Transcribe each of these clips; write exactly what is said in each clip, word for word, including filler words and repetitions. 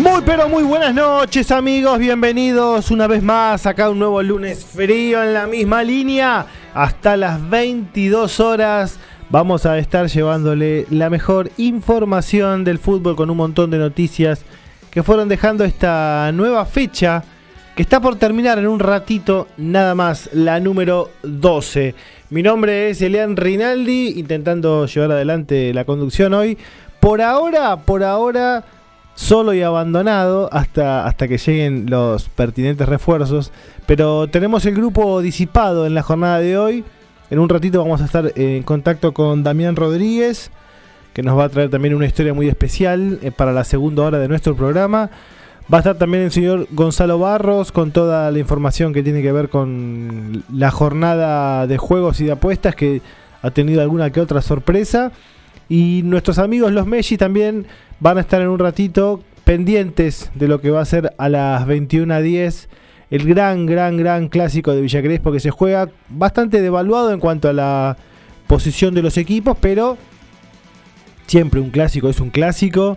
Muy pero muy buenas noches, amigos, bienvenidos una vez más acá, un nuevo lunes frío en la misma línea. Hasta las veintidós horas vamos a estar llevándole la mejor información del fútbol con un montón de noticias que fueron dejando esta nueva fecha que está por terminar en un ratito nada más, la número doce. Mi nombre es Elian Rinaldi, intentando llevar adelante la conducción hoy. Por ahora, por ahora... solo y abandonado hasta, hasta que lleguen los pertinentes refuerzos. Pero tenemos el grupo disipado en la jornada de hoy. En un ratito vamos a estar en contacto con Damián Rodríguez, que nos va a traer también una historia muy especial eh, para la segunda hora de nuestro programa. Va a estar también el señor Gonzalo Barros con toda la información que tiene que ver con la jornada de juegos y de apuestas, que ha tenido alguna que otra sorpresa. Y nuestros amigos los Messi también van a estar en un ratito pendientes de lo que va a ser a las veintiuna diez el gran, gran, gran clásico de Villa Crespo, que se juega bastante devaluado en cuanto a la posición de los equipos, pero siempre un clásico es un clásico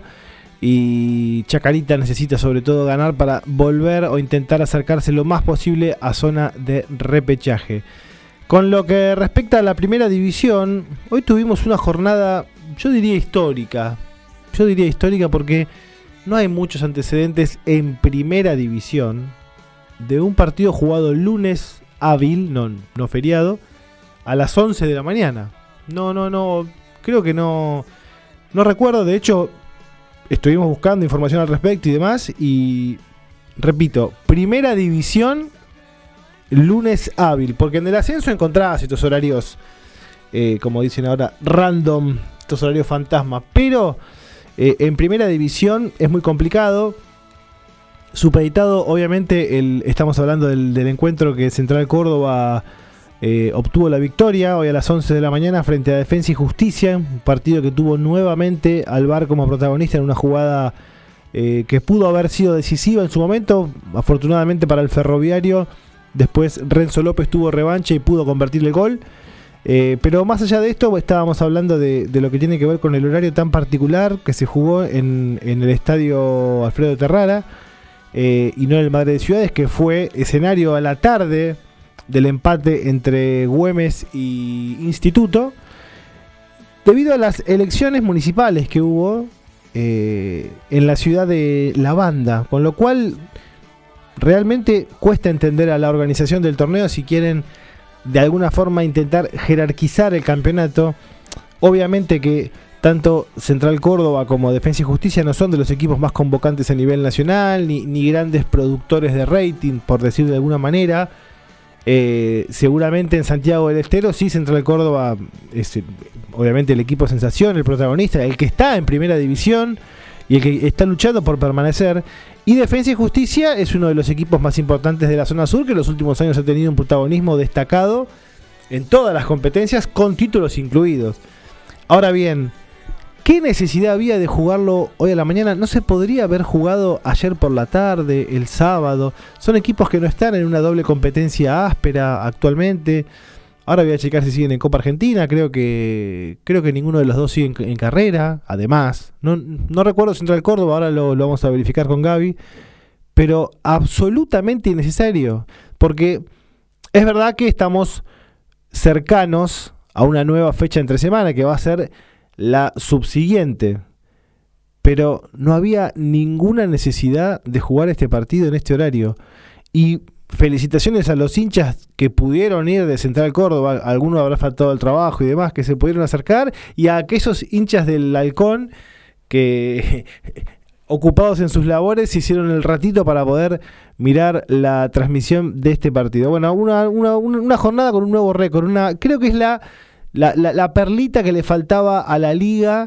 y Chacarita necesita sobre todo ganar para volver o intentar acercarse lo más posible a zona de repechaje. Con lo que respecta a la primera división, hoy tuvimos una jornada, yo diría histórica. Yo diría histórica porque no hay muchos antecedentes en primera división de un partido jugado lunes hábil, no, no feriado, a las once de la mañana. No, no, no, creo que no, no recuerdo. De hecho, estuvimos buscando información al respecto y demás. Y repito, primera división, lunes hábil, porque en el ascenso encontrás estos horarios, eh, como dicen ahora, random, estos horarios fantasmas, pero eh, en primera división es muy complicado. Supeditado, obviamente, el, estamos hablando del, del encuentro que Central Córdoba eh, obtuvo la victoria hoy a las once de la mañana frente a Defensa y Justicia, un partido que tuvo nuevamente al V A R como protagonista en una jugada eh, que pudo haber sido decisiva en su momento. Afortunadamente para el Ferroviario, después Renzo López tuvo revancha y pudo convertir el gol. Eh, pero más allá de esto, estábamos hablando de, de lo que tiene que ver con el horario tan particular que se jugó en, en el estadio Alfredo Terrara, eh, y no en el Madre de Ciudades, que fue escenario a la tarde del empate entre Güemes y Instituto, debido a las elecciones municipales que hubo eh, en la ciudad de La Banda, con lo cual realmente cuesta entender a la organización del torneo si quieren de alguna forma intentar jerarquizar el campeonato. Obviamente que tanto Central Córdoba como Defensa y Justicia no son de los equipos más convocantes a nivel nacional, ni, ni grandes productores de rating, por decir de alguna manera. Eh, seguramente en Santiago del Estero sí, Central Córdoba es obviamente el equipo sensación, el protagonista, el que está en primera división y el que está luchando por permanecer. Y Defensa y Justicia es uno de los equipos más importantes de la zona sur, que en los últimos años ha tenido un protagonismo destacado en todas las competencias, con títulos incluidos. Ahora bien, ¿qué necesidad había de jugarlo hoy a la mañana? ¿No se podría haber jugado ayer por la tarde, el sábado? Son equipos que no están en una doble competencia áspera actualmente. Ahora voy a checar si siguen en Copa Argentina. Creo que creo que ninguno de los dos sigue en, en carrera. Además, no, no recuerdo Central Córdoba, ahora lo, lo vamos a verificar con Gaby. Pero absolutamente innecesario. Porque es verdad que estamos cercanos a una nueva fecha entre semana, que va a ser la subsiguiente. Pero no había ninguna necesidad de jugar este partido en este horario. Y felicitaciones a los hinchas que pudieron ir de Central Córdoba, a algunos habrá faltado el trabajo y demás, que se pudieron acercar, y a aquellos hinchas del Halcón que ocupados en sus labores hicieron el ratito para poder mirar la transmisión de este partido. Bueno, una, una, una jornada con un nuevo récord, una, creo que es la, la, la, la perlita que le faltaba a la liga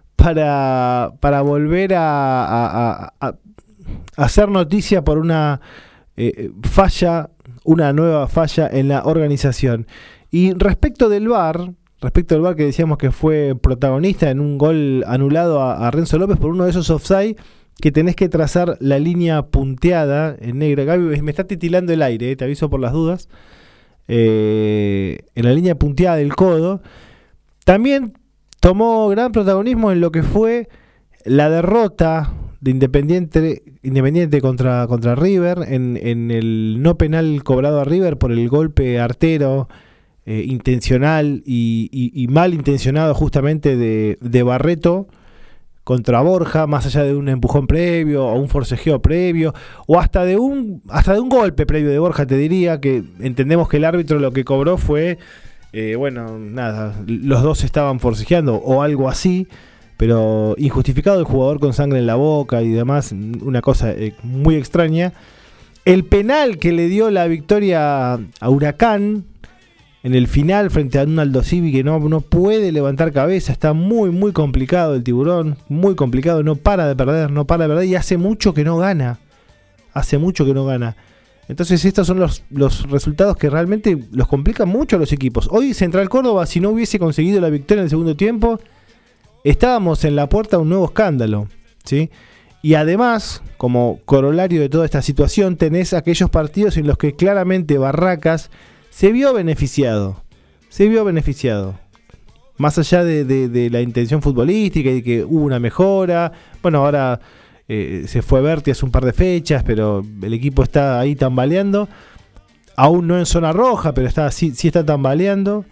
para, para volver a, a, a, a hacer noticia por una Eh, falla, una nueva falla en la organización. Y respecto del V A R, respecto del V A R que decíamos que fue protagonista en un gol anulado a, a Renzo López por uno de esos offside que tenés que trazar la línea punteada en negro. Gaby, me está titilando el aire, eh, te aviso por las dudas. Eh, en la línea punteada del codo. También tomó gran protagonismo en lo que fue la derrota de Independiente, Independiente contra, contra River, en, en el no penal cobrado a River por el golpe artero, eh, intencional y, y, y mal intencionado justamente de, de Barreto contra Borja, más allá de un empujón previo o un forcejeo previo o hasta de un hasta de un golpe previo de Borja, te diría que entendemos que el árbitro lo que cobró fue eh, bueno, nada, los dos estaban forcejeando o algo así, pero injustificado, el jugador con sangre en la boca y demás, una cosa eh, muy extraña. El penal que le dio la victoria a Huracán en el final frente a un Aldo Civi que no, no puede levantar cabeza, está muy muy complicado el Tiburón, muy complicado, no para de perder, no para de perder y hace mucho que no gana, hace mucho que no gana. Entonces estos son los, los resultados que realmente los complican mucho a los equipos. Hoy Central Córdoba, si no hubiese conseguido la victoria en el segundo tiempo, estábamos en la puerta de un nuevo escándalo, ¿sí? Y además, como corolario de toda esta situación, tenés aquellos partidos en los que claramente Barracas se vio beneficiado, se vio beneficiado. Más allá de, de, de la intención futbolística y de que hubo una mejora. Bueno, ahora eh, se fue Berti hace un par de fechas, pero el equipo está ahí tambaleando. Aún no en zona roja, pero está sí, sí está tambaleando.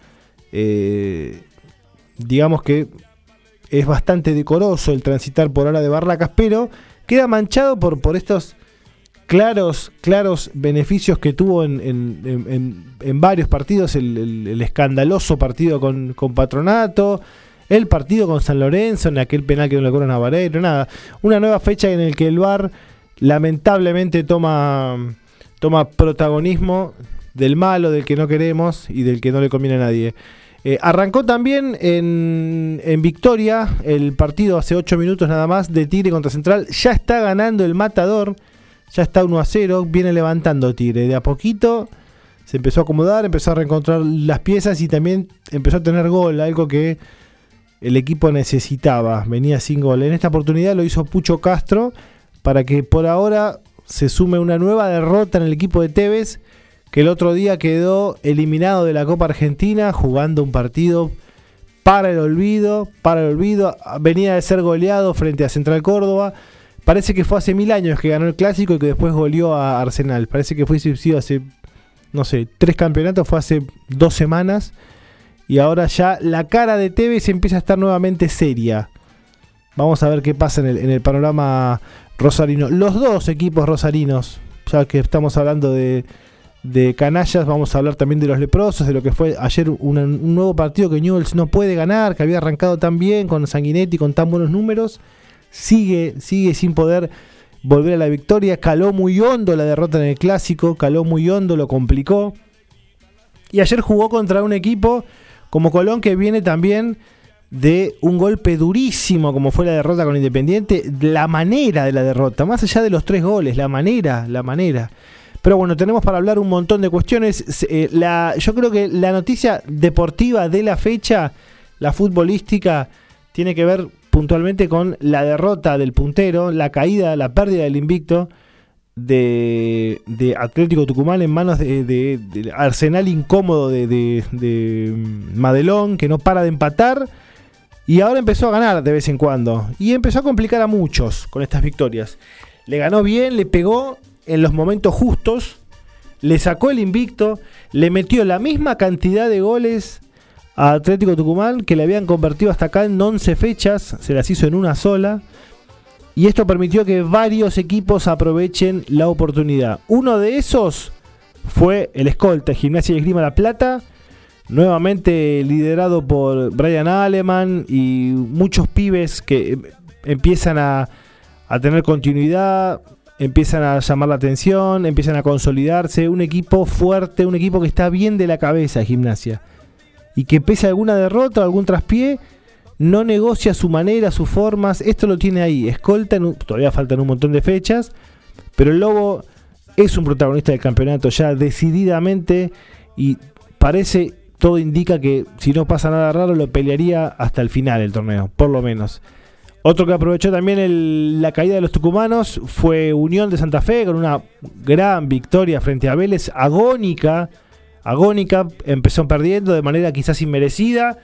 Eh, digamos que es bastante decoroso el transitar por ahora de Barracas, pero queda manchado por, por estos claros, claros beneficios que tuvo en, en, en, en varios partidos, el, el, el escandaloso partido con, con Patronato, el partido con San Lorenzo, en aquel penal que no le cobran a Varelo, nada, una nueva fecha en el que el V A R lamentablemente toma, toma protagonismo del malo, del que no queremos y del que no le conviene a nadie. Eh, arrancó también en, en Victoria el partido hace ocho minutos nada más de Tigre contra Central, ya está ganando el Matador. Ya está uno a cero, viene levantando Tigre. De a poquito se empezó a acomodar, empezó a reencontrar las piezas y también empezó a tener gol, algo que el equipo necesitaba. Venía sin gol. En esta oportunidad lo hizo Pucho Castro para que por ahora se sume una nueva derrota en el equipo de Tevez, que el otro día quedó eliminado de la Copa Argentina jugando un partido para el olvido, para el olvido. Venía de ser goleado frente a Central Córdoba. Parece que fue hace mil años que ganó el clásico y que después goleó a Arsenal. Parece que fue sido hace, no sé, tres campeonatos, fue hace dos semanas. Y ahora ya la cara de Tevez empieza a estar nuevamente seria. Vamos a ver qué pasa en el, en el panorama rosarino. Los dos equipos rosarinos, ya que estamos hablando de, de canallas, vamos a hablar también de los leprosos, de lo que fue ayer una, un nuevo partido que Newell's no puede ganar, que había arrancado tan bien con Sanguinetti, con tan buenos números. Sigue, sigue sin poder volver a la victoria. Caló muy hondo la derrota en el clásico, caló muy hondo, lo complicó. Y ayer jugó contra un equipo como Colón que viene también de un golpe durísimo como fue la derrota con Independiente. La manera de la derrota, más allá de los tres goles, la manera, la manera. Pero bueno, tenemos para hablar un montón de cuestiones. Eh, la, yo creo que la noticia deportiva de la fecha, la futbolística, tiene que ver puntualmente con la derrota del puntero, la caída, la pérdida del invicto de, de Atlético Tucumán en manos de, de, de Arsenal incómodo de, de, de Madelón, que no para de empatar y ahora empezó a ganar de vez en cuando y empezó a complicar a muchos con estas victorias. Le ganó bien, le pegó en los momentos justos, le sacó el invicto, le metió la misma cantidad de goles a Atlético Tucumán que le habían convertido hasta acá en once fechas, se las hizo en una sola, y esto permitió que varios equipos aprovechen la oportunidad. Uno de esos fue el escolta Gimnasia y Esgrima La Plata, nuevamente liderado por Brian Aleman y muchos pibes que empiezan a, a tener continuidad, empiezan a llamar la atención, empiezan a consolidarse, un equipo fuerte, un equipo que está bien de la cabeza, Gimnasia. Y que pese a alguna derrota o algún traspié, no negocia su manera, sus formas. Esto lo tiene ahí. Escolta, en un, todavía faltan un montón de fechas, pero el Lobo es un protagonista del campeonato ya decididamente y parece, todo indica que si no pasa nada raro lo pelearía hasta el final del torneo, por lo menos. Otro que aprovechó también el, la caída de los tucumanos fue Unión de Santa Fe con una gran victoria frente a Vélez, agónica. Agónica, empezó perdiendo de manera quizás inmerecida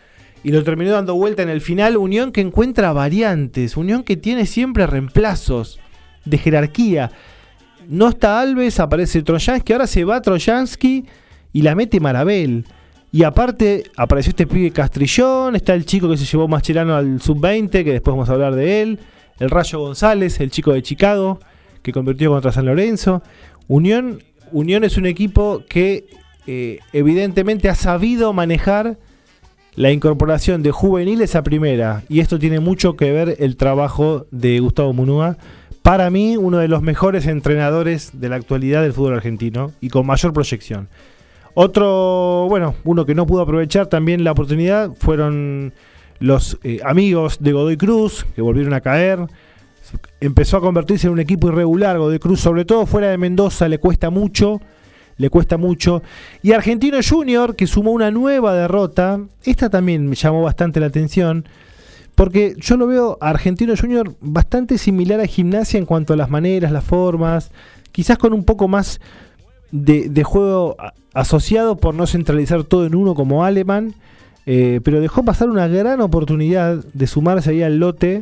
y lo terminó dando vuelta en el final. Unión que encuentra variantes, Unión que tiene siempre reemplazos de jerarquía. No está Alves, aparece Trojansky, ahora se va Trojansky y la mete Marabel. Y aparte apareció este pibe Castrillón, está el chico que se llevó Mascherano al sub veinte, que después vamos a hablar de él, el Rayo González, el chico de Chicago, que convirtió contra San Lorenzo. Unión, Unión es un equipo que eh, evidentemente ha sabido manejar la incorporación de juveniles a primera, y esto tiene mucho que ver el trabajo de Gustavo Munúa. Para mí, uno de los mejores entrenadores de la actualidad del fútbol argentino y con mayor proyección. Otro, bueno, uno que no pudo aprovechar también la oportunidad fueron los eh, amigos de Godoy Cruz, que volvieron a caer. Empezó a convertirse en un equipo irregular. Godoy Cruz, sobre todo fuera de Mendoza, le cuesta mucho. Le cuesta mucho. Y Argentino Junior, que sumó una nueva derrota. Esta también me llamó bastante la atención, porque yo lo veo a Argentino Junior bastante similar a Gimnasia en cuanto a las maneras, las formas, quizás con un poco más de, de juego asociado por no centralizar todo en uno como Alemán, eh, pero dejó pasar una gran oportunidad de sumarse ahí al lote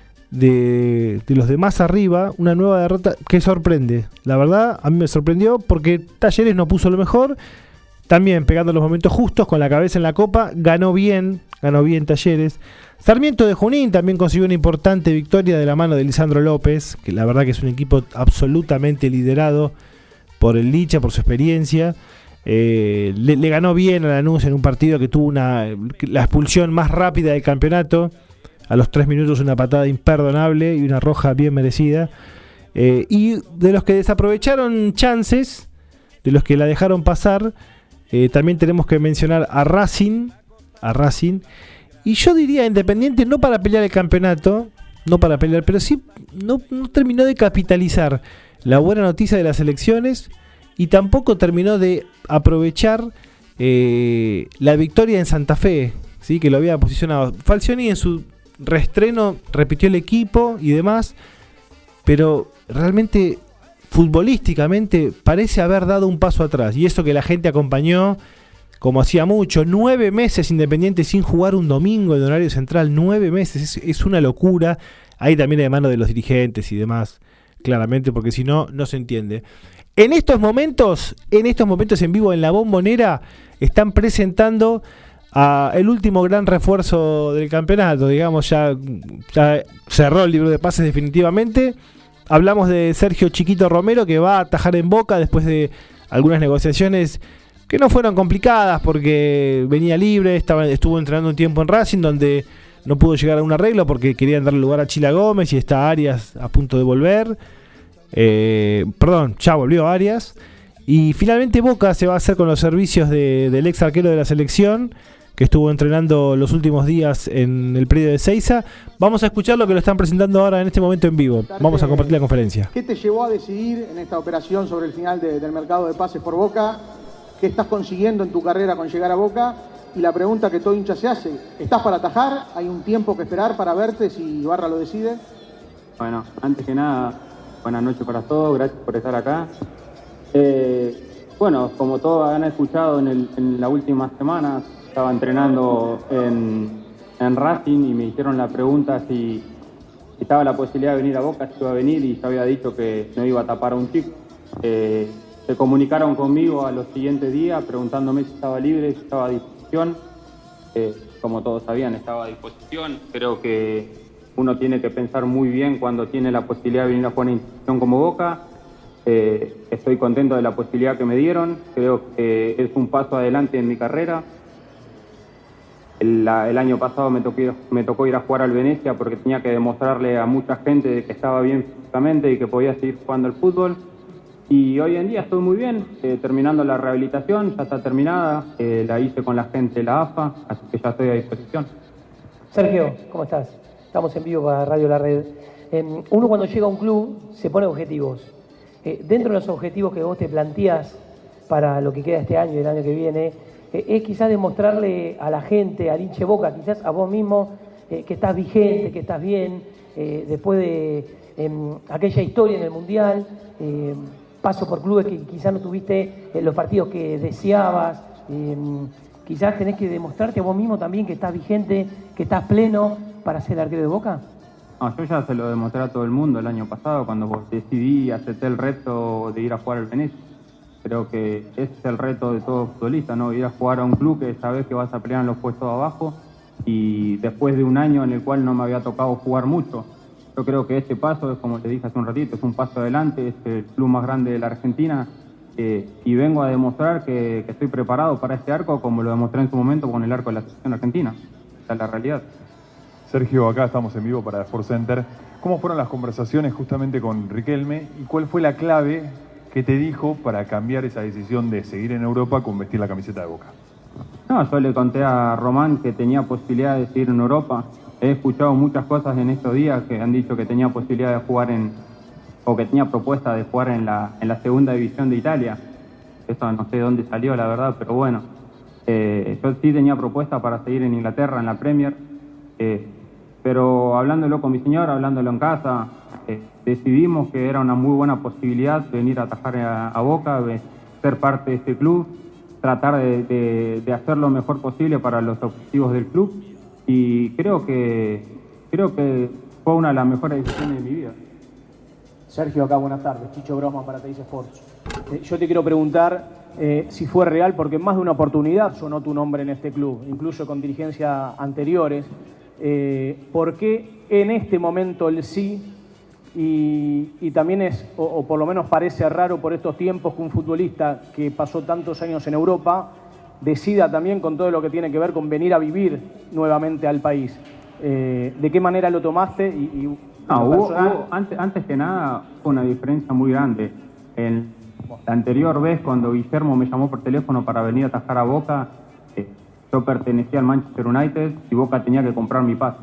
de, de los demás arriba. Una nueva derrota que sorprende, la verdad a mí me sorprendió, porque Talleres no puso lo mejor, también pegando los momentos justos, con la cabeza en la copa, ganó bien, ganó bien Talleres. Sarmiento de Junín también consiguió una importante victoria de la mano de Lisandro López, que la verdad que es un equipo absolutamente liderado por el Licha, por su experiencia. Eh, le, le ganó bien a Lanús en un partido que tuvo una, la expulsión más rápida del campeonato. A los tres minutos una patada imperdonable y una roja bien merecida. Eh, y de los que desaprovecharon chances, de los que la dejaron pasar, eh, también tenemos que mencionar a Racing, a Racing. Y yo diría Independiente, no para pelear el campeonato, no para pelear, pero sí no, no terminó de capitalizar la buena noticia de las elecciones, y tampoco terminó de aprovechar eh, la victoria en Santa Fe, ¿sí? Que lo había posicionado. Falcioni en su reestreno repitió el equipo y demás, pero realmente futbolísticamente parece haber dado un paso atrás, y eso que la gente acompañó como hacía mucho. Nueve meses Independiente sin jugar un domingo en horario central, nueve meses, es, es una locura. Ahí también de mano de los dirigentes y demás, claramente, porque si no, no se entiende. En estos momentos, en estos momentos en vivo en la Bombonera, están presentando a el último gran refuerzo del campeonato, digamos, ya, ya cerró el libro de pases definitivamente. Hablamos de Sergio Chiquito Romero, que va a atajar en Boca después de algunas negociaciones que no fueron complicadas, porque venía libre, estaba, estuvo entrenando un tiempo en Racing, donde no pudo llegar a un arreglo porque querían darle lugar a Chila Gómez y está Arias a punto de volver. Eh, perdón, ya volvió Arias. Y finalmente Boca se va a hacer con los servicios de, del ex arquero de la selección, que estuvo entrenando los últimos días en el predio de Seiza. Vamos a escuchar lo que lo están presentando ahora en este momento en vivo. Vamos a compartir la conferencia. ¿Qué te llevó a decidir en esta operación sobre el final de, del mercado de pases por Boca? ¿Qué estás consiguiendo en tu carrera con llegar a Boca? Y la pregunta que todo hincha se hace, ¿estás para atajar? ¿Hay un tiempo que esperar para verte si Ibarra lo decide? Bueno, antes que nada, buenas noches para todos, gracias por estar acá. Eh, bueno, como todos han escuchado en, el, en la última semana, estaba entrenando en, en Racing y me hicieron la pregunta si, si estaba la posibilidad de venir a Boca, si iba a venir, y yo había dicho que no iba a tapar a un chico. Eh, se comunicaron conmigo a los siguientes días preguntándome si estaba libre, si estaba a disposición. Eh, como todos sabían, estaba a disposición. Creo que uno tiene que pensar muy bien cuando tiene la posibilidad de venir a jugar una institución como Boca. Eh, estoy contento de la posibilidad que me dieron. Creo que es un paso adelante en mi carrera. El, la, el año pasado me tocó, ir, me tocó ir a jugar al Venecia porque tenía que demostrarle a mucha gente que estaba bien físicamente y que podía seguir jugando al fútbol. Y hoy en día estoy muy bien, eh, terminando la rehabilitación, ya está terminada, eh, la hice con la gente de la A F A, así que ya estoy a disposición. Sergio, ¿cómo estás? Estamos en vivo para Radio La Red. Eh, uno cuando llega a un club se pone objetivos. Eh, dentro de los objetivos que vos te planteás para lo que queda este año y el año que viene, eh, es quizás demostrarle a la gente, al hinche Boca, quizás a vos mismo, eh, que estás vigente, que estás bien, eh, después de eh, aquella historia en el Mundial, eh, paso por clubes que quizás no tuviste eh, los partidos que deseabas, eh, quizás tenés que demostrarte a vos mismo también que estás vigente, que estás pleno para ser arquero de Boca? No, yo ya se lo demostré a todo el mundo el año pasado cuando decidí y acepté el reto de ir a jugar al Venecia. Creo que ese es el reto de todo futbolista, ¿no? Ir a jugar a un club que sabes que vas a pelear en los puestos de abajo, y después de un año en el cual no me había tocado jugar mucho. Yo creo que este paso es, como te dije hace un ratito, es un paso adelante, es el club más grande de la Argentina, eh, y vengo a demostrar que, que estoy preparado para este arco, como lo demostré en su momento con el arco de la selección argentina. Esa es la realidad. Sergio, acá estamos en vivo para Sport Center. ¿Cómo fueron las conversaciones justamente con Riquelme y cuál fue la clave que te dijo para cambiar esa decisión de seguir en Europa con vestir la camiseta de Boca? No, yo le conté a Román que tenía posibilidad de seguir en Europa. He escuchado muchas cosas en estos días que han dicho que tenía posibilidad de jugar en, o que tenía propuesta de jugar en la, en la segunda división de Italia. Eso no sé de dónde salió, la verdad, pero bueno. Eh, yo sí tenía propuesta para seguir en Inglaterra, en la Premier. Eh, pero hablándolo con mi señor, hablándolo en casa, eh, decidimos que era una muy buena posibilidad venir a atajar a, a Boca, de ser parte de este club, tratar de, de, de hacer lo mejor posible para los objetivos del club, y creo que creo que fue una de las mejores decisiones de mi vida. Sergio, acá buenas tardes. Chicho Brosman para Teis Sports. Eh, yo te quiero preguntar eh, si fue real, porque en más de una oportunidad sonó tu nombre en este club, incluso con dirigencias anteriores. Eh, ¿Por qué en este momento el sí? Y, y también es, o, o por lo menos parece raro por estos tiempos, que un futbolista que pasó tantos años en Europa decida también con todo lo que tiene que ver con venir a vivir nuevamente al país. Eh, ¿De qué manera lo tomaste? Y, y no, hubo, hubo, antes, antes que nada, fue una diferencia muy grande. En la anterior vez, cuando Guillermo me llamó por teléfono para venir a atajar a Boca, eh, yo pertenecía al Manchester United y Boca tenía que comprar mi pase.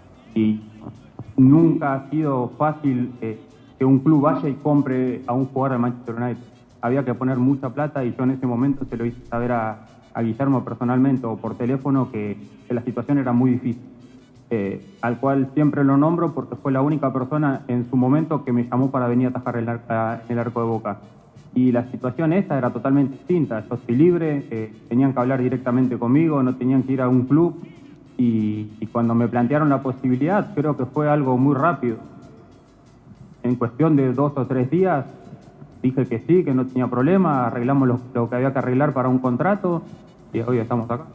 Y nunca ha sido fácil eh, que un club vaya y compre a un jugador del Manchester United. Había que poner mucha plata y yo en ese momento se lo hice saber a, a Guillermo personalmente o por teléfono que, que la situación era muy difícil. Eh, al cual siempre lo nombro porque fue la única persona en su momento que me llamó para venir a atajar el, arca, el arco de Boca. Y la situación esta era totalmente distinta. Yo estoy libre, eh, tenían que hablar directamente conmigo, no tenían que ir a un club. Y, y cuando me plantearon la posibilidad, creo que fue algo muy rápido. En cuestión de dos o tres días, dije que sí, que no tenía problema, arreglamos lo, lo que había que arreglar para un contrato y hoy estamos acá.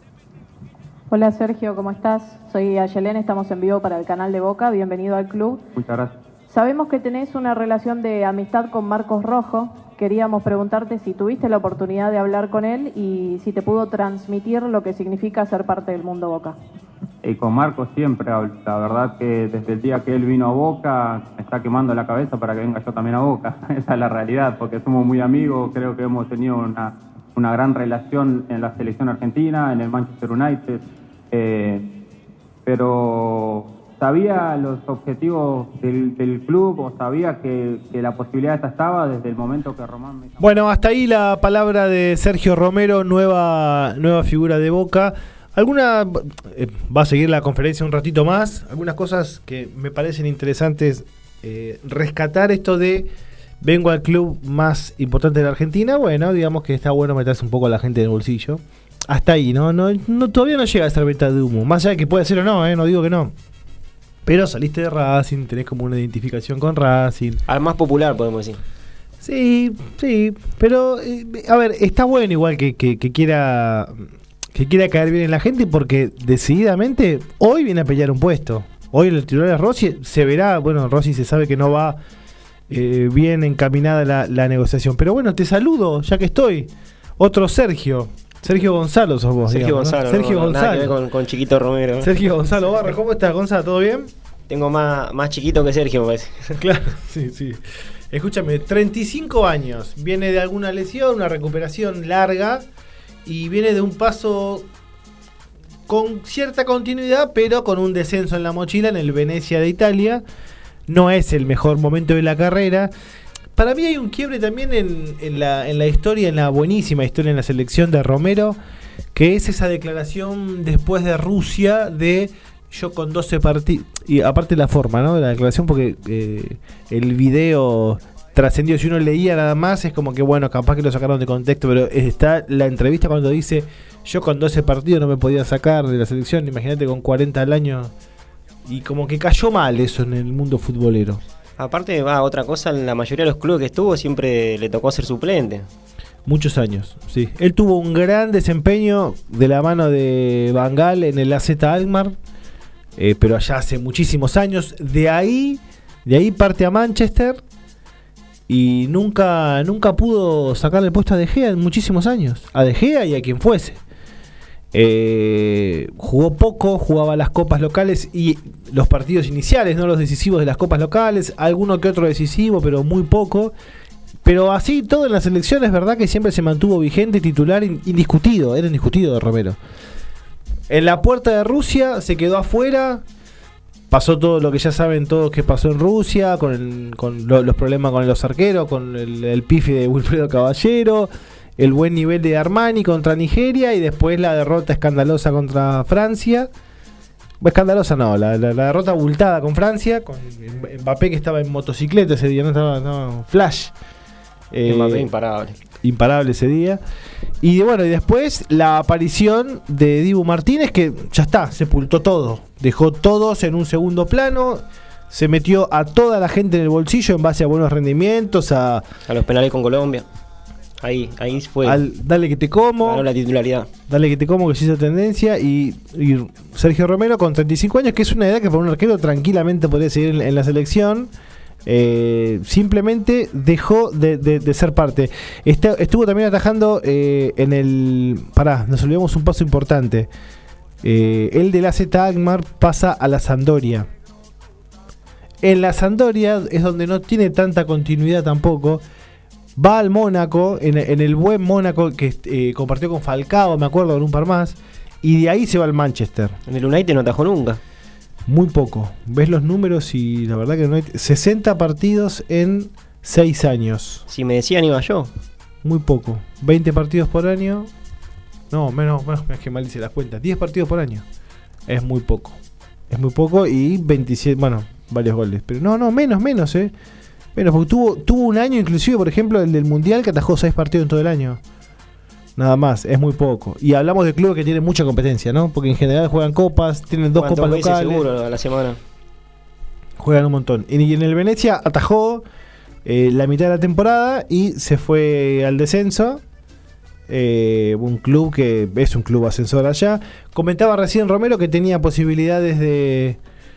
Hola Sergio, ¿cómo estás? Soy Ayelén, estamos en vivo para el canal de Boca, bienvenido al club. Muchas gracias. Sabemos que tenés una relación de amistad con Marcos Rojo. Queríamos preguntarte si tuviste la oportunidad de hablar con él y si te pudo transmitir lo que significa ser parte del mundo Boca. Y con Marcos siempre hablo. La verdad que desde el día que él vino a Boca me está quemando la cabeza para que venga yo también a Boca. Esa es la realidad, porque somos muy amigos, creo que hemos tenido una, una gran relación en la selección argentina, en el Manchester United, eh, pero sabía los objetivos del, del club o sabía que, que la posibilidad esta estaba desde el momento que Román me llamó. Bueno, hasta ahí la palabra de Sergio Romero, nueva, nueva figura de Boca. Alguna eh, va a seguir la conferencia un ratito más. Algunas cosas que me parecen interesantes eh, rescatar esto de vengo al club más importante de la Argentina. Bueno, digamos que está bueno meterse un poco a la gente en el bolsillo. Hasta ahí, ¿no? no, no todavía no llega a ser venta de humo. Más allá de que puede ser o no, ¿eh? No digo que no. Pero saliste de Racing, tenés como una identificación con Racing. Al más popular, podemos decir. Sí, sí. Pero, eh, a ver, está bueno igual que, que, que quiera... que quiera caer bien en la gente, porque decididamente hoy viene a pelear un puesto. Hoy el titular es Rossi, se verá, bueno, Rossi se sabe que no va eh, bien encaminada la, la negociación, pero bueno, te saludo, ya que estoy. Otro Sergio, Sergio Gonzalo sos vos. Sergio digamos, Gonzalo, ¿no? Sergio no, Gonzalo. Nada que ver con, con Chiquito Romero, ¿no? Sergio Gonzalo Barra, ¿cómo estás, Gonzalo? ¿Todo bien? Tengo más, más chiquito que Sergio, me parece. Claro, sí, sí. Escúchame, treinta y cinco años, viene de alguna lesión, una recuperación larga, y viene de un paso con cierta continuidad, pero con un descenso en la mochila en el Venecia de Italia. No es el mejor momento de la carrera. Para mí hay un quiebre también en, en, la, en la historia, en la buenísima historia en la selección de Romero, que es esa declaración después de Rusia de yo con doce partidos, y aparte la forma, ¿no? De la declaración, porque eh, el video trascendió. Si uno leía nada más, es como que bueno, capaz que lo sacaron de contexto, pero está la entrevista cuando dice: yo con doce partidos no me podía sacar de la selección, imagínate con cuarenta al año. Y como que cayó mal eso en el mundo futbolero. Aparte, va, otra cosa, en la mayoría de los clubes que estuvo siempre le tocó ser suplente. Muchos años, sí. Él tuvo un gran desempeño de la mano de Van Gaal en el A Z Alkmaar, eh, pero allá hace muchísimos años. De ahí, de ahí parte a Manchester y nunca, nunca pudo sacarle el puesto a De Gea en muchísimos años. A De Gea y a quien fuese. Eh, jugó poco, jugaba las copas locales y los partidos iniciales, no los decisivos de las copas locales, alguno que otro decisivo, pero muy poco. Pero así todo en la selección es verdad que siempre se mantuvo vigente, titular, indiscutido, era indiscutido de Romero. En la puerta de Rusia se quedó afuera, pasó todo lo que ya saben todos que pasó en Rusia, con, el, con lo, los problemas con los arqueros, con el, el pifi de Wilfredo Caballero, el buen nivel de Armani contra Nigeria y después la derrota escandalosa contra Francia. Escandalosa no, la, la, la derrota abultada con Francia, con Mbappé que estaba en motocicleta ese día, no estaba, no, flash. Eh, Mbappé imparable. Imparable ese día. Y bueno, y después la aparición de Dibu Martínez, que ya está, sepultó todo. Dejó todos en un segundo plano. Se metió a toda la gente en el bolsillo en base a buenos rendimientos. A, a los penales con Colombia. Ahí, ahí fue. Al, dale que te como. Ganó la titularidad. Dale que te como, que se hizo tendencia. Y, y Sergio Romero con treinta y cinco años, que es una edad que para un arquero tranquilamente podría seguir en, en la selección. Eh, simplemente dejó de, de, de ser parte. Está, estuvo también atajando eh, en el. Pará, nos olvidamos un paso importante. Eh, el de la A Z Alkmaar pasa a la Sampdoria. En la Sampdoria es donde no tiene tanta continuidad tampoco. Va al Mónaco, en, en el buen Mónaco que eh, compartió con Falcao, me acuerdo, con un par más. Y de ahí se va al Manchester. En el United no atajó nunca. Muy poco. Ves los números y la verdad que no hay... sesenta partidos en seis años. Si me decían iba yo. Muy poco. veinte partidos por año. No, menos, menos es que mal hice las cuentas. diez partidos por año. Es muy poco. Es muy poco y veintisiete, bueno, varios goles. Pero no, no, menos, menos, eh. Menos, porque tuvo, tuvo un año inclusive, por ejemplo, el del Mundial que atajó seis partidos en todo el año. Nada más, es muy poco. Y hablamos de clubes que tienen mucha competencia, ¿no? Porque en general juegan copas, tienen dos copas locales. Seguro a la semana. Juegan un montón. Y en el Venecia atajó eh, la mitad de la temporada y se fue al descenso. Eh, un club que es un club ascensor allá. Comentaba recién Romero que tenía posibilidades de...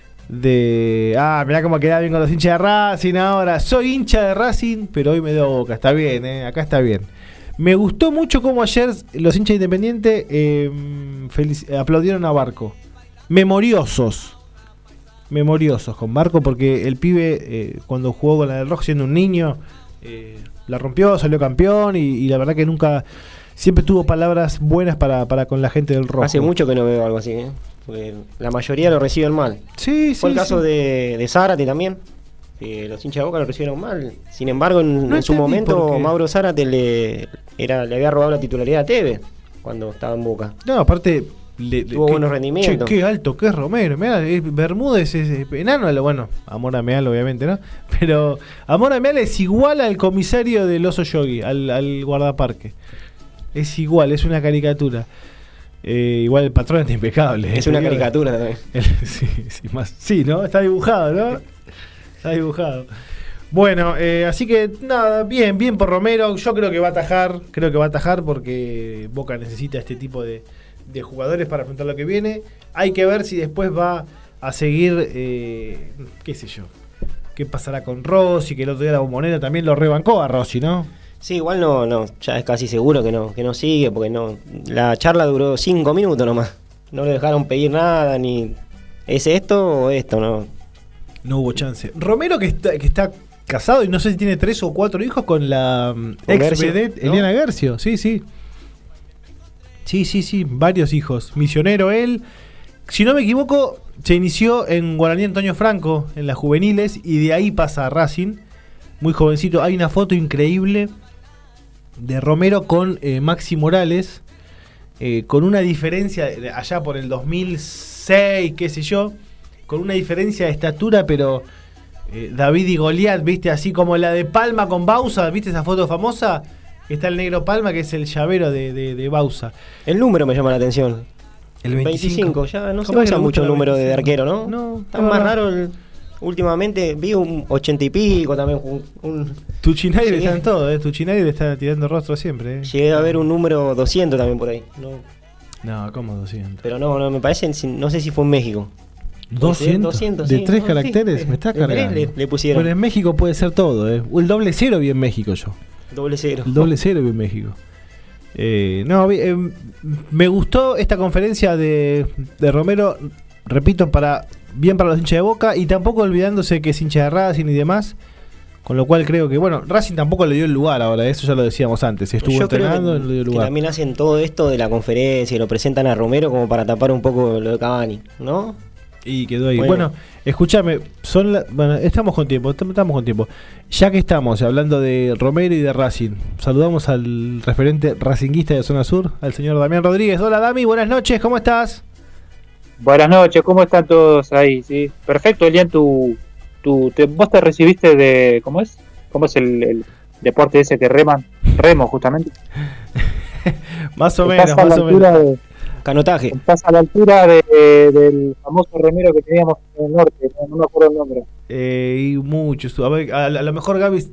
de ah, mirá cómo queda bien con los hinchas de Racing ahora. Soy hincha de Racing, pero hoy me doy Boca. Está bien, ¿eh? Acá está bien. Me gustó mucho cómo ayer los hinchas de Independiente eh, felic- aplaudieron a Barco. Memoriosos. Memoriosos con Barco porque el pibe eh, cuando jugó con la del Rojo siendo un niño eh, la rompió, salió campeón y, y la verdad que nunca... Siempre tuvo palabras buenas para, para con la gente del Rojo. Hace mucho que no veo algo así, ¿eh? Porque la mayoría lo reciben mal. Sí, sí. Fue el caso sí. de, de Zárate también. Que los hinchas de Boca lo recibieron mal. Sin embargo, en, no en su momento, Mauro Zárate le, era, le había robado la titularidad a Tevez cuando estaba en Boca. No, aparte... Le, Tuvo qué, buenos rendimientos. Che, qué alto que es Romero. Mirá, Bermúdez es, es enano. Bueno, Amor a Meal, obviamente, ¿no? Pero Amor a Meal es igual al comisario del Oso Yogi, al, al guardaparque. Es igual, es una caricatura. Eh, igual el patrón está impecable. Es una caricatura también. Sí, sí, más, sí, ¿no? Está dibujado, ¿no? Está dibujado. Bueno, eh, así que nada, bien, bien por Romero. Yo creo que va a atajar, creo que va a atajar porque Boca necesita este tipo de, de jugadores para afrontar lo que viene. Hay que ver si después va a seguir, eh, qué sé yo, qué pasará con Rossi, que el otro día la Bombonera también lo rebancó a Rossi, ¿no? Sí, igual no, no, ya es casi seguro que no, que no sigue, porque no, la charla duró cinco minutos nomás. No le dejaron pedir nada, ni ¿es esto o esto? No. No hubo chance. Romero que está, que está casado y no sé si tiene tres o cuatro hijos con la um, ex vedette ¿no? Eliana Gercio, sí, sí. Sí, sí, sí, varios hijos. Misionero él. Si no me equivoco, se inició en Guaraní Antonio Franco, en las juveniles, y de ahí pasa a Racing, muy jovencito. Hay una foto increíble de Romero con eh, Maxi Morales, eh, con una diferencia, allá por el dos mil seis, qué sé yo, con una diferencia de estatura, pero eh, David y Goliat, ¿viste? Así como la de Palma con Bausa, ¿viste esa foto famosa? Que está el negro Palma, que es el llavero de, de, de Bausa. El número me llama la atención. El veinticinco. veinticinco, ya no se Capaz que usa le mucho gusta el número de veinticinco. arquero, ¿no? No, está no, más no. raro el, últimamente. Vi un ochenta y pico también. Un, un, Tuchinari sí. está en todo, ¿eh? Tuchinari le está tirando rostro siempre, ¿eh? Llegué a ver un número doscientos también por ahí. No, No, ¿cómo doscientos? pero no, no, me parece, no sé si fue en México. ¿doscientos? doscientos, ¿De sí, tres no, caracteres? sí. Me está De tres cargando. le- le pusieron. Pero en México puede ser todo, ¿eh? El doble cero vi en México yo. Doble cero. El doble cero vi en México. Eh, no, vi- eh, me gustó esta conferencia de, de Romero, repito, para bien para los hinchas de Boca y tampoco olvidándose que es hincha de Racing y demás. Con lo cual creo que, bueno, Racing tampoco le dio el lugar ahora, eso ya lo decíamos antes. Estuvo Yo creo entrenando que, y no le dio el que lugar. también hacen todo esto de la conferencia y lo presentan a Romero como para tapar un poco lo de Cavani, ¿no? Y quedó ahí. Bueno. Bueno, escúchame, son la- bueno, estamos con tiempo, tam- estamos con tiempo. Ya que estamos hablando de Romero y de Racing, saludamos al referente racinguista de Zona Sur, al señor Damián Rodríguez. Hola Dami, buenas noches, ¿cómo estás? Buenas noches, ¿cómo están todos ahí? Sí, perfecto, Elian, tu, tu, te, vos te recibiste de, ¿cómo es? ¿Cómo es el, el deporte ese que reman? Remo, justamente. Más o Estás menos, a la más o altura menos. de, Canotaje. estás a la altura de, del famoso remero que teníamos en el norte, no, no me acuerdo el nombre. Eh, y muchos, a, ver, a, a lo mejor Gaby,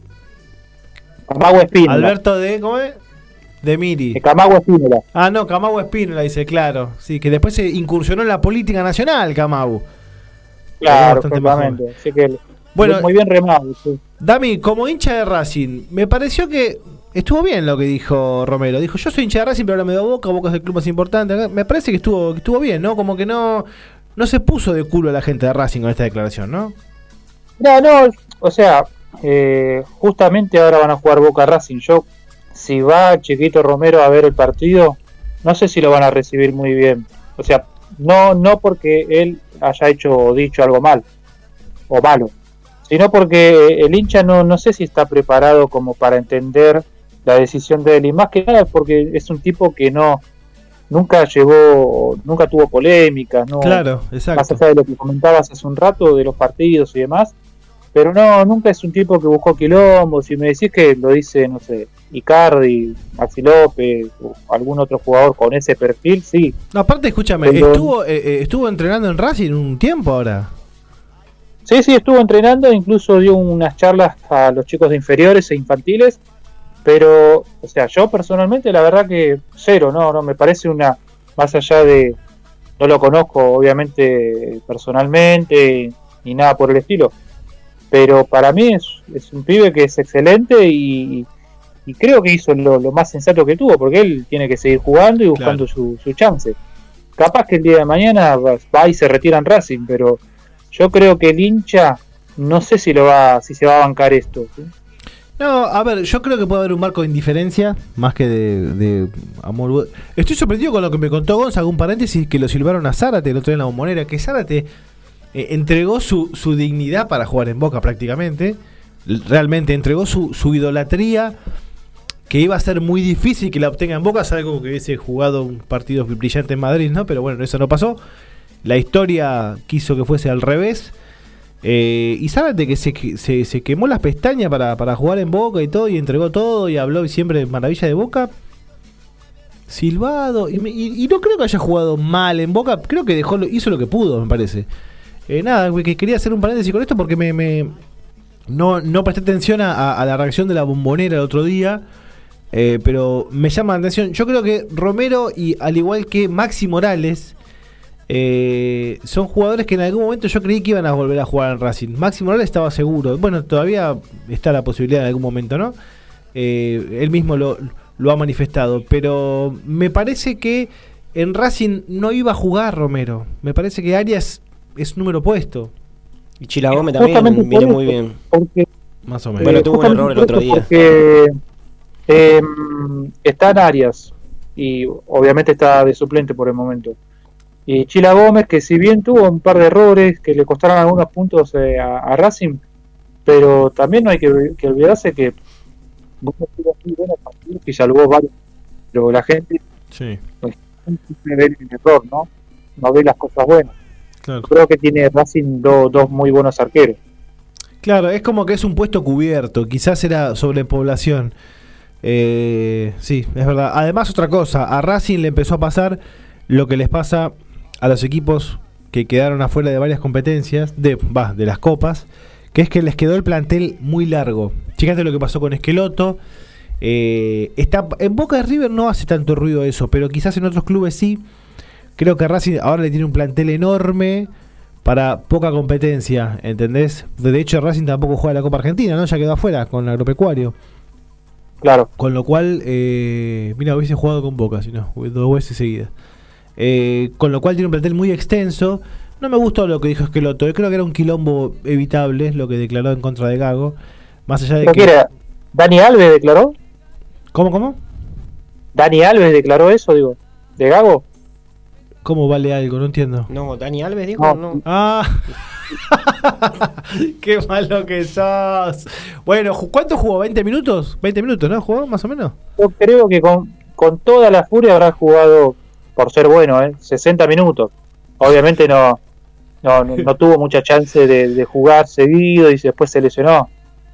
Camagüe Espínola. Alberto de, ¿cómo es? De Miri. De Camagüe Espínola. Ah, no, Camau Espínola dice, claro. Sí, que después se incursionó en la política nacional, Camau. Claro, bastante perfectamente. Así que Bueno, muy bien remado. Sí. Dami, como hincha de Racing, me pareció que estuvo bien lo que dijo Romero. Dijo, yo soy hincha de Racing, pero ahora me da Boca, Boca es el club más importante. Me parece que estuvo, que estuvo bien, ¿no? Como que no, no se puso de culo a la gente de Racing con esta declaración, ¿no? No, no, o sea, eh, justamente ahora van a jugar Boca Racing. Yo, si va Chiquito Romero a ver el partido, no sé si lo van a recibir muy bien. O sea, no, no porque él haya hecho o dicho algo mal o malo, sino porque el hincha no, no sé si está preparado como para entender la decisión de él, y más que nada porque es un tipo que no nunca llevó, nunca tuvo polémicas, no, Claro, más exacto. allá de lo que comentabas hace un rato de los partidos y demás, pero no, nunca es un tipo que buscó quilombo. Si me decís que lo dice, no sé, Icardi, Maxi López o algún otro jugador con ese perfil, sí. No, aparte, escúchame, Pero- estuvo, eh, eh, estuvo entrenando en Racing un tiempo ahora. Sí, sí, estuvo entrenando, incluso dio unas charlas a los chicos de inferiores e infantiles, pero, o sea, yo personalmente la verdad que cero, no, no, me parece una, más allá de, no lo conozco obviamente personalmente, ni nada por el estilo, pero para mí es, es un pibe que es excelente y, y creo que hizo lo, lo más sensato que tuvo, porque él tiene que seguir jugando y buscando su, su chance. Capaz que el día de mañana va, va y se retira en Racing, pero yo creo que el hincha no sé si lo va, si se va a bancar esto, ¿sí? No, a ver, yo creo que puede haber un marco de indiferencia más que de, de amor. Estoy sorprendido con lo que me contó Gonza, hago un paréntesis, que lo silbaron a Zárate el otro día en la Bombonera, que Zárate eh, entregó su, su dignidad para jugar en Boca prácticamente, realmente entregó su, su idolatría, que iba a ser muy difícil que la obtenga en Boca, salvo que hubiese jugado un partido brillante en Madrid, ¿no? Pero bueno, eso no pasó. La historia quiso que fuese al revés. Eh, y Zárate que se, se, se quemó las pestañas para, para jugar en Boca y todo, y entregó todo y habló siempre maravilla de Boca. Silbado, y, me- y, y no creo que haya jugado mal en Boca, creo que dejó lo- hizo lo que pudo, me parece. Eh, nada, que quería hacer un paréntesis con esto porque me, me no, no presté atención a, a la reacción de la Bombonera el otro día, eh, pero me llama la atención. Yo creo que Romero, y al igual que Maxi Morales, Eh, son jugadores que en algún momento yo creí que iban a volver a jugar en Racing. Maxi Morales estaba seguro. Bueno, todavía está la posibilidad en algún momento, ¿no? Eh, él mismo lo, lo ha manifestado. Pero me parece que en Racing no iba a jugar Romero. Me parece que Arias es número puesto. Y Chila Gómez también Justamente viene por muy eso, bien. porque Más o menos. Bueno, Eh, tuvo un justamente error el por otro eso, día. Porque eh, está en Arias y obviamente está de suplente por el momento. Y Chila Gómez, que si bien tuvo un par de errores que le costaron algunos puntos eh, a, a Racing, pero también no hay que, que olvidarse que Gómez tuvo muy buenos partidos y salvó varios. Pero la gente Sí, siempre ve el error, ¿no? No ve las cosas buenas. claro. Creo que tiene Racing do- dos muy buenos arqueros. Claro, es como que es un puesto cubierto, quizás era sobrepoblación. Eh, sí, es verdad. Además, otra cosa, a Racing le empezó a pasar lo que les pasa a los equipos que quedaron afuera de varias competencias, de, bah, de las copas, que es que les quedó el plantel muy largo. Fíjate lo que pasó con Esqueloto. Eh, está, en Boca de River no hace tanto ruido eso, pero quizás en otros clubes sí. Creo que Racing ahora le tiene un plantel enorme para poca competencia, ¿entendés? De hecho, Racing tampoco juega la Copa Argentina, ¿no? Ya quedó afuera con el Agropecuario. Claro. Con lo cual, eh, mira, hubiese jugado con Boca, si no, dos veces seguidas. Eh, con lo cual tiene un plantel muy extenso. No me gustó lo que dijo Esqueloto. Yo creo que era un quilombo evitable lo que declaró en contra de Gago. Más allá de ¿Pero que... qué era? ¿Dani Alves declaró? ¿Cómo, cómo? ¿Dani Alves declaró eso, digo? ¿De Gago? ¿Cómo vale algo? No entiendo. No, Dani Alves dijo No. no. Ah, qué malo que sos. Bueno, ¿cuánto jugó? ¿veinte minutos? veinte minutos, ¿no? ¿Jugó más o menos? Yo creo que con, con toda la furia habrá jugado, por ser bueno, ¿eh? sesenta minutos. Obviamente no, no, no, no tuvo mucha chance de, de jugar seguido y después se lesionó.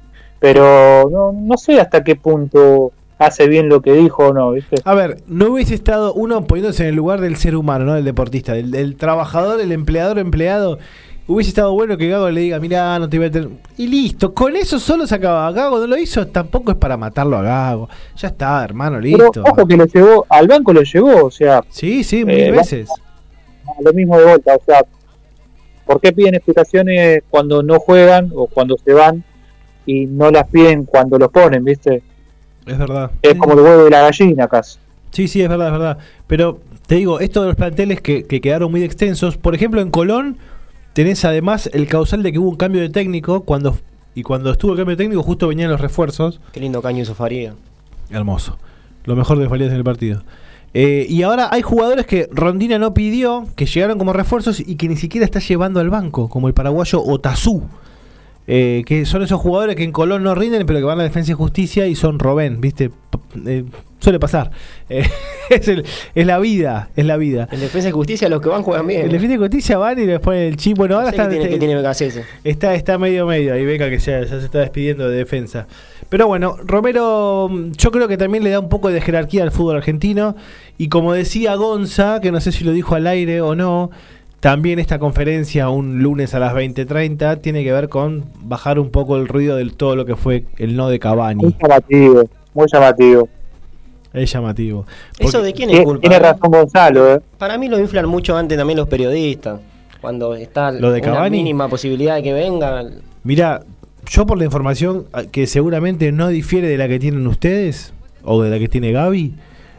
Pero no, no sé hasta qué punto hace bien lo que dijo o no, ¿viste? A ver, no hubiese estado uno poniéndose en el lugar del ser humano, ¿no? Del deportista, del, del trabajador, el empleador, empleado. Hubiese estado bueno que Gago le diga, mirá, no te voy a tener... Y listo, con eso solo se acaba. Gago no lo hizo, tampoco es para matarlo a Gago. Ya está, hermano, listo. Pero ojo que lo llevó, al banco lo llevó, o sea... Sí, sí, mil eh, veces. Lo mismo de vuelta, o sea, ¿por qué piden explicaciones cuando no juegan o cuando se van y no las piden cuando los ponen, viste? Es verdad. Es como el huevo de la gallina casi. Sí, sí, es verdad, es verdad. Pero te digo, esto de los planteles que, que quedaron muy extensos, por ejemplo, en Colón tenés además el causal de que hubo un cambio de técnico cuando y cuando estuvo el cambio de técnico justo venían los refuerzos. Qué lindo caño hizo Faría. Hermoso. Lo mejor de Farías en el partido. Eh, y ahora hay jugadores que Rondina no pidió, que llegaron como refuerzos y que ni siquiera está llevando al banco, como el paraguayo Otazú. Eh, que son esos jugadores que en Colón no rinden, pero que van a Defensa y Justicia y son Robén, ¿viste? Eh, suele pasar. Eh, es, el, es la vida, es la vida. En Defensa y Justicia los que van juegan bien. En Defensa y Justicia van y les ponen el chip. Bueno, ahora no sé está, qué tiene, está, qué tiene Becas ese. está, está medio medio. Ahí Beca que ya, ya se está despidiendo de Defensa. Pero bueno, Romero yo creo que también le da un poco de jerarquía al fútbol argentino. Y como decía Gonza, que no sé si lo dijo al aire o no, también esta conferencia un lunes a las veinte treinta tiene que ver con bajar un poco el ruido de todo lo que fue el no de Cavani. Muy llamativo, muy llamativo. Es llamativo. Porque ¿eso de quién es culpa? Tiene razón Gonzalo, ¿eh? Para mí lo inflan mucho antes también los periodistas. Cuando está ¿Lo de una Cavani? mínima posibilidad de que venga. Mirá, yo por la información que seguramente no difiere de la que tienen ustedes o de la que tiene Gaby,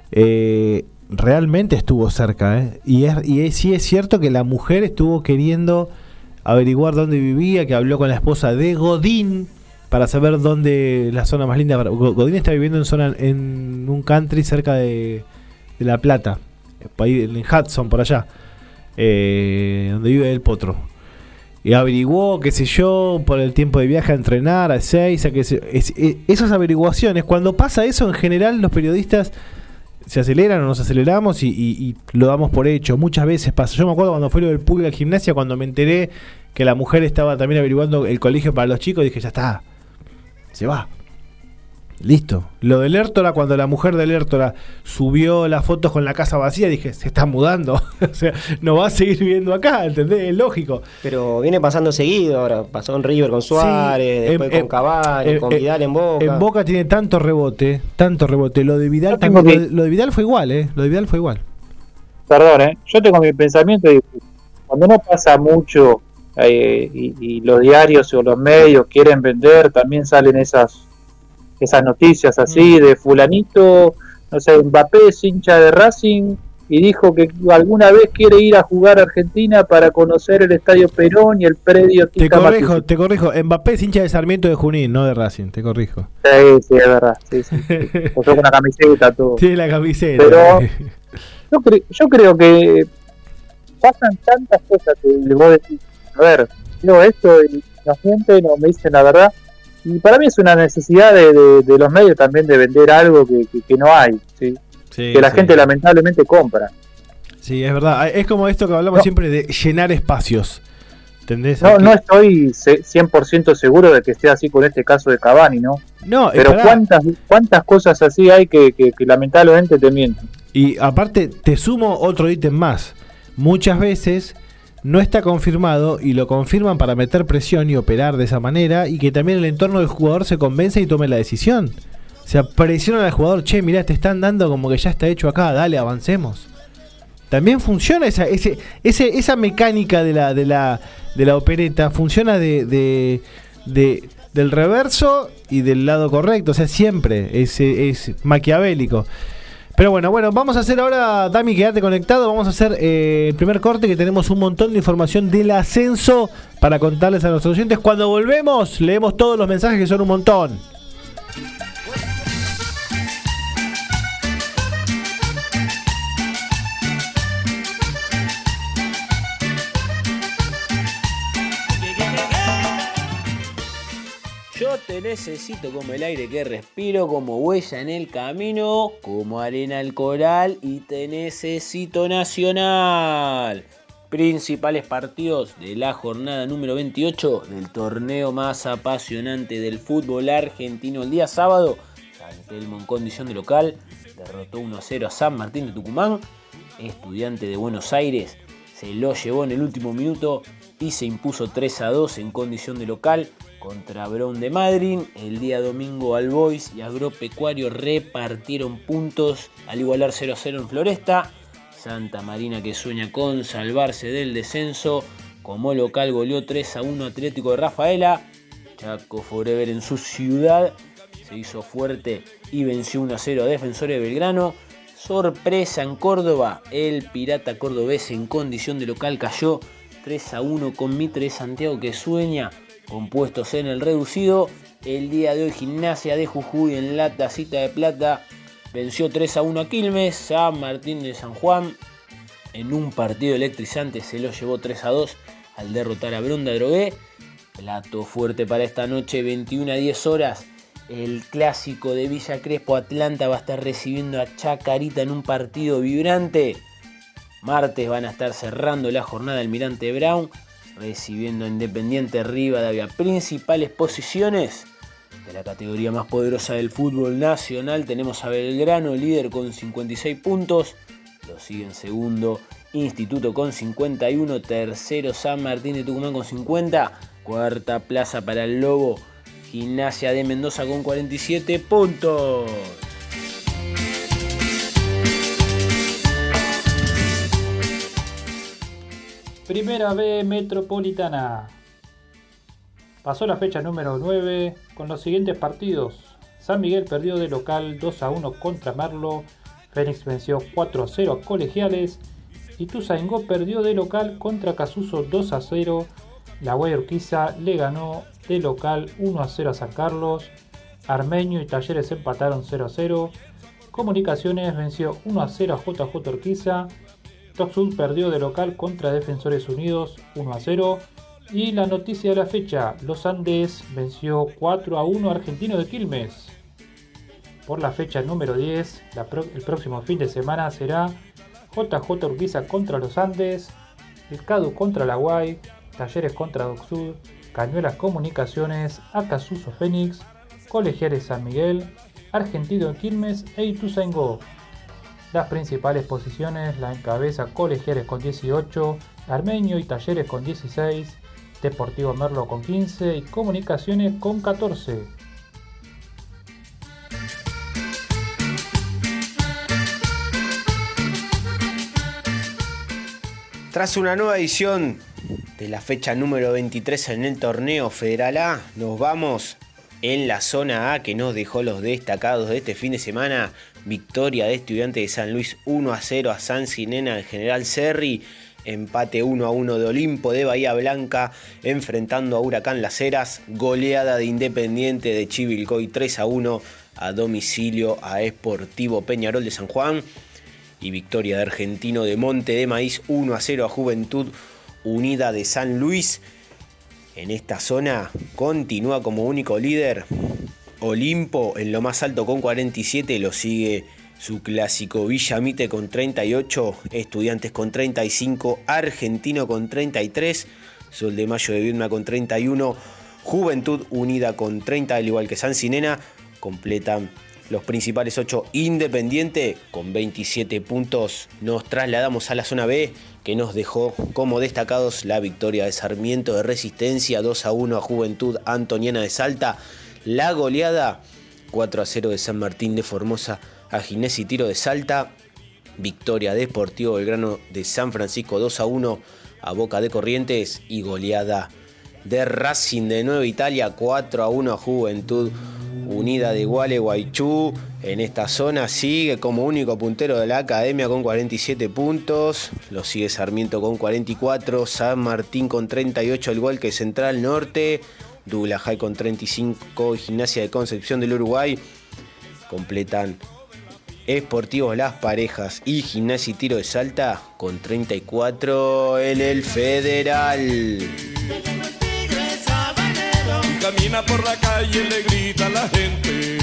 eh, realmente estuvo cerca, ¿eh? Y, es, y es, sí es cierto que la mujer estuvo queriendo averiguar dónde vivía, que habló con la esposa de Godín para saber dónde la zona más linda. Para, Godín está viviendo en zona en un country cerca de, de La Plata, en Hudson, por allá, eh, donde vive el Potro. Y averiguó, qué sé yo, por el tiempo de viaje a entrenar, a seis, a que se, es, es, esas averiguaciones, cuando pasa eso en general los periodistas se aceleran o nos aceleramos y, y, y lo damos por hecho. Muchas veces pasa. Yo me acuerdo cuando fue lo del Pulga al Gimnasia, cuando me enteré que la mujer estaba también averiguando el colegio para los chicos, dije, ya está, se va. Listo. Lo del Hértora, cuando la mujer del Hértora subió las fotos con la casa vacía, dije, se está mudando. O sea, no va a seguir viviendo acá, ¿entendés? Es lógico. Pero viene pasando seguido ahora. Pasó en River con Suárez, sí, después eh, con Cavani, eh, con eh, Vidal en Boca. En Boca tiene tanto rebote, tanto rebote. Lo de Vidal también, mi... lo, de, lo de Vidal fue igual, ¿eh? Lo de Vidal fue igual. Perdón, ¿eh? Yo tengo mi pensamiento de cuando no pasa mucho eh, y, y los diarios o los medios quieren vender, también salen esas esas noticias así de fulanito, no sé, Mbappé es hincha de Racing y dijo que alguna vez quiere ir a jugar a Argentina para conocer el Estadio Perón y el predio Te corrijo, Matucci. te corrijo, Mbappé es hincha de Sarmiento de Junín, no de Racing, te corrijo. Sí, sí, es verdad, sí, sí, sí. Posó con la camiseta, todo. Tiene la camiseta. Pero yo, cre yo creo que pasan tantas cosas que vos decís, a ver, digo esto y la gente no me dice la verdad. Y para mí es una necesidad de, de, de los medios también de vender algo que, que, que no hay, ¿sí? Sí, que la sí. gente lamentablemente compra. Sí, es verdad. Es como esto que hablamos no. siempre de llenar espacios. ¿Entendés? No, Aquí- no estoy ce- cien por ciento seguro de que esté así con este caso de Cavani, ¿no? No, eh, Pero pará. cuántas cuántas cosas así hay que, que, que lamentablemente te mienten. Y aparte, te sumo otro ítem más. Muchas veces no está confirmado y lo confirman para meter presión y operar de esa manera y que también el entorno del jugador se convence y tome la decisión. O sea, presionan al jugador, che, mirá, te están dando como que ya está hecho acá, dale, avancemos. También funciona esa, ese, ese, esa mecánica de la, de la, de la opereta, funciona de, de, de- del reverso y del lado correcto, o sea, siempre es, es maquiavélico. Pero bueno, bueno, vamos a hacer ahora, Dami, quedate conectado, vamos a hacer eh, el primer corte, que tenemos un montón de información del ascenso para contarles a nuestros oyentes. Cuando volvemos, leemos todos los mensajes, que son un montón. Yo te necesito como el aire que respiro, como huella en el camino, como arena al coral y te necesito Nacional. Principales partidos de la jornada número veintiocho del torneo más apasionante del fútbol argentino. El día sábado, San Telmo en condición de local derrotó uno a cero a San Martín de Tucumán. Estudiante de Buenos Aires se lo llevó en el último minuto y se impuso tres a dos en condición de local contra Brown de Madrid. El día domingo All Boys y Agropecuario repartieron puntos al igualar cero a cero en Floresta. Santa Marina, que sueña con salvarse del descenso, como local goleó tres a uno Atlético de Rafaela. Chaco Forever en su ciudad se hizo fuerte y venció uno a cero a Defensores de Belgrano. Sorpresa en Córdoba, el Pirata cordobés en condición de local cayó tres a uno con Mitre de Santiago, que sueña con puestos en el reducido. El día de hoy Gimnasia de Jujuy en la Tacita de Plata venció tres a uno a Quilmes. San Martín de San Juan en un partido electrizante se lo llevó tres a dos al derrotar a Bronda Drogué. Plato fuerte para esta noche, veintiuna a diez horas. El clásico de Villa Crespo, Atlanta va a estar recibiendo a Chacarita en un partido vibrante. Martes van a estar cerrando la jornada Almirante Brown, recibiendo a Independiente Rivadavia. Principales posiciones de la categoría más poderosa del fútbol nacional. Tenemos a Belgrano, líder con cincuenta y seis puntos. Lo sigue en segundo Instituto con cincuenta y uno. Tercero San Martín de Tucumán con cincuenta. Cuarta plaza para el Lobo, Gimnasia de Mendoza con cuarenta y siete puntos. Primera B Metropolitana. Pasó la fecha número nueve con los siguientes partidos. San Miguel perdió de local dos a uno contra Merlo. Fénix venció cuatro a cero a Colegiales. Ituzaingó perdió de local contra Casuso dos a cero. La Guaya Urquiza le ganó de local uno a cero a San Carlos. Armenio y Talleres empataron cero a cero. Comunicaciones venció uno a cero a J J Urquiza. Toxud perdió de local contra Defensores Unidos uno a cero. Y la noticia de la fecha, Los Andes venció cuatro a uno a Argentino de Quilmes. Por la fecha número diez, la pro- el próximo fin de semana será J J Urquiza contra Los Andes, el Cadu contra la Guay, Talleres contra Docsud, Cañuelas Comunicaciones, Acasuso Fénix, Colegiales San Miguel, Argentino de Quilmes e Ituzaingó. Las principales posiciones la encabeza Colegiales con dieciocho, Armenio y Talleres con dieciséis, Deportivo Merlo con quince y Comunicaciones con catorce. Tras una nueva edición de la fecha número veintitrés en el torneo Federal A, nos vamos en la zona A, que nos dejó los destacados de este fin de semana. Victoria de Estudiantes de San Luis uno a cero a San Sinena en General Cerri. Empate uno a uno de Olimpo de Bahía Blanca enfrentando a Huracán Las Heras. Goleada de Independiente de Chivilcoy tres a uno a domicilio a Sportivo Peñarol de San Juan. Y victoria de Argentino de Monte de Maíz uno a cero a Juventud Unida de San Luis. En esta zona continúa como único líder Olimpo en lo más alto con cuarenta y siete. Lo sigue su clásico Villamite con treinta y ocho. Estudiantes con treinta y cinco. Argentino con treinta y tres. Sol de Mayo de Viedma con treinta y uno, Juventud Unida con treinta, al igual que San Sinena. Completan los principales ocho Independiente con veintisiete puntos. Nos trasladamos a la zona B, que nos dejó como destacados la victoria de Sarmiento de Resistencia dos a uno a Juventud Antoniana de Salta, la goleada cuatro a cero de San Martín de Formosa a Ginés y Tiro de Salta, victoria de Sportivo Belgrano de San Francisco dos a uno a Boca de Corrientes y goleada de Racing de Nueva Italia cuatro a uno a Juventud Unida de Gualeguaychú. En esta zona sigue como único puntero de la academia con cuarenta y siete puntos, lo sigue Sarmiento con cuarenta y cuatro, San Martín con treinta y ocho, al igual que Central Norte, Douglas High con treinta y cinco y Gimnasia de Concepción del Uruguay. Completan Esportivos Las Parejas y Gimnasia y Tiro de Salta con treinta y cuatro en el Federal. Camina por la calle, le grita a la gente.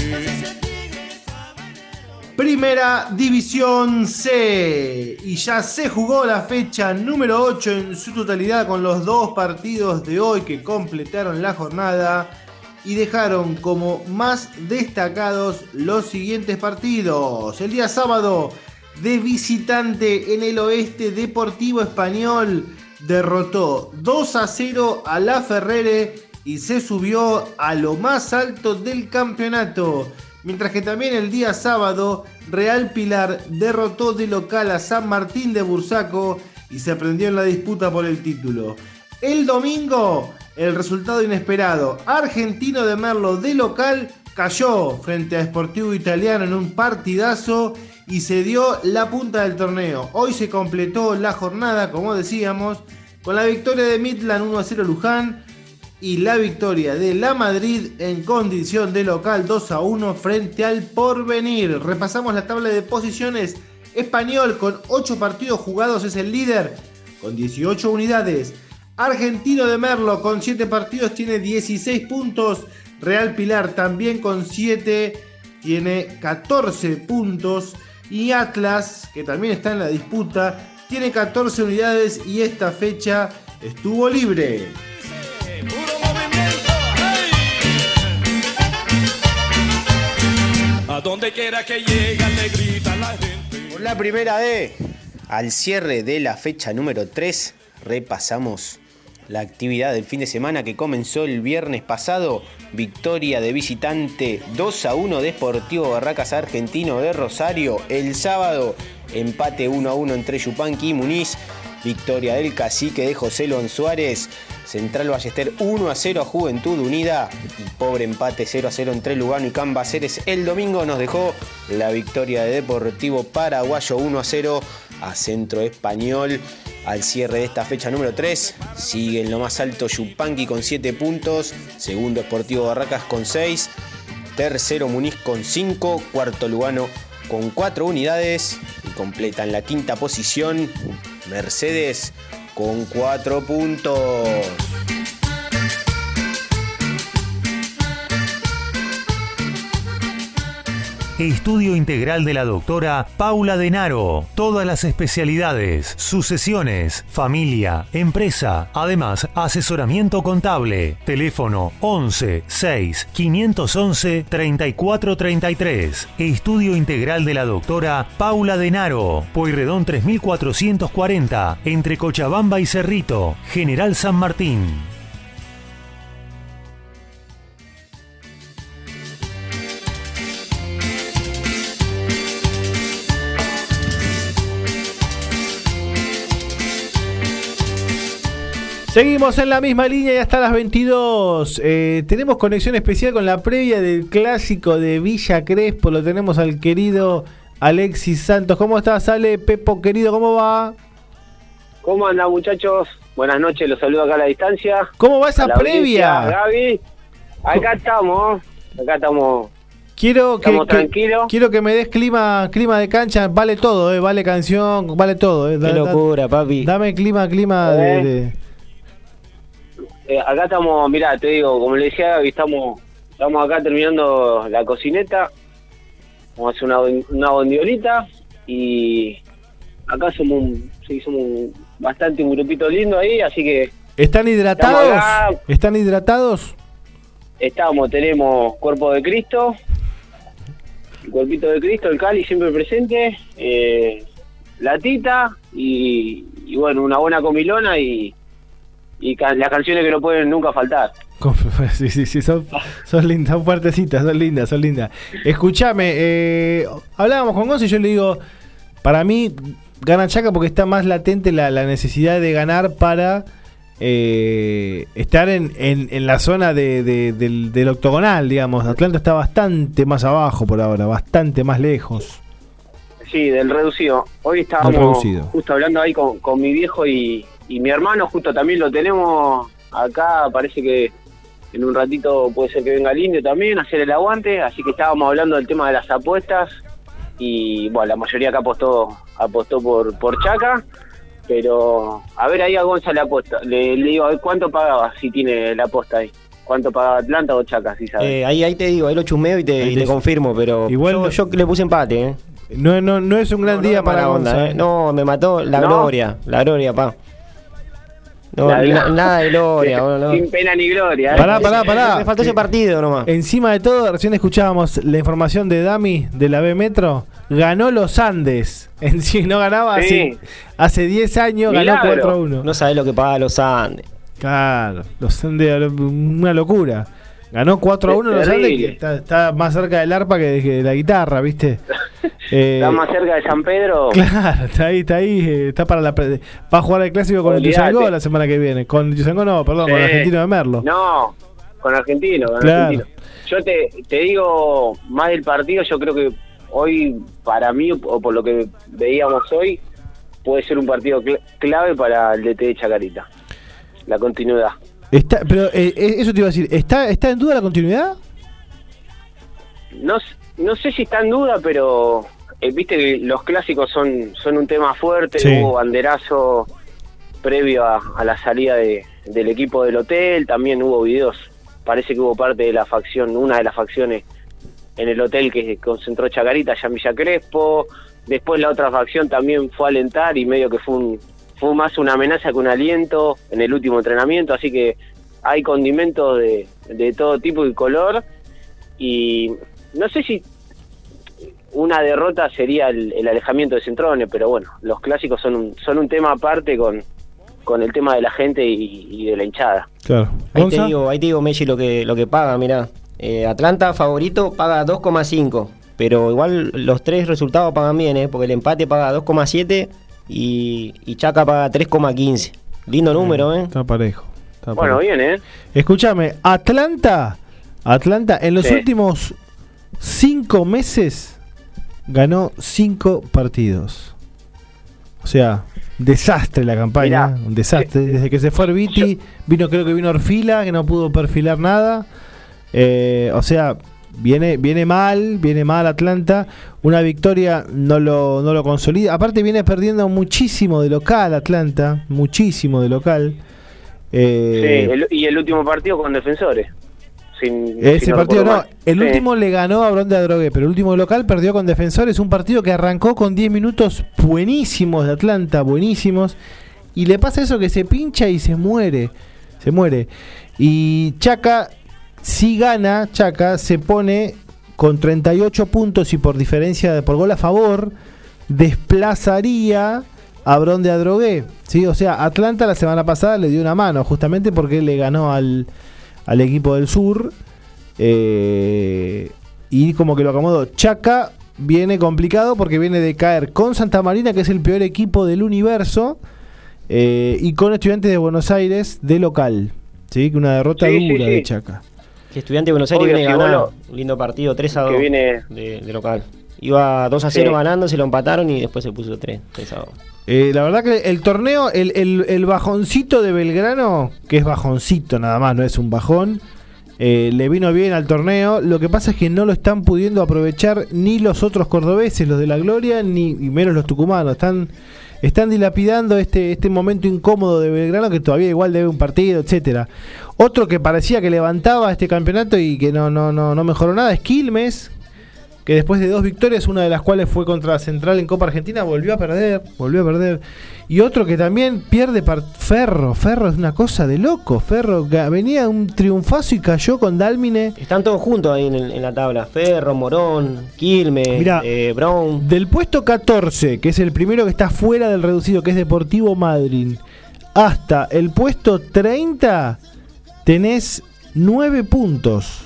Primera División C, y ya se jugó la fecha número ocho en su totalidad con los dos partidos de hoy que completaron la jornada y dejaron como más destacados los siguientes partidos. El día sábado, de visitante en el oeste, Deportivo Español derrotó dos a cero a La Ferrere y se subió a lo más alto del campeonato. Mientras que también el día sábado, Real Pilar derrotó de local a San Martín de Bursaco y se prendió en la disputa por el título. El domingo, el resultado inesperado, Argentino de Merlo de local cayó frente a Sportivo Italiano en un partidazo y se dio la punta del torneo. Hoy se completó la jornada, como decíamos, con la victoria de Midland uno a cero Luján y la victoria de La Madrid en condición de local dos a uno frente al Porvenir. Repasamos la tabla de posiciones. Español con ocho partidos jugados es el líder con dieciocho unidades. Argentino de Merlo con siete partidos tiene dieciséis puntos. Real Pilar también con siete tiene catorce puntos. Y Atlas, que también está en la disputa, tiene catorce unidades y esta fecha estuvo libre. A donde quiera que llega le grita la gente. Por la primera D, al cierre de la fecha número tres, repasamos la actividad del fin de semana que comenzó el viernes pasado. Victoria de visitante dos a uno de Sportivo Barracas Argentino de Rosario. El sábado, empate uno a uno entre Yupanqui y Muniz. Victoria del Cacique de José Lon Suárez. Central Ballester uno a cero a Juventud Unida. Y pobre empate cero a cero entre Lugano y Cambaceres. El domingo nos dejó la victoria de Deportivo Paraguayo uno a cero a Centro Español. Al cierre de esta fecha número tres, sigue en lo más alto Yupanqui con siete puntos. Segundo Sportivo Barracas con seis. Tercero Muniz con cinco. Cuarto Lugano con cuatro unidades. Y completan la quinta posición Mercedes con cuatro puntos. Estudio integral de la doctora Paula Denaro. Todas las especialidades, sucesiones, familia, empresa. Además, asesoramiento contable. Teléfono once seis quinientos once treinta y cuatro treinta y tres. Estudio integral de la doctora Paula Denaro. Pueyrredón tres mil cuatrocientos cuarenta. Entre Cochabamba y Cerrito. General San Martín. Seguimos en la misma línea y hasta las veintidós. Eh, tenemos conexión especial con la previa del clásico de Villa Crespo. Lo tenemos al querido Alexis Santos. ¿Cómo estás, Ale? Pepo, querido, ¿cómo va? ¿Cómo andan, muchachos? Buenas noches, los saludo acá a la distancia. ¿Cómo va esa previa? Gaby, acá estamos, acá estamos. Quiero que, estamos que tranquilos. Quiero que me des clima clima de cancha. Vale todo, eh, vale canción, vale todo. Eh. Qué da, locura, papi. Dame clima, clima eh. de... de... Eh, acá estamos, mirá, te digo, como le decía Gaby, estamos, estamos acá terminando la cocineta. Vamos a hacer una, una bondiolita y acá somos un, sí, somos un, bastante un grupito lindo ahí, así que ¿Están hidratados? Estamos acá. ¿Están hidratados? Estamos, tenemos cuerpo de Cristo, el cuerpito de Cristo, el Cali siempre presente, eh, la tita y, y bueno, una buena comilona y, y ca- las canciones que no pueden nunca faltar. Sí, sí, sí, son, son lindas, son fuertecitas, son lindas, son lindas. Escúchame, eh, hablábamos con Gonzo y yo le digo, para mí gana Chaca porque está más latente la, la necesidad de ganar para eh, estar en, en, en la zona de, de, del, del octogonal, digamos. Atlanta está bastante más abajo por ahora, bastante más lejos. Sí, del reducido. Hoy estábamos Del reducido. justo hablando ahí con, con mi viejo y, y mi hermano, justo también lo tenemos acá, parece que en un ratito puede ser que venga el Indio también a hacer el aguante, así que estábamos hablando del tema de las apuestas y bueno, la mayoría acá apostó apostó por por Chaca, pero a ver ahí a Gonza le apuesta, le, le digo a ver cuánto pagaba si tiene la aposta ahí, cuánto pagaba Atlanta o Chaca, si sabes. Eh, ahí, ahí te digo, ahí lo chusmeo y te, Ahí y te- te confirmo, pero Igual yo, no- yo le puse empate, ¿eh? No, no, no es un gran No, día no, para mala onda, Gonza. ¿eh? ¿eh? No, me mató la ¿No? gloria, la gloria, pa. No, La- na- nada de gloria, no, no. Sin pena ni gloria. ¿eh? Pará, pará, pará. Me faltó ese partido nomás. Encima de todo, recién escuchábamos la información de Dami de la B Metro. Ganó los Andes. En sí, no ganaba hace, Sí. hace diez años, ganó Milagro. cuatro a uno. No sabés lo que paga los Andes. Claro, los Andes, una locura. Ganó cuatro a uno los Andes, Terrible. que está, está más cerca del arpa que de, que de la guitarra, ¿viste? Eh, Está más cerca de San Pedro. Claro, está ahí, está ahí, eh, está para la pre- va a jugar el clásico con Olvídate. el Tuzangó la semana que viene. Con el Tuzangó no, perdón, con el Sí. Argentino de Merlo. No, con Argentino, con Claro. Argentino. Yo te, te digo, más del partido, yo creo que hoy, para mí, o por lo que veíamos hoy, puede ser un partido cl- clave para el D T de Chacarita. La continuidad. Está, pero eh, eh, eso te iba a decir, ¿está, ¿está en duda la continuidad? No, s- no sé si está en duda, pero eh, viste que los clásicos son, son un tema fuerte. Sí. Hubo banderazo previo a, a la salida de, del equipo del hotel. También hubo videos. Parece que hubo parte de la facción, una de las facciones en el hotel que concentró Chacarita, allá en Villa Crespo. Después la otra facción también fue a alentar y medio que fue un, fue más una amenaza que un aliento en el último entrenamiento. Así que hay condimentos de, de todo tipo y color. Y no sé si una derrota sería el, el alejamiento de Centrone, pero bueno, los clásicos son un, son un tema aparte con, con el tema de la gente y, y de la hinchada. Claro. Ahí te ¿Gonza? digo, ahí te digo, Messi, lo que, lo que paga, mirá. Eh, Atlanta favorito paga dos coma cinco, pero igual los tres resultados pagan bien, ¿eh? Porque el empate paga dos coma siete y, y Chaca paga tres coma quince. Lindo número, ¿eh? Está parejo. está Bueno, parejo. bien, ¿eh? Escúchame, Atlanta, Atlanta en los Sí. últimos cinco meses ganó cinco partidos. O sea, desastre la campaña, Mirá. un desastre. Desde que se fue Arbiti, vino, creo que vino Orfila, que no pudo perfilar nada. Eh, o sea, viene, viene mal, viene mal Atlanta. Una victoria no lo, no lo consolida. Aparte viene perdiendo muchísimo de local Atlanta, muchísimo de local. Eh, Sí, el- y el último partido con Defensores. Sin, Ese si no partido recuerdo no, mal. el Sí. último le ganó a Bronde Adrogué, pero el último local perdió con Defensores, un partido que arrancó con diez minutos buenísimos de Atlanta, buenísimos, y le pasa eso que se pincha y se muere, se muere. Y Chaca, si gana, Chaca se pone con treinta y ocho puntos y por diferencia de por gol a favor, desplazaría a Bronde Adrogué, ¿sí? O sea, Atlanta la semana pasada le dio una mano, justamente porque le ganó al al equipo del sur eh, y como que lo acomodó. Chaca viene complicado porque viene de caer con Santa Marina, que es el peor equipo del universo, eh, y con Estudiantes de Buenos Aires de local, ¿sí? Una derrota Sí, sí, dura sí. de Chaca. Que Estudiante de Buenos Aires Obvio, viene si ganando. vos Un lindo partido, tres a dos Que viene... de, de local. Iba dos a cero Sí. ganando, se lo empataron y después se puso tres a dos. Eh, la verdad que el torneo, el, el, el bajoncito de Belgrano, que es bajoncito nada más, no es un bajón, eh, le vino bien al torneo. Lo que pasa es que no lo están pudiendo aprovechar ni los otros cordobeses, los de la Gloria, ni y menos los tucumanos. Están, están dilapidando este, este momento incómodo de Belgrano, que todavía igual debe un partido, etcétera. Otro que parecía que levantaba este campeonato y que no, no, no, no mejoró nada es Quilmes, que después de dos victorias, una de las cuales fue contra Central en Copa Argentina, volvió a perder, volvió a perder. Y otro que también pierde par- Ferro, Ferro es una cosa de loco, Ferro que venía un triunfazo y cayó con Dálmine. Están todos juntos ahí en, el- en la tabla, Ferro, Morón, Quilmes, Mirá, eh, Brown. Del puesto catorce, que es el primero que está fuera del reducido, que es Deportivo Madryn, hasta el puesto treinta, tenés nueve puntos.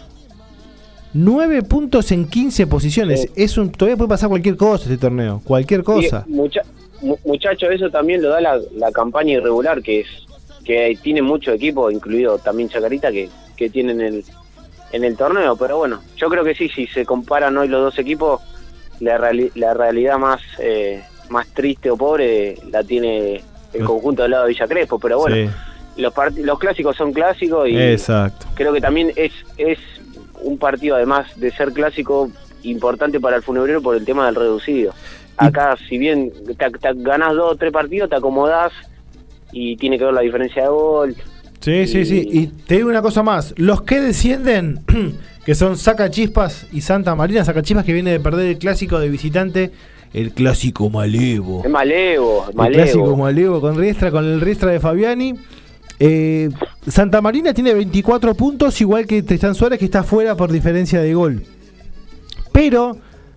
nueve puntos en quince posiciones. Sí. Es un, todavía puede pasar cualquier cosa este torneo. Cualquier cosa. Y, mucha, mu- muchachos, eso también lo da la, la campaña irregular, que es que tiene mucho equipo, incluido también Chacarita, que, que tienen el, en el torneo. Pero bueno, yo creo que sí, si se comparan hoy los dos equipos, la, reali- la realidad más eh, más triste o pobre la tiene el conjunto del lado de Villa Crespo. Pero bueno, Sí. los, part- los clásicos son clásicos y Exacto. creo que también es es un partido, además de ser clásico, importante para el Funebrero por el tema del reducido. Acá, si bien te, te ganás dos o tres partidos, te acomodás y tiene que ver la diferencia de gol. Sí, sí, sí. Y te digo una cosa más. Los que descienden, que son Sacachispas y Santa Marina. Sacachispas que viene de perder el clásico de visitante. El clásico malevo. Es malevo, es El malevo. clásico malevo con Riestra, con el Riestra de Fabiani. Eh, Santa Marina tiene veinticuatro puntos, igual que Tristán Suárez, que está fuera por diferencia de gol. Pero,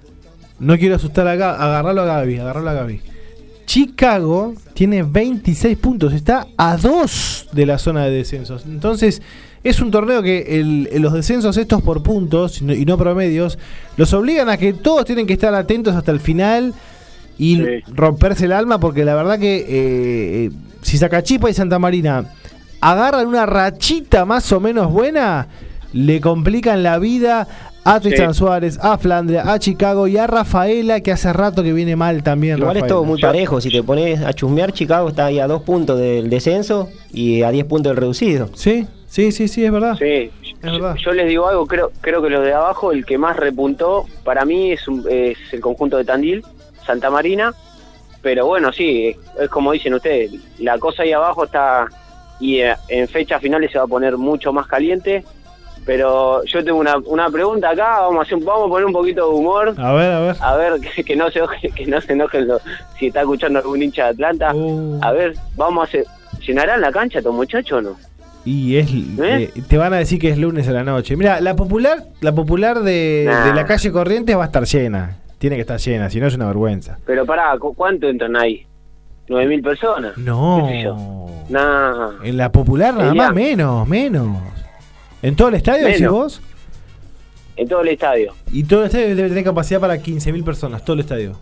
no quiero asustar acá, agarrarlo a Gaby, agarrarlo a Gaby. Chicago tiene veintiséis puntos, está a dos de la zona de descensos. Entonces, es un torneo que el, los descensos estos por puntos y no, y no promedios los obligan a que todos tienen que estar atentos hasta el final y Sí. romperse el alma, porque la verdad que eh, si Sacachispa y Santa Marina agarran una rachita más o menos buena, le complican la vida a Tristan Sí. Suárez, a Flandria, a Chicago y a Rafaela, que hace rato que viene mal también. Igual es Rafaela. todo muy parejo. Si te pones a chusmear, Chicago está ahí a dos puntos del descenso y a diez puntos del reducido. Sí, sí, sí, sí, es verdad. Sí, yo, yo les digo algo, creo creo que los de abajo, el que más repuntó para mí es, un- es el conjunto de Tandil, Santa Marina, pero bueno, sí, es, es como dicen ustedes, la cosa ahí abajo está, y eh, en fechas finales se va a poner mucho más caliente, pero yo tengo una, una pregunta acá, vamos a, hacer, un- vamos a poner un poquito de humor, A ver, a ver. a ver, que, que no se que no se enojen los- si está escuchando algún hincha de Atlanta, Uh. a ver, vamos a hacer, ¿llenarán la cancha estos muchachos o no? Y es ¿Eh? eh, te van a decir que es lunes a la noche. Mira, la popular, la popular de, Nah. de la calle Corrientes va a estar llena. Tiene que estar llena, si no es una vergüenza. Pero pará, ¿cu- ¿cuánto entran ahí? ¿Nueve mil personas? No. ¿Qué sé yo? Nah. En la popular nada Sería- más, menos, menos. ¿En todo el estadio decís Menos. vos? En todo el estadio. Y todo el estadio debe tener capacidad para quince mil personas, todo el estadio.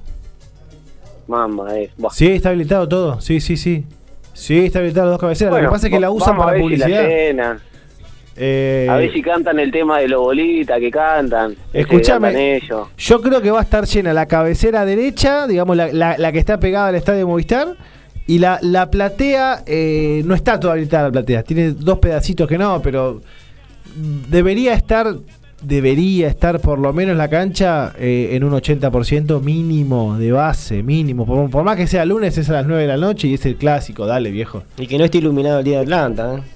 Mamá, eh. Buah. Sí, está habilitado todo, sí, sí, sí. Sí, está habilitado las dos cabeceras. Bueno, Lo que pasa es que la va- usan vamos a para ver si la publicidad. llenan. Eh, A ver si cantan el tema de los bolitas que cantan. ese Escuchame. que cantan ellos. Yo creo que va a estar llena la cabecera derecha, digamos la, la- la que está pegada al estadio Movistar, y la, la platea, eh, no está toda habilitada la platea, tiene dos pedacitos que no, pero debería estar, debería estar por lo menos la cancha eh, en un ochenta por ciento mínimo de base, mínimo. Por, por más que sea lunes, es a las nueve de la noche y es el clásico, dale viejo. Y que no esté iluminado el día de Atlanta, ¿eh?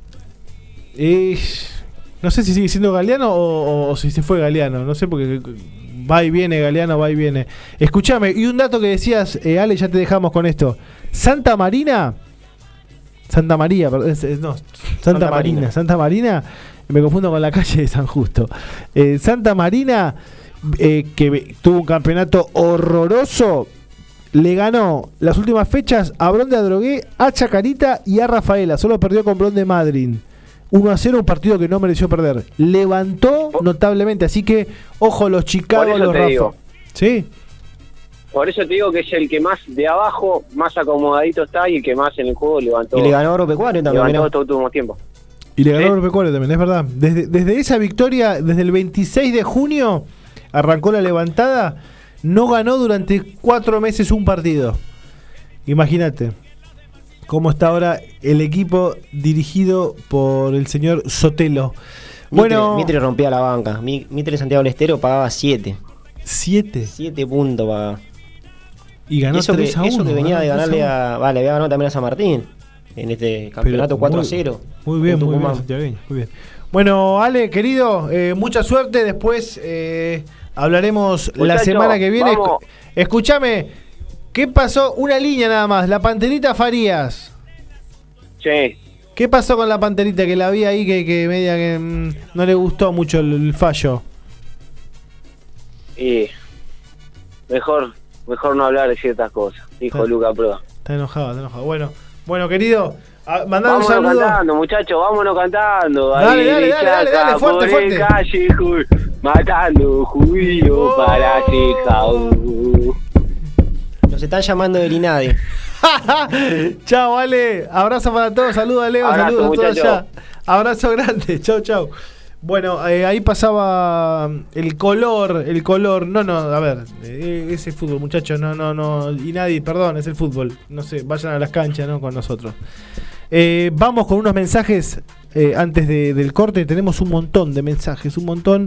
Y no sé si sigue siendo Galeano o, o- o si se fue Galeano, no sé porque va y viene Galeano, va y viene. Escúchame, y un dato que decías, eh, Ale, ya te dejamos con esto. Santa Marina, Santa María, perdón, es- es- no, Santa, Santa Marina, Marina. Santa Marina, me confundo con la calle de San Justo. Eh, Santa Marina, eh, que ve- tuvo un campeonato horroroso, le ganó las últimas fechas a Bron de Adrogué, a Chacarita y a Rafaela. Solo perdió con Bron de Madryn. uno a cero, un partido que no mereció perder. Levantó notablemente, así que ojo los Chicago, Por eso los te Rafa. digo. Sí, Por eso te digo que es el que más de abajo, más acomodadito está y el que más en el juego levantó. Y le ganó a Agropecuario también, Levantó mirá. estos últimos tiempos. y le ganó Sí. el Agropecuario también, es verdad. Desde, desde esa victoria, desde el veintiséis de junio, arrancó la levantada. No ganó durante cuatro meses un partido. Imagínate cómo está ahora el equipo dirigido por el señor Sotelo. Bueno, Mitre, Mitre rompía la banca. Mi- Mitre Santiago del Estero pagaba siete. siete. siete puntos pagaba. Y ganó eso que, tres a uno. eso que venía de ganó tres ganarle a a. Vale, había ganado también a San Martín. En este campeonato Pero cuatro a muy- cero. Muy bien, en muy bien, Tucumán. Santiagueño, muy bien. Bueno, Ale, querido, eh, mucha suerte. Después, eh, Hablaremos Muchacho, la semana que viene. vamos. Escúchame, ¿qué pasó? Una línea nada más, la Panterita Farías. Sí. ¿Qué pasó con la Panterita? Que la vi ahí que, que media que mm, no le gustó mucho el, el fallo. Y mejor, mejor no hablar de ciertas cosas, dijo Está- Luca Proa. Está enojado, está enojado. Bueno, bueno, querido, a- mandale un Vámonos saludo. cantando, muchachos, vámonos cantando. Dale, Ahí, dale, dale, dale, dale, fuerte, por fuerte. el callejón, matando judíos Oh. para ceja. Nos están llamando del INADE. Chao, Ale. Abrazo para todos. Saludos a Leo. Abrazo, Saludos a todos muchacho. allá. Abrazo grande. Chao, chao. Bueno, eh, ahí pasaba el color, el color. No, no, a ver, eh, ese fútbol, muchachos, no, no, no. Y nadie, perdón, es el fútbol. No sé, vayan a las canchas, ¿no? Con nosotros. Eh, vamos con unos mensajes eh, antes de- del corte. Tenemos un montón de mensajes, un montón.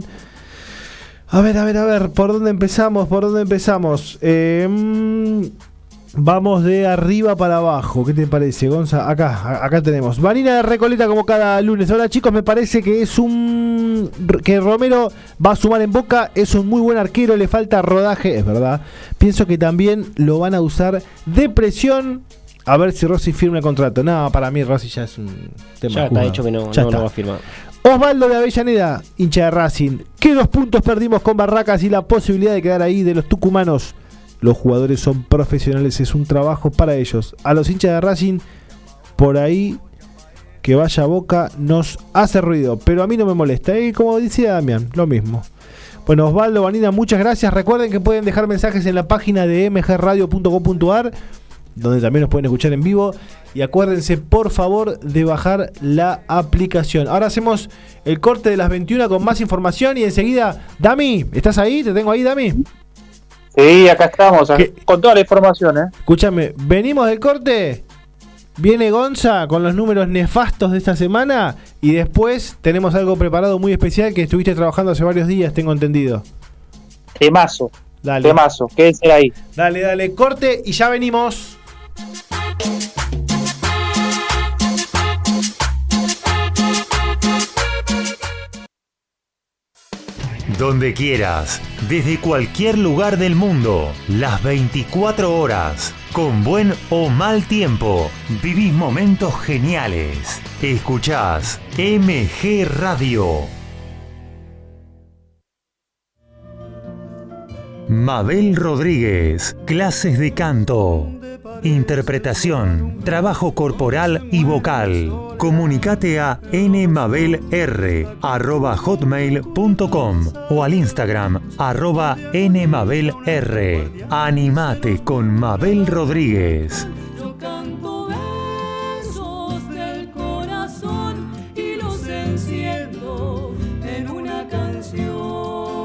A ver, a ver, a ver, ¿por dónde empezamos? ¿Por dónde empezamos? Eh, mm, vamos de arriba para abajo. ¿Qué te parece, Gonza? Acá, a- acá tenemos. Vanina de Recoleta como cada lunes. Hola, chicos, me parece que es un... que Romero va a sumar en Boca. Es un muy buen arquero, le falta rodaje, es verdad. Pienso que también lo van a usar de presión. A ver si Rossi firma el contrato. No, para mí Rossi ya es un tema Ya está jugado. hecho que no, Ya no, está. no va a firmar. Osvaldo de Avellaneda, hincha de Racing. ¿Qué dos puntos perdimos con Barracas y la posibilidad de quedar ahí de los tucumanos? Los jugadores son profesionales, es un trabajo para ellos. A los hinchas de Racing, por ahí que vaya a Boca nos hace ruido, pero a mí no me molesta. Y como decía Damián, lo mismo. Bueno, Osvaldo, Vanina, muchas gracias. Recuerden que pueden dejar mensajes en la página de m g radio punto com punto a r, donde también nos pueden escuchar en vivo. Y acuérdense, por favor, de bajar la aplicación. Ahora hacemos el corte de las veintiuna con más información. Y enseguida, Dami, ¿estás ahí? ¿Te tengo ahí, Dami? Sí, acá estamos, ¿Qué? con toda la información, ¿eh? Escúchame, venimos del corte. Viene Gonza con los números nefastos de esta semana. Y después tenemos algo preparado muy especial que estuviste trabajando hace varios días, tengo entendido. Temazo, Dale. temazo, quédense ahí. Dale, dale, corte y ya venimos. Donde quieras, desde cualquier lugar del mundo, las veinticuatro horas, con buen o mal tiempo, vivís momentos geniales. Escuchás M G Radio. Mabel Rodríguez, clases de canto, interpretación, trabajo corporal y vocal. Comunicate a nmabelr arroba hotmail punto com o al Instagram arroba nmabelr. Animate con Mabel Rodríguez. Yo canto versos del corazón y los enciendo en una canción.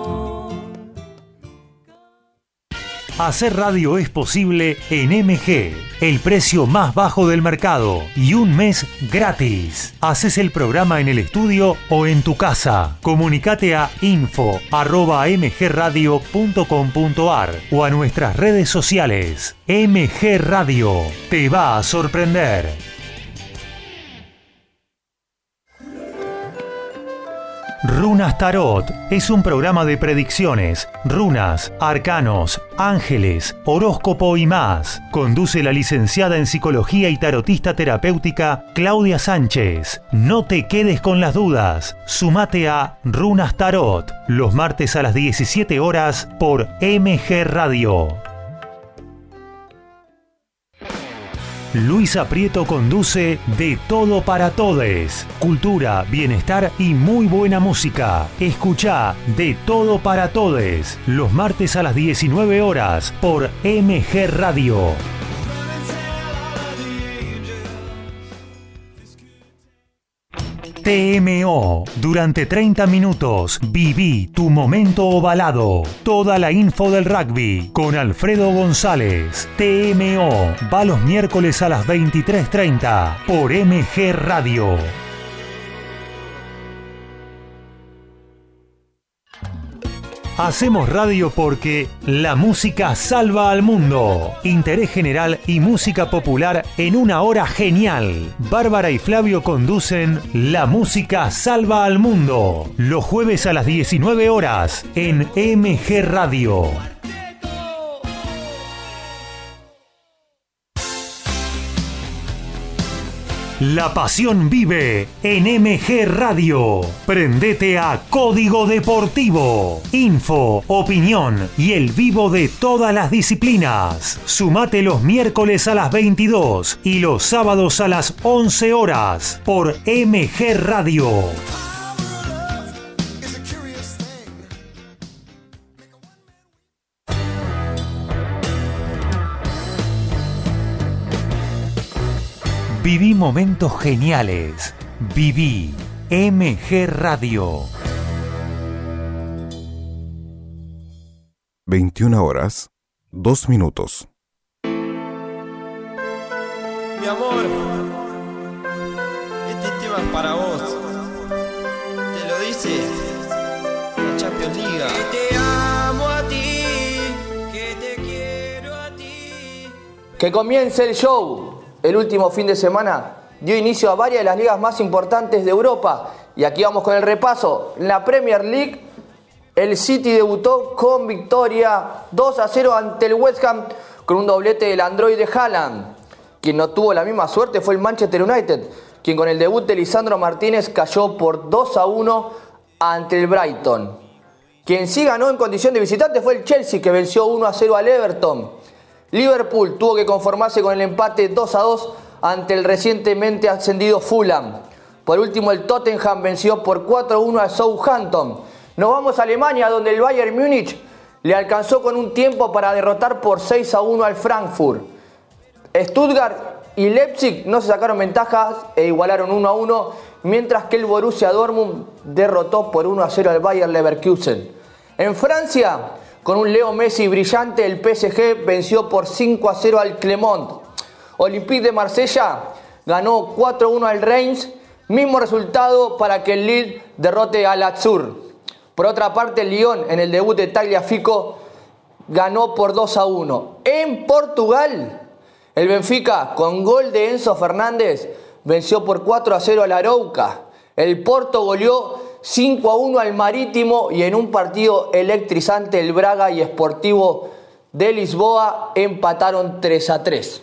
Hacer radio es posible en M G, el precio más bajo del mercado y un mes gratis. Haces el programa en el estudio o en tu casa. Comunicate a info arroba m g radio punto com punto a r o a nuestras redes sociales. M G Radio te va a sorprender. Runas Tarot es un programa de predicciones, runas, arcanos, ángeles, horóscopo y más. Conduce la licenciada en psicología y tarotista terapéutica Claudia Sánchez. No te quedes con las dudas. Sumate a Runas Tarot los martes a las diecisiete horas por M G Radio. Luisa Prieto conduce De Todo para Todes. Cultura, bienestar y muy buena música. Escuchá De Todo para Todes los martes a las diecinueve horas por M G Radio. T M O. Durante treinta minutos viví tu momento ovalado. Toda la info del rugby con Alfredo González. T M O va los miércoles a las veintitrés treinta por M G Radio. Hacemos radio porque la música salva al mundo. Interés general y música popular en una hora genial. Bárbara y Flavio conducen La Música Salva al Mundo. Los jueves a las diecinueve horas en M G Radio. La pasión vive en M G Radio. Prendete a Código Deportivo. Info, opinión y el vivo de todas las disciplinas. Sumate los miércoles a las veintidós y los sábados a las once horas por M G Radio. Viví momentos geniales. Viví M G Radio. veintiuna horas, dos minutos. Mi amor, este tema es para vos. Te lo dice la Champions League. Que te amo a ti, que te quiero a ti. Que comience el show. El último fin de semana dio inicio a varias de las ligas más importantes de Europa. Y aquí vamos con el repaso. En la Premier League, el City debutó con victoria dos a cero ante el West Ham con un doblete del androide Haaland. Quien no tuvo la misma suerte fue el Manchester United, quien con el debut de Lisandro Martínez cayó por dos a uno ante el Brighton. Quien sí ganó en condición de visitante fue el Chelsea, que venció uno a cero al Everton. Liverpool tuvo que conformarse con el empate dos a dos ante el recientemente ascendido Fulham. Por último, el Tottenham venció por cuatro a uno a Southampton. Nos vamos a Alemania, donde el Bayern Múnich le alcanzó con un tiempo para derrotar por seis a uno al Frankfurt. Stuttgart y Leipzig no se sacaron ventajas e igualaron uno a uno, mientras que el Borussia Dortmund derrotó por uno a cero al Bayer Leverkusen. En Francia, con un Leo Messi brillante, el P S G venció por cinco a cero al Clermont. Olympique de Marsella ganó cuatro a uno al Reims, mismo resultado para que el Lille derrote al Lazur. Por otra parte, el Lyon, en el debut de Tagliafico, ganó por dos a uno. En Portugal, el Benfica, con gol de Enzo Fernández, venció por cuatro a cero al Arouca. El Porto goleó cinco a uno al Marítimo, y en un partido electrizante el Braga y Sportivo de Lisboa empataron tres a tres.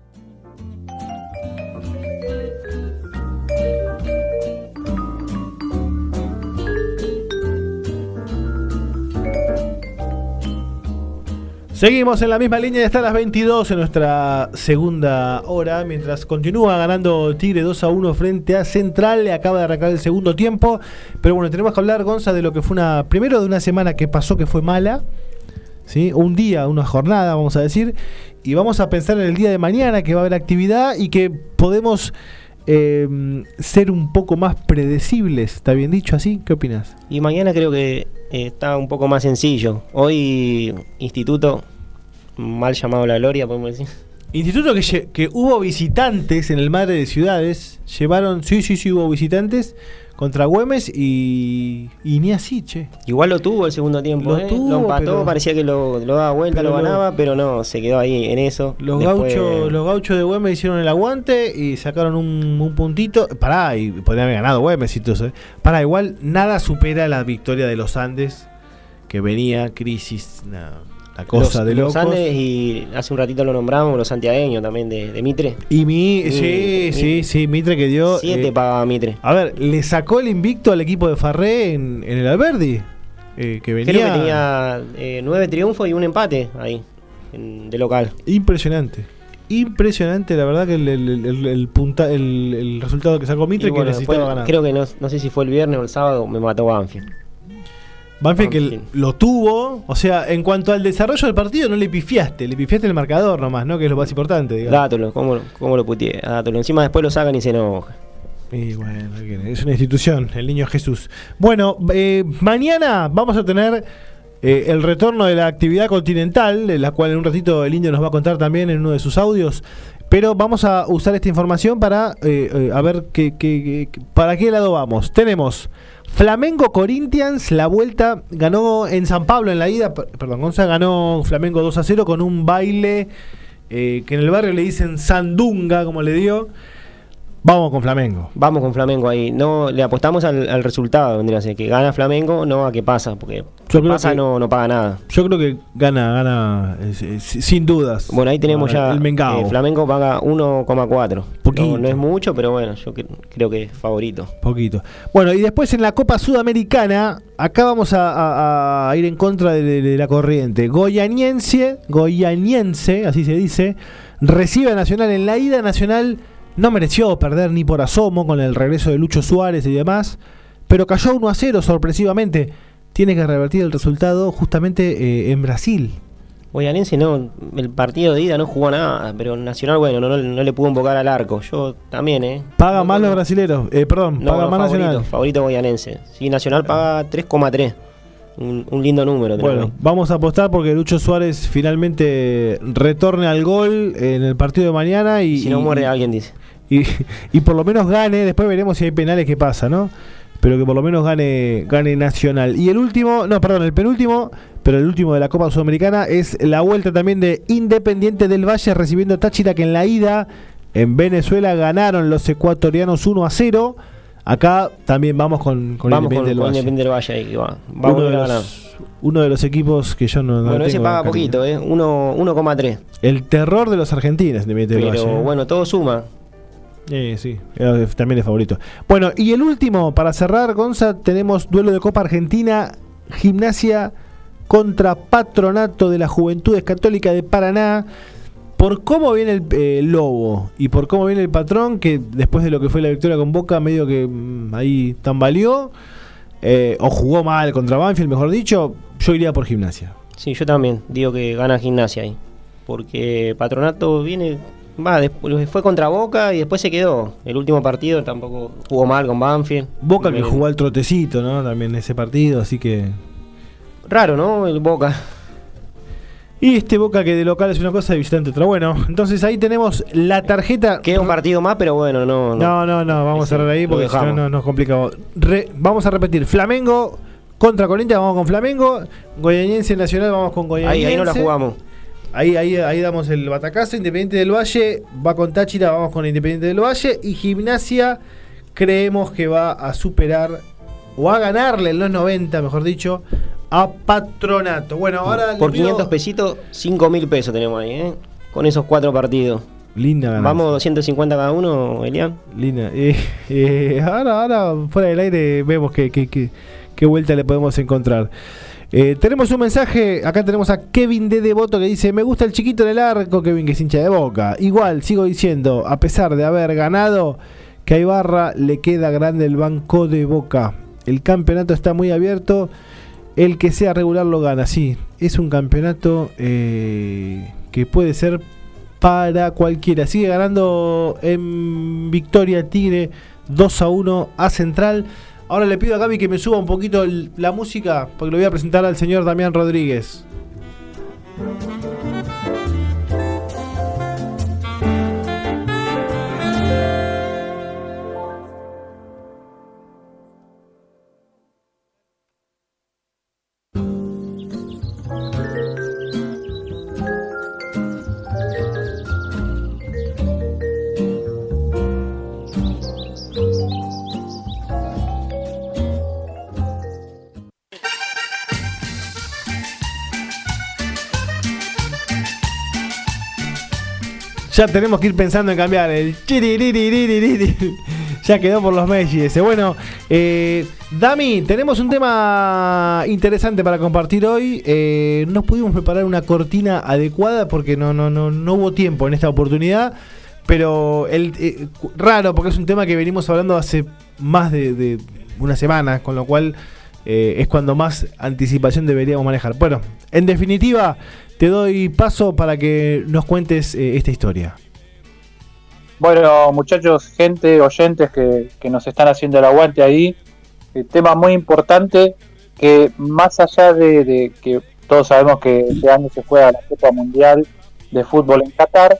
Seguimos en la misma línea y hasta las veintidós en nuestra segunda hora, mientras continúa ganando Tigre dos a uno frente a Central. Le acaba de arrancar el segundo tiempo, pero bueno, tenemos que hablar, Gonza, de lo que fue una, primero de una semana que pasó que fue mala, ¿sí? Un día, una jornada, vamos a decir, y vamos a pensar en el día de mañana, que va a haber actividad y que podemos eh, ser un poco más predecibles. ¿Está bien dicho así? ¿Qué opinas? Y mañana creo que eh, está un poco más sencillo. Hoy Instituto, mal llamado La Gloria, podemos decir. Instituto que, lle- que hubo visitantes en el Madre de Ciudades. Llevaron, sí, sí, sí, hubo visitantes contra Güemes y, y ni así, che. Igual lo tuvo el segundo tiempo, Lo ¿eh? tuvo, Lo empató, pero- parecía que lo, lo daba vuelta, pero lo lo- ganaba, pero no, se quedó ahí en eso. Los Después- gauchos, los gauchos de Güemes hicieron el aguante y sacaron un, un puntito. Pará, y podrían haber ganado Güemes y todo eso, ¿eh? Pará, igual nada supera la victoria de los Andes, que venía crisis, una, la cosa los, de locos. Los Andes, y hace un ratito lo nombramos, los santiagueños también de, de Mitre. Y mi, Y- sí, y- sí, sí, Mitre que dio. Siete eh, pagaba Mitre. A ver, le sacó el invicto al equipo de Farré en, en el Alberdi. Eh, que venía. Creo que tenía eh, nueve triunfos y un empate ahí, en- de local. Impresionante. Impresionante, la verdad, que el, el, el, el punta, el, el resultado que sacó Mitre, Y bueno, que necesitaba después, ganar. creo que no, no sé si fue el viernes o el sábado, me mató Banfield. Banfield que Banfield. lo tuvo, o sea, en cuanto al desarrollo del partido no le pifiaste, le pifiaste el marcador nomás, ¿no? Que es lo más importante, digamos. Dátolo, ¿cómo, cómo lo puteé? A Dátolo. Encima después lo sacan y se enoja. Y bueno, ¿qué querés? Es una institución, el niño Jesús. Bueno, eh, mañana vamos a tener eh, el retorno de la actividad continental, de la cual en un ratito el indio nos va a contar también en uno de sus audios. pero vamos a usar esta información para eh, eh, a ver qué, qué, qué, para qué lado vamos. Tenemos Flamengo Corinthians, la vuelta ganó en San Pablo en la ida, perdón, Gonza, ganó Flamengo dos a cero con un baile eh, que en el barrio le dicen sandunga, como le dio. Vamos con Flamengo. Vamos con Flamengo ahí. No le apostamos al, al resultado, vendría a ser que gana Flamengo, no a que pasa, porque yo creo pasa que, no, no paga nada. Yo creo que gana, gana eh, sin dudas. Bueno, ahí tenemos ya el Mengao. Eh, Flamengo paga uno coma cuatro. No, no es mucho, pero bueno, yo que, creo que es favorito. Poquito. Bueno, y después en la Copa Sudamericana, acá vamos a, a, a ir en contra de, de, de la corriente. Goianiense, Goianiense, así se dice, recibe a Nacional en la ida. Nacional no mereció perder ni por asomo con el regreso de Lucho Suárez y demás, pero cayó uno a cero sorpresivamente. Tiene que revertir el resultado justamente eh, en Brasil. Goianiense no, el partido de ida no jugó nada, pero Nacional, bueno, no, no, no le pudo invocar al arco. Yo también, ¿eh? Paga más los brasileros, eh, perdón, no, paga no, más favorito, Nacional. Favorito Goianiense. Sí, Nacional paga tres coma tres. Un, un lindo número. Bueno, ahí. Vamos a apostar porque Lucho Suárez finalmente retorne al gol en el partido de mañana. Y, si no y, muere alguien, dice. Y, y por lo menos gane, después veremos si hay penales que pasa, ¿no? Pero que por lo menos gane, gane Nacional. Y el último, no, perdón, el penúltimo, pero el último de la Copa Sudamericana es la vuelta también de Independiente del Valle recibiendo a Táchira, que en la ida en Venezuela ganaron los ecuatorianos uno a cero. Acá también vamos con, con vamos Independiente, con, del, con Valle. Independiente del Valle. Ahí va. Va uno, a de ganar. los, uno de los equipos que yo no, no bueno, tengo ese paga cariño. poquito, ¿eh? uno coma tres. El terror de los argentinos, Independiente del Valle. Pero bueno, todo suma. Eh, sí, eh, también es favorito. Bueno, y el último, para cerrar, Gonza, tenemos duelo de Copa Argentina, Gimnasia contra Patronato de las Juventudes Católicas de Paraná. Por cómo viene el eh, Lobo y por cómo viene el Patrón, que después de lo que fue la victoria con Boca, medio que mmm, ahí tambaleó, eh, o jugó mal contra Banfield, mejor dicho, yo iría por Gimnasia. Sí, yo también digo que gana Gimnasia ahí, porque Patronato viene... Va, después fue contra Boca y después se quedó. El último partido tampoco jugó mal con Banfield. Boca que jugó al trotecito, ¿no? También ese partido, así que... Raro, ¿no? El Boca. Y este Boca que de local es una cosa, de visitante otra. Bueno, entonces ahí tenemos la tarjeta... Queda un partido más, pero bueno, no... No, no, no, no vamos sí, a cerrar ahí porque si no, no nos complica. Re, vamos a repetir, Flamengo contra Corinthians, vamos con Flamengo. Goianiense Nacional, vamos con Goianiense. Ahí, ahí no la jugamos. Ahí, ahí, ahí damos el batacazo. Independiente del Valle va con Táchira, vamos con Independiente del Valle. Y Gimnasia creemos que va a superar o a ganarle en los noventa, mejor dicho, a Patronato. Bueno, ahora por quinientos pesitos, cinco mil pesos tenemos ahí, ¿eh? Con esos cuatro partidos. Linda ganancia. Vamos doscientos cincuenta cada uno, Elian. Linda. Eh, eh, ahora, ahora, fuera del aire, vemos qué que, que, que vuelta le podemos encontrar. Eh, tenemos un mensaje, acá tenemos a Kevin de Devoto que dice: me gusta el chiquito en el arco. Kevin, que es hincha de Boca. Igual, sigo diciendo, a pesar de haber ganado, que a Ibarra le queda grande el banco de Boca. El campeonato está muy abierto, el que sea regular lo gana. Sí, es un campeonato eh, que puede ser para cualquiera. Sigue ganando en victoria Tigre dos a uno a Central. Ahora le pido a Gaby que me suba un poquito el, la música, porque lo voy a presentar al señor Damián Rodríguez. Ya tenemos que ir pensando en cambiar el chiririririririr. Ya quedó por los Messi ese. Bueno, eh, Dami, tenemos un tema interesante para compartir hoy. Eh, no pudimos preparar una cortina adecuada porque no, no, no, no hubo tiempo en esta oportunidad. Pero el, eh, raro, porque es un tema que venimos hablando hace más de, de una semana, con lo cual eh, es cuando más anticipación deberíamos manejar. Bueno, en definitiva, te doy paso para que nos cuentes eh, esta historia. Bueno, muchachos, gente, oyentes que, que nos están haciendo el aguante ahí, el tema muy importante, que más allá de, de que todos sabemos que este año se juega la Copa Mundial de Fútbol en Qatar,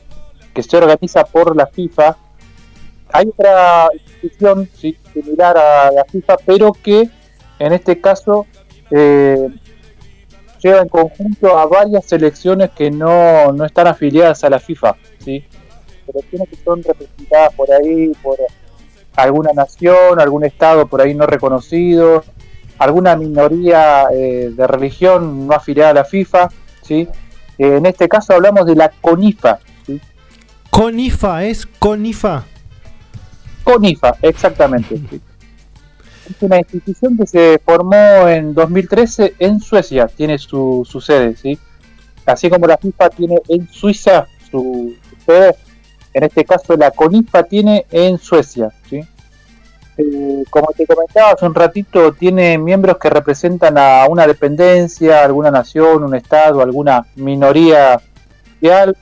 que se organiza por la FIFA. Hay otra institución, sí, similar a la FIFA, pero que en este caso eh, lleva en conjunto a varias selecciones que no, no están afiliadas a la FIFA, ¿sí? Selecciones que son representadas por ahí por alguna nación, algún estado por ahí no reconocido, alguna minoría eh, de religión no afiliada a la FIFA, ¿sí? Eh, en este caso hablamos de la CONIFA, ¿sí? ¿CONIFA es CONIFA? CONIFA, exactamente. ¿sí? Es una institución que se formó en dos mil trece en Suecia, tiene su, su sede, ¿sí? Así como la FIFA tiene en Suiza su, su sede, en este caso la CONIFA tiene en Suecia, ¿sí? Eh, como te comentaba hace un ratito, tiene miembros que representan a una dependencia, alguna nación, un estado, alguna minoría social,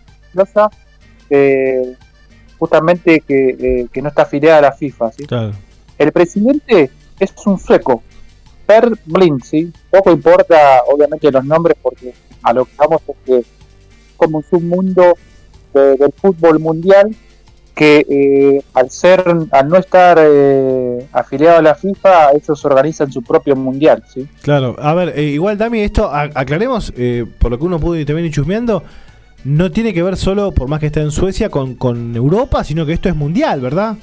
eh, justamente que, eh, que no está afiliada a la FIFA, ¿sí? Claro. El presidente es un sueco, Per Blind, ¿sí? Poco importa, obviamente, los nombres, porque a lo que vamos es que como un submundo de, del fútbol mundial, que eh, al ser, al no estar eh, afiliado a la FIFA, ellos organizan su propio mundial, ¿sí? Claro, a ver, eh, igual Dami, esto a- aclaremos, eh, por lo que uno pudo ir también ir chusmeando, no tiene que ver solo, por más que esté en Suecia, con, con Europa, sino que esto es mundial, ¿verdad?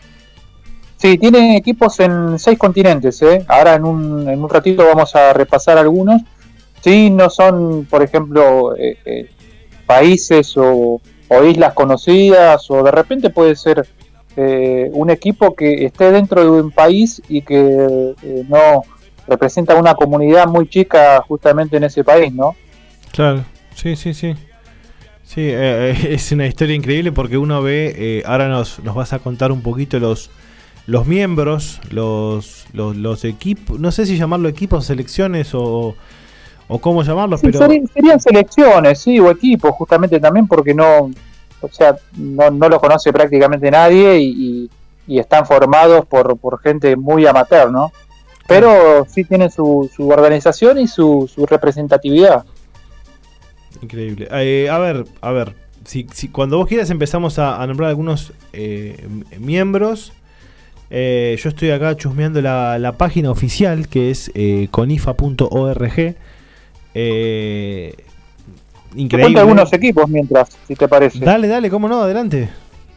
Sí, tiene equipos en seis continentes, ¿eh? Ahora en un, en un ratito vamos a repasar algunos. Sí, no son, por ejemplo, eh, eh, países o, o islas conocidas, o de repente puede ser eh, un equipo que esté dentro de un país y que eh, no representa una comunidad muy chica justamente en ese país, ¿no? Claro, sí, sí, sí. Sí, eh, eh, es una historia increíble porque uno ve, eh, ahora nos, nos vas a contar un poquito los los miembros, los los, los equipos, no sé si llamarlo equipos, selecciones o, o cómo llamarlos, Sí, pero... serían, serían selecciones, sí, o equipos, justamente también porque no, o sea, no, no lo conoce prácticamente nadie y, y, y están formados por, por gente muy amateur, ¿no? Pero sí tienen su, su organización y su, su representatividad. Increíble. Eh, a ver, a ver, si, si cuando vos quieras empezamos a, a nombrar algunos eh, miembros. Eh, yo estoy acá chusmeando la, la página oficial que es eh, conifa punto org. Eh, Te increíble. cuento algunos equipos mientras, si te parece. Dale, dale, cómo no, adelante.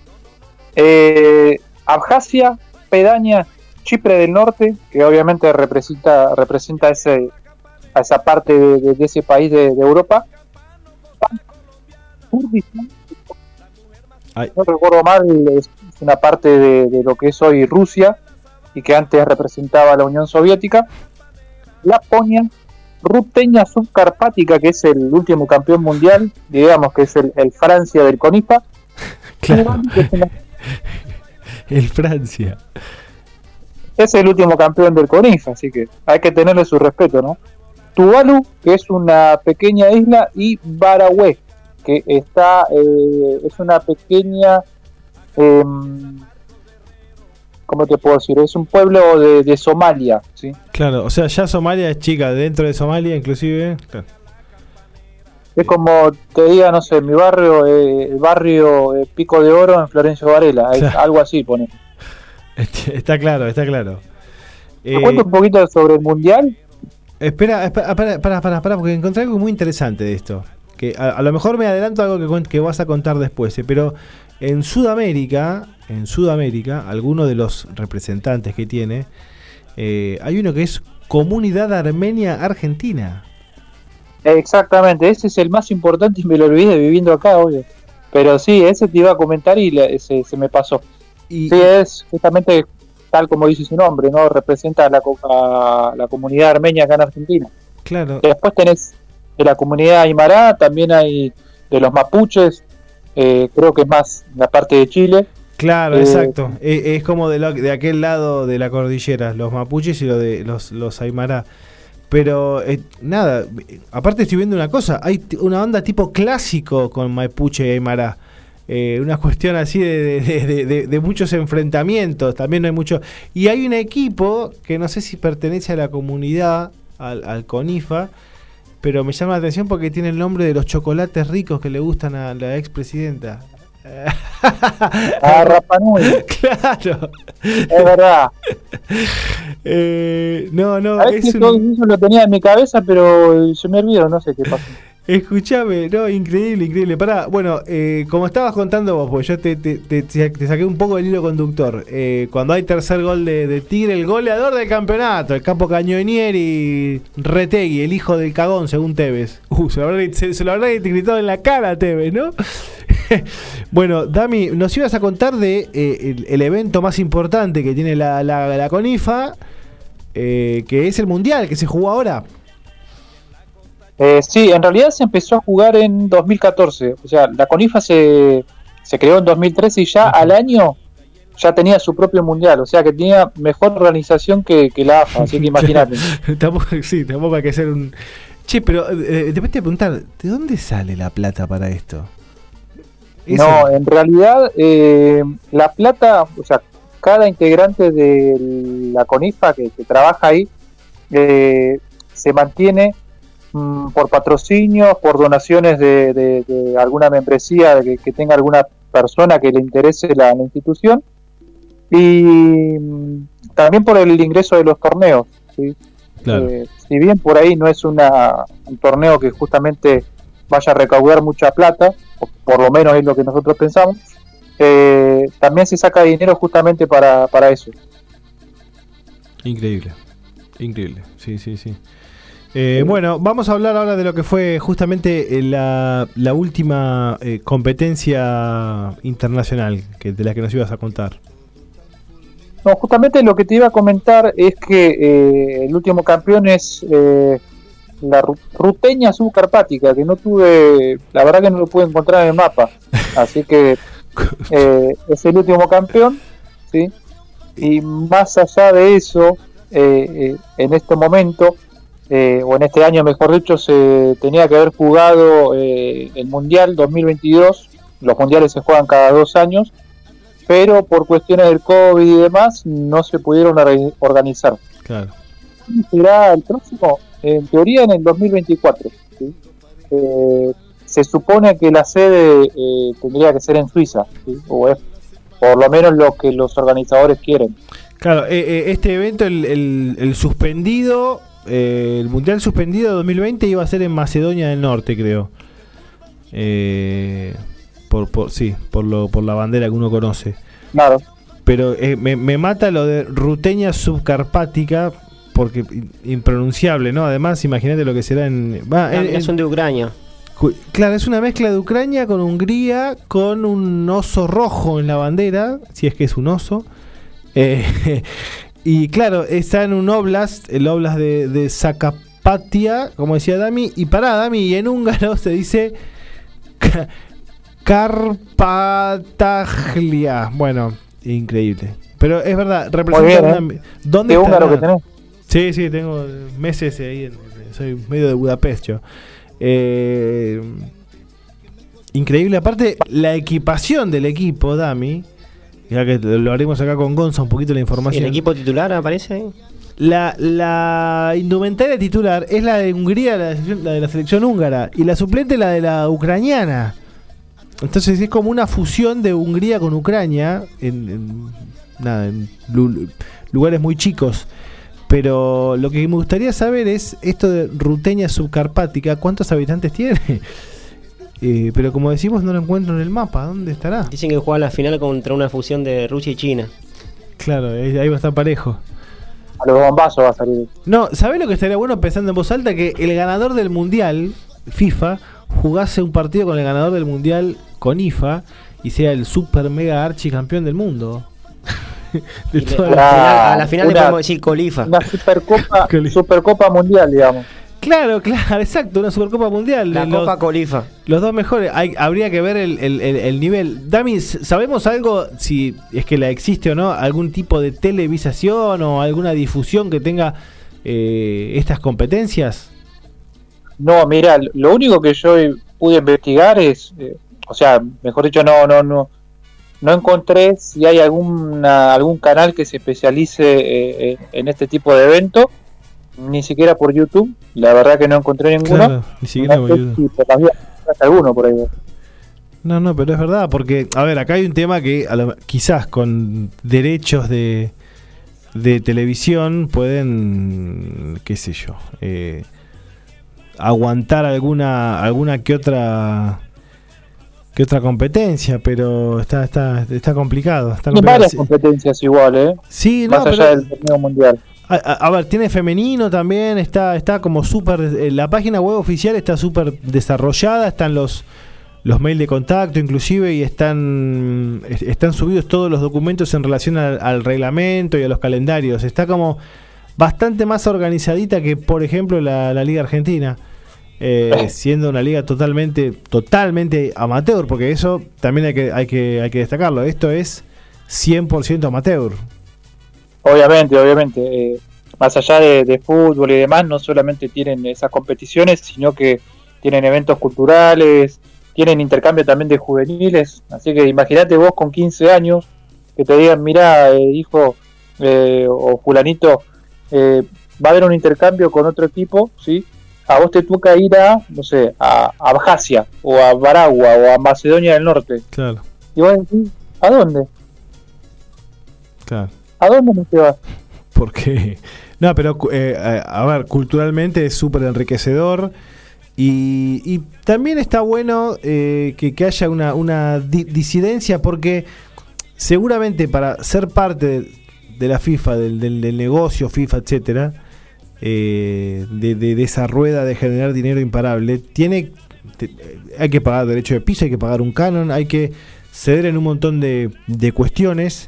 Eh, Abjasia, Pedaña, Chipre del Norte, que obviamente representa representa ese a esa parte de, de, de ese país de, de Europa. Kurdistán, no recuerdo mal, es una parte de, de lo que es hoy Rusia y que antes representaba a la Unión Soviética. Laponia, Rutenia Subcarpática, que es el último campeón mundial, digamos que es el, el Francia del CONIFA. Claro. El Francia. Es el último campeón del CONIFA, así que hay que tenerle su respeto, ¿no? Tuvalu, que es una pequeña isla, y Barawé, que está eh, es una pequeña eh, ¿cómo te puedo decir? Es un pueblo de, de Somalia, ¿sí? Claro, o sea, ya Somalia es chica, dentro de Somalia inclusive. Claro. Es como te diga, no sé, mi barrio, eh, el barrio eh, Pico de Oro en Florencio Varela, es Claro. algo así, pone. Está claro, está claro. ¿Te cuento un poquito sobre el mundial? Espera, espera, para, para, para, para, porque encontré algo muy interesante de esto. Que a, a lo mejor me adelanto a algo que, cuen- que vas a contar después, eh, pero en Sudamérica, en Sudamérica, alguno de los representantes que tiene, eh, hay uno que es Comunidad Armenia Argentina. Exactamente, ese es el más importante y me lo olvidé viviendo acá, obvio. Pero sí, ese te iba a comentar y le- ese, se me pasó. Y, sí, es justamente tal como dice su nombre, ¿no? Representa a la, co- a la comunidad armenia acá en Argentina. Claro. Después tenés de la comunidad aymara, también hay de los mapuches, eh, creo que es más la parte de Chile. Claro, Eh, exacto. Es, es como de, lo- de aquel lado de la cordillera, los mapuches y lo de los, los aymara. Pero eh, nada, aparte estoy viendo una cosa, hay t- una onda tipo clásico con mapuche y aymara. Eh, una cuestión así de, de, de, de- de muchos enfrentamientos, también no hay mucho. Y hay un equipo que no sé si pertenece a la comunidad, al, al CONIFA, pero me llama la atención porque tiene el nombre de los chocolates ricos que le gustan a la expresidenta. A Rapa Nui. Claro. Es verdad. Eh, no, no. Es Es que un... todo eso lo tenía en mi cabeza, pero se me olvidó, no sé qué pasó. Escuchame, no, increíble, increíble. Pará, bueno, eh, como estabas contando vos, porque yo te, te, te, te saqué un poco del hilo conductor. Eh, cuando hay tercer gol de, de Tigre, el goleador del campeonato, el capo Cañonieri Retegui, el hijo del cagón, según Tevez. Uh, se lo habrá, se, se lo habrá gritado en la cara a Tevez, ¿no? Bueno, Dami, nos ibas a contar de eh, el, el evento más importante que tiene la, la, la CONIFA, eh, que es el Mundial, que se jugó ahora. Eh, sí, en realidad se empezó a jugar en dos mil catorce. O sea, la CONIFA se, se creó en dos mil trece y ya al año ya tenía su propio mundial. O sea, que tenía mejor organización que, que la A F A. Así que imagínate. Tampoco, sí, tampoco hay que ser un... Che, pero eh, después te voy a preguntar, ¿de dónde sale la plata para esto? No, en realidad eh, la plata, o sea, cada integrante de la CONIFA que, que trabaja ahí eh, se mantiene por patrocinios, por donaciones de, de, de alguna membresía de que, que tenga alguna persona que le interese la, la institución, y también por el ingreso de los torneos, ¿sí? Claro. Eh, si bien por ahí no es una, un torneo que justamente vaya a recaudar mucha plata, o por lo menos es lo que nosotros pensamos, eh, también se saca dinero justamente para, para eso. Increíble, increíble, sí, sí, sí. Eh, bueno, vamos a hablar ahora de lo que fue justamente eh, la, la última eh, competencia internacional que, de la que nos ibas a contar. No, justamente lo que te iba a comentar es que eh, el último campeón es eh, la ruteña subcarpática, que no tuve, la verdad que no lo pude encontrar en el mapa, así que eh, es el último campeón, ¿sí? Y más allá de eso, eh, eh, en este momento, Eh, o en este año mejor dicho, se tenía que haber jugado eh, el Mundial dos mil veintidós. Los mundiales se juegan cada dos años, pero por cuestiones del COVID y demás no se pudieron organizar. Claro. Será el próximo, en teoría en el dos mil veinticuatro, ¿sí? Eh, se supone que la sede eh, tendría que ser en Suiza, ¿sí? O es por lo menos lo que los organizadores quieren. Claro, eh, eh, este evento, el, el, el suspendido... Eh, el Mundial suspendido dos mil veinte iba a ser en Macedonia del Norte, creo. Eh, por, por sí, por lo por la bandera que uno conoce. Claro. Pero eh, me, me mata lo de ruteña subcarpática, porque impronunciable, ¿no? Además, imagínate lo que será en... Va, en, en son de Ucrania. Claro, es una mezcla de Ucrania con Hungría, con un oso rojo en la bandera, si es que es un oso. Eh, y claro, está en un oblast, el oblast de, de Zakarpatia, como decía Dami, y pará, Dami, y en húngaro se dice Carpataglia. Bueno, increíble. Pero es verdad, representa bien, una... ¿eh? ¿Dónde ¿Qué está? húngaro que tenés? Sí, sí, tengo meses ahí, en, soy medio de Budapest yo. Eh, increíble, aparte la equipación del equipo, Dami, ya que lo haremos acá con Gonza un poquito la información. ¿El equipo titular aparece ahí? La, la indumentaria titular es la de Hungría, la de, la, selección, la de la selección húngara, y la suplente la de la ucraniana. Entonces es como una fusión de Hungría con Ucrania en, en, nada, en lugares muy chicos. Pero lo que me gustaría saber es esto de ruteña subcarpática, ¿cuántos habitantes tiene? Eh, pero como decimos, no lo encuentro en el mapa. ¿Dónde estará? Dicen que juega la final contra una fusión de Rusia y China. Claro, ahí va a estar parejo. A los bombazos va a salir. No, ¿sabés lo que estaría bueno pensando en voz alta? Que el ganador del mundial, FIFA, jugase un partido con el ganador del mundial con I F A y sea el super mega archi campeón del mundo. De toda la, la final, a la final una, le podemos decir Colifa. Una supercopa, supercopa mundial, digamos. Claro, claro, exacto, una supercopa mundial. La los, Copa Colifa. Los dos mejores. Hay, habría que ver el, el, el, el nivel. Dami, ¿sabemos algo, si es que la existe o no, algún tipo de televisación o alguna difusión que tenga eh, estas competencias? No, mira, lo único que yo pude investigar es, eh, o sea, mejor dicho, no, no, no. No encontré si hay alguna, algún canal que se especialice eh, en este tipo de evento, ni siquiera por YouTube. La verdad que no encontré ninguno. Claro, ni siquiera no por YouTube. Si alguno por ahí. No, no, pero es verdad, porque, a ver, acá hay un tema que a lo, quizás con derechos de, de televisión pueden, qué sé yo, eh, aguantar alguna alguna que otra que otra competencia, pero está está está complicado. Está Hay complicado. varias competencias igual, ¿eh? Sí, más no, allá pero, del torneo mundial. A, a, a ver, tiene femenino también, está está como súper, eh, la página web oficial está súper desarrollada, están los los mails de contacto inclusive y están están subidos todos los documentos en relación al, al reglamento y a los calendarios. Está como bastante más organizadita que, por ejemplo, la, la Liga Argentina, eh, siendo una liga totalmente totalmente amateur, porque eso también hay que hay que hay que destacarlo. Esto es cien por ciento amateur. Obviamente, obviamente. Eh, más allá de, de fútbol y demás, no solamente tienen esas competiciones, sino que tienen eventos culturales, tienen intercambio también de juveniles. Así que imagínate vos con quince años que te digan, mirá, eh, hijo eh, o fulanito, eh, va a haber un intercambio con otro equipo, ¿sí? A vos te toca ir a, no sé, a, a Abjasia o a Baragua o a Macedonia del Norte. Claro. Y vos decís, ¿a dónde? Claro. ¿A dónde no te vas? Porque, no, pero eh, a ver, culturalmente es súper enriquecedor y, y también está bueno eh, que, que haya una, una di- disidencia, porque seguramente para ser parte de, de la FIFA, del, del, del negocio FIFA, etcétera, eh, de, de, de esa rueda de generar dinero imparable, tiene te, hay que pagar derecho de piso, hay que pagar un canon, hay que ceder en un montón de, de cuestiones.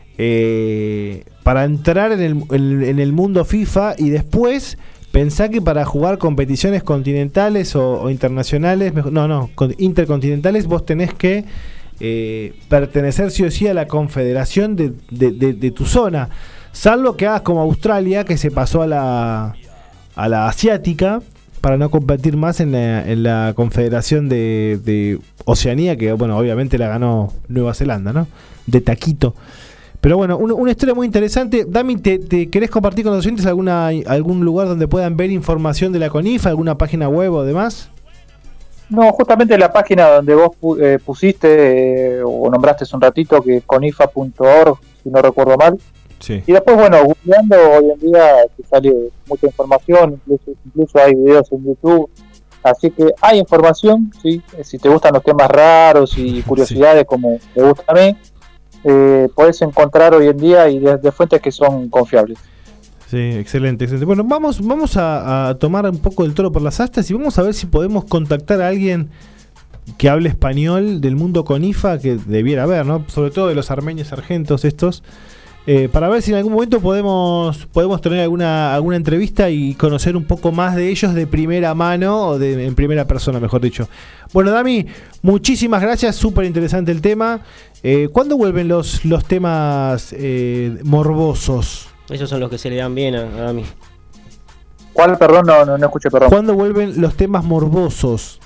Eh, para entrar en el, en, en el mundo FIFA y después pensá que para jugar competiciones continentales o, o internacionales, mejor, no, no, con, intercontinentales, vos tenés que eh, pertenecer sí o sí a la confederación de, de, de, de tu zona, salvo que hagas como Australia, que se pasó a la, a la asiática para no competir más en la, en la confederación de, de Oceanía, que bueno, obviamente la ganó Nueva Zelanda, ¿no? De taquito. Pero bueno, un, una historia muy interesante. Dami, ¿te, te querés compartir con los oyentes alguna, algún lugar donde puedan ver información de la CONIFA, alguna página web o demás? No, justamente la página donde vos eh, pusiste eh, o nombraste hace un ratito, que es conifa punto org, si no recuerdo mal. Sí. Y después, bueno, googleando hoy en día te sale mucha información, incluso, incluso hay videos en YouTube. Así que hay información, ¿sí? Si te gustan los temas raros y curiosidades, sí, como me gusta a mí, Eh, podés encontrar hoy en día y de, de fuentes que son confiables. Sí, excelente, excelente. Bueno, vamos, vamos a, a tomar un poco el toro por las astas y vamos a ver si podemos contactar a alguien que hable español del mundo CONIFA, que debiera haber, ¿no? Sobre todo de los armenios argentos estos, eh, para ver si en algún momento podemos podemos tener alguna alguna entrevista y conocer un poco más de ellos de primera mano, o de en primera persona, mejor dicho. Bueno, Dami, muchísimas gracias, súper interesante el tema. Eh, ¿Cuándo vuelven los, los temas eh, morbosos? Esos son los que se le dan bien a, a mí. ¿Cuál, perdón? No, no, no escuché, perdón. ¿Cuándo vuelven los temas morbosos?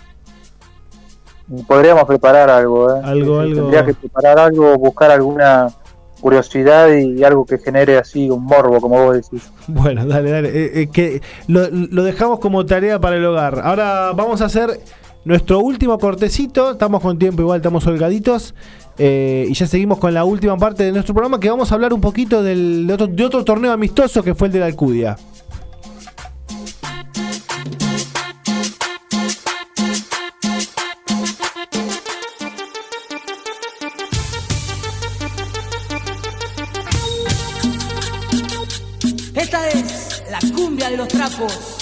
Podríamos preparar algo, ¿eh? Algo, sí, algo. Tendría que preparar algo, buscar alguna curiosidad y algo que genere así un morbo, como vos decís. Bueno, dale, dale. Eh, eh, que lo, lo dejamos como tarea para el hogar. Ahora vamos a hacer nuestro último cortecito. Estamos con tiempo, igual estamos holgaditos. Eh, y ya seguimos con la última parte de nuestro programa, que vamos a hablar un poquito del, de, otro, de otro torneo amistoso, que fue el de la Alcudia. Esta es la cumbia de los trapos.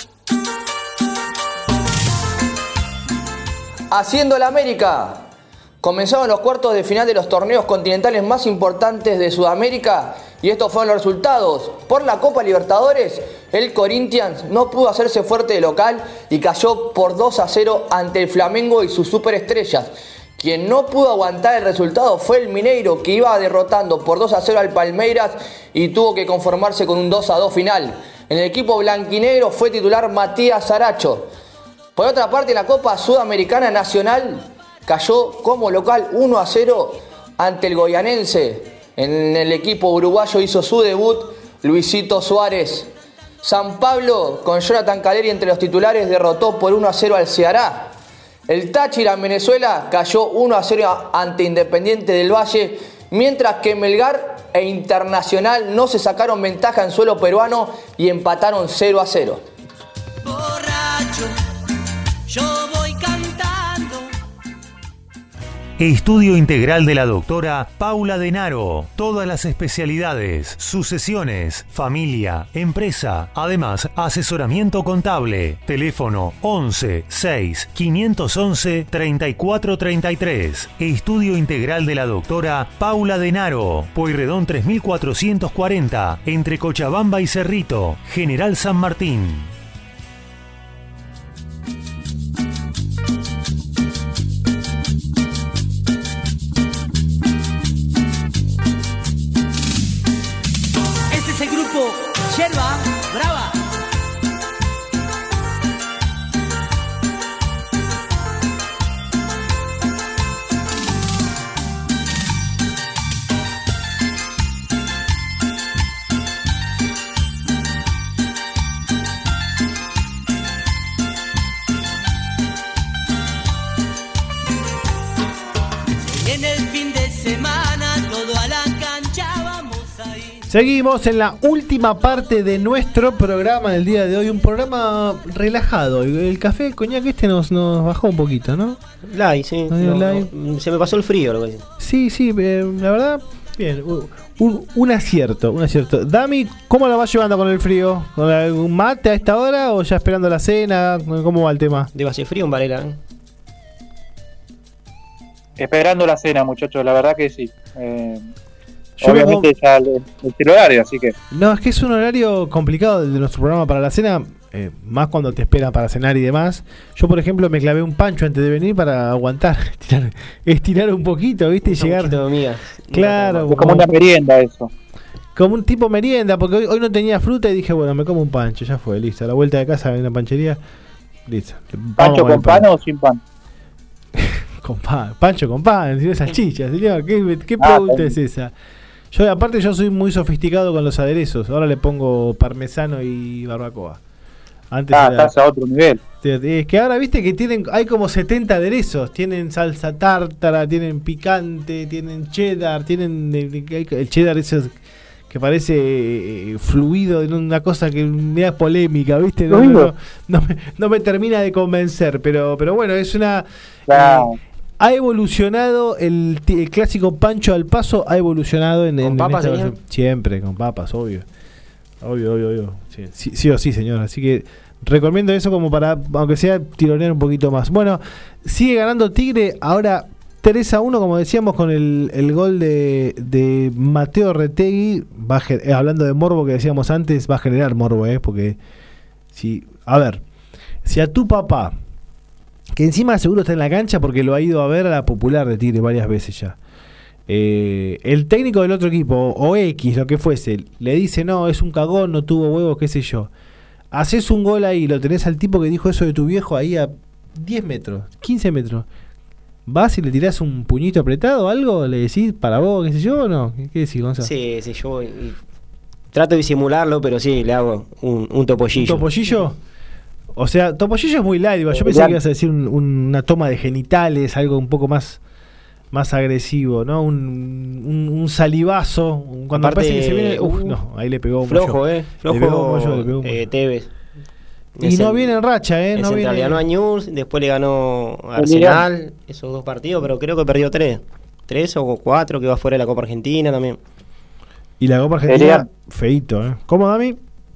Haciendo la América. Comenzaron los cuartos de final de los torneos continentales más importantes de Sudamérica y estos fueron los resultados. Por la Copa Libertadores, el Corinthians no pudo hacerse fuerte de local y cayó por dos a cero ante el Flamengo y sus superestrellas. Quien no pudo aguantar el resultado fue el Mineiro, que iba derrotando por dos a cero al Palmeiras y tuvo que conformarse con un dos a dos final. En el equipo blanquinegro fue titular Matías Saracho. Por otra parte, en la Copa Sudamericana Nacional cayó como local uno a cero ante el Goianense. En el equipo uruguayo hizo su debut Luisito Suárez. San Pablo, con Jonathan Caleri entre los titulares, derrotó por uno a cero al Ceará. El Táchira en Venezuela cayó uno a cero ante Independiente del Valle, mientras que Melgar e Internacional no se sacaron ventaja en suelo peruano y empataron cero a cero. Borracho, yo voy cantando. Estudio Integral de la doctora Paula Denaro. Todas las especialidades, sucesiones, familia, empresa. Además, asesoramiento contable. Teléfono once seis quinientos once treinta y cuatro treinta y tres. Estudio Integral de la doctora Paula Denaro. Pueyrredón tres mil cuatrocientos cuarenta. Entre Cochabamba y Cerrito. General San Martín. Yerba Brava. En el fin de semana todo a la cancha vamos a ir. Seguimos en la última parte de nuestro programa del día de hoy. Un programa relajado. El café, el coñac este nos, nos bajó un poquito, ¿no? Light, sí. No, no, se me pasó el frío, lo que dice. Sí, sí, eh, la verdad, bien. Un, un acierto, un acierto. Dami, ¿cómo la vas llevando con el frío? ¿Con algún mate a esta hora o ya esperando la cena? ¿Cómo va el tema? Debe hacer frío en Varela, ¿eh? Esperando la cena, muchachos, la verdad que sí. Eh... Yo Obviamente vengo... ya el, el horario, así que... No, es que es un horario complicado el de nuestro programa para la cena, eh, más cuando te esperan para cenar y demás. Yo, por ejemplo, me clavé un pancho antes de venir para aguantar, estirar, estirar un poquito, ¿viste? Y un llegar... De miga. Claro. Es como una merienda eso. Como un tipo merienda, porque hoy, hoy no tenía fruta y dije, bueno, me como un pancho, ya fue, listo. A la vuelta de casa hay una panchería, listo. ¿Pancho con pan o sin pan? Con pan, pancho con pan, señor salchicha, señor, ¿qué, qué Ah, pregunta bien. es esa? Yo, aparte, yo soy muy sofisticado con los aderezos. Ahora le pongo parmesano y barbacoa. Antes Ah, era- estás a otro nivel. Es que ahora viste que tienen, hay como setenta aderezos. Tienen salsa tártara, tienen picante, tienen cheddar, tienen el, el cheddar ese que parece eh, fluido, en una cosa que me da polémica, ¿viste? No, no, no, no me, no me termina de convencer, pero, pero bueno, es una... Claro. eh, ha evolucionado el, ti- el clásico pancho al paso, ha evolucionado en, en, en papas, esta señor? versión. Siempre, con papas, obvio. Obvio, obvio, obvio. Sí, sí, sí o sí, señor. Así que recomiendo eso como para, aunque sea, tironear un poquito más. Bueno, sigue ganando Tigre, ahora tres a uno, como decíamos, con el, el gol de, de Mateo Retegui. Va a, gen- eh, hablando de morbo que decíamos antes, va a generar morbo, ¿eh? Porque, si, a ver, si a tu papá, que encima seguro está en la cancha porque lo ha ido a ver a la Popular de Tigre varias veces ya, eh, el técnico del otro equipo, o X, lo que fuese, le dice, no, es un cagón, no tuvo huevos, qué sé yo. Haces un gol ahí, lo tenés al tipo que dijo eso de tu viejo ahí a diez metros, quince metros. ¿Vas y le tirás un puñito apretado o algo? ¿Le decís para vos, qué sé yo, o no? ¿Qué, qué decís, Gonzalo? Sí, sí, yo y- trato de disimularlo, pero sí, le hago un, un topollillo. ¿Un topollillo? O sea, topollillo es muy light, digo, yo pensé que ibas a decir un- un- una toma de genitales, algo un poco más más agresivo, ¿no? Un, un, un salivazo, un- cuando Aparte, parece que se viene, uf, uh, no, ahí le pegó un flojo, mollo. eh. Flojo, Le pegó un mollo, le pegó un eh, mollo. Tevez. Y no viene en racha, ¿eh? En No Central viene... le ganó a Newell's, después le ganó a El Milan. Arsenal, esos dos partidos, pero creo que perdió tres. Tres o cuatro, que va fuera de la Copa Argentina también. Y la Copa Argentina, feíto, ¿eh? ¿Cómo, Dami?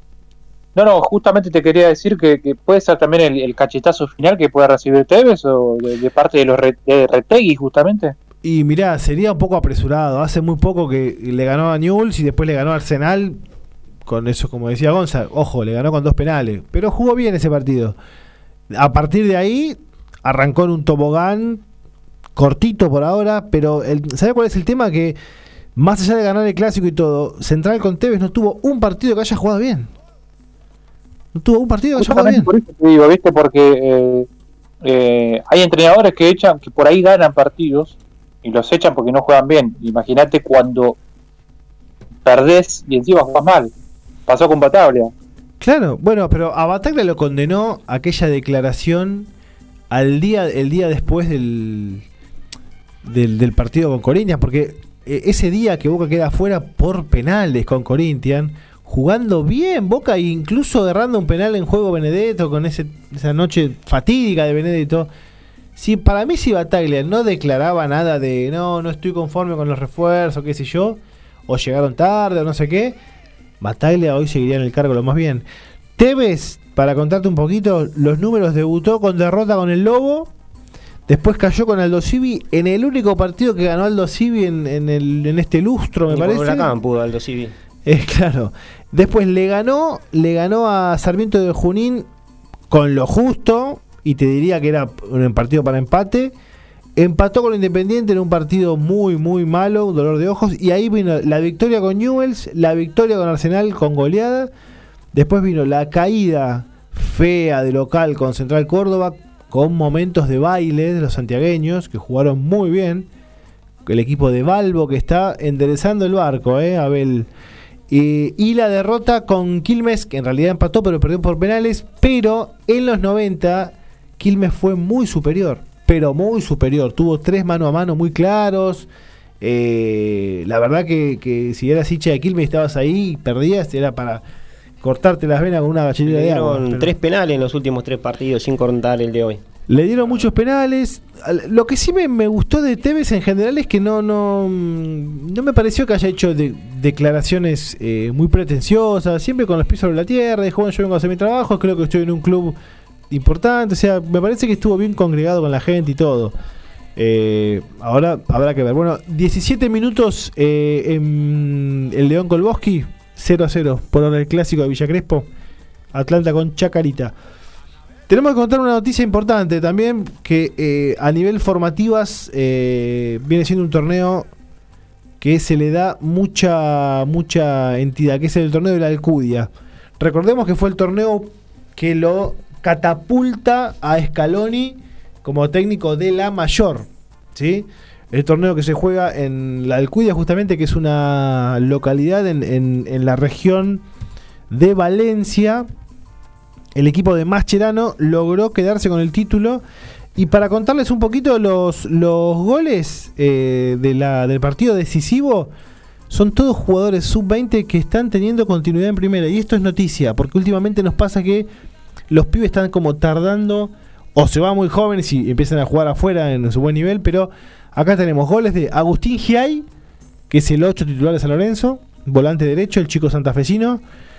No, no, justamente te quería decir que, que puede ser también el, el cachetazo final que pueda recibir Tevez o de, de parte de los re, de Retegui, justamente. Y mirá, sería un poco apresurado. Hace muy poco que le ganó a Newell's y después le ganó a Arsenal. Con eso, como decía Gonza, ojo, le ganó con dos penales. Pero jugó bien ese partido. A partir de ahí, arrancó en un tobogán cortito por ahora. Pero, el, ¿sabe cuál es el tema? Que más allá de ganar el clásico y todo, Central con Tevez no tuvo un partido que haya jugado bien. No tuvo un partido que haya jugado bien. Por eso te digo, ¿viste? Porque eh, eh, hay entrenadores que echan, que por ahí ganan partidos y los echan porque no juegan bien. Imagínate cuando perdés y encima jugás mal. Pasó con Bataglia. Claro, bueno, pero a Bataglia lo condenó aquella declaración al día, el día después del, del, del partido con Corinthians, porque eh, ese día que Boca queda afuera por penales con Corinthians, jugando bien Boca, incluso agarrando un penal en juego Benedetto, con ese, esa noche fatídica de Benedetto. Si para mí si Bataglia no declaraba nada de no, no estoy conforme con los refuerzos, qué sé yo, o llegaron tarde o no sé qué, Bataglia hoy seguiría en el cargo lo más bien. Tevez, para contarte un poquito, los números: debutó con derrota con el Lobo, después cayó con Aldo Civi en el único partido que ganó Aldo Civi en, en, el, en este lustro, me Ni parece. por Huracán pudo Aldo Civi. Eh, claro. Después le ganó, le ganó a Sarmiento de Junín con lo justo, y te diría que era un partido para empate. Empató con Independiente en un partido muy, muy malo, un dolor de ojos. Y ahí vino la victoria con Newell's, la victoria con Arsenal con goleada. Después vino la caída fea de local con Central Córdoba, con momentos de baile de los santiagueños, que jugaron muy bien. El equipo de Balbo, que está enderezando el barco, ¿eh, Abel? Eh, y la derrota con Quilmes, que en realidad empató pero perdió por penales. Pero en los noventa Quilmes fue muy superior, pero muy superior. Tuvo tres mano a mano muy claros. Eh, la verdad que, que si eras hincha de Quilmes y estabas ahí y perdías, era para cortarte las venas con una galletita de agua. Dieron pero... tres penales en los últimos tres partidos, sin contar el de hoy. Le dieron muchos penales. Lo que sí me, me gustó de Tevez en general es que no no, no me pareció que haya hecho de, declaraciones eh, muy pretenciosas, siempre con los pies sobre la tierra. Dijo, bueno, yo vengo a hacer mi trabajo, creo que estoy en un club importante. O sea, me parece que estuvo bien congregado con la gente y todo. Eh, ahora habrá que ver. Bueno, diecisiete minutos eh, en el León Kolboski, cero a cero por ahora el clásico de Villa Crespo. Atlanta con Chacarita. Tenemos que contar una noticia importante también, que eh, a nivel formativas eh, viene siendo un torneo que se le da mucha mucha entidad, que es el torneo de la Alcudia. Recordemos que fue el torneo que lo catapulta a Scaloni como técnico de la mayor, ¿sí? El torneo que se juega en la Alcudia, justamente, que es una localidad en, en, en la región de Valencia. El equipo de Mascherano logró quedarse con el título. Y para contarles un poquito los, los goles eh, de la, del partido decisivo, son todos jugadores sub veinte que están teniendo continuidad en primera. Y esto es noticia, porque últimamente nos pasa que los pibes están como tardando, o se van muy jóvenes y empiezan a jugar afuera en su buen nivel. Pero acá tenemos goles de Agustín Giai, que es el ocho titular de San Lorenzo, volante derecho, el chico santafesino.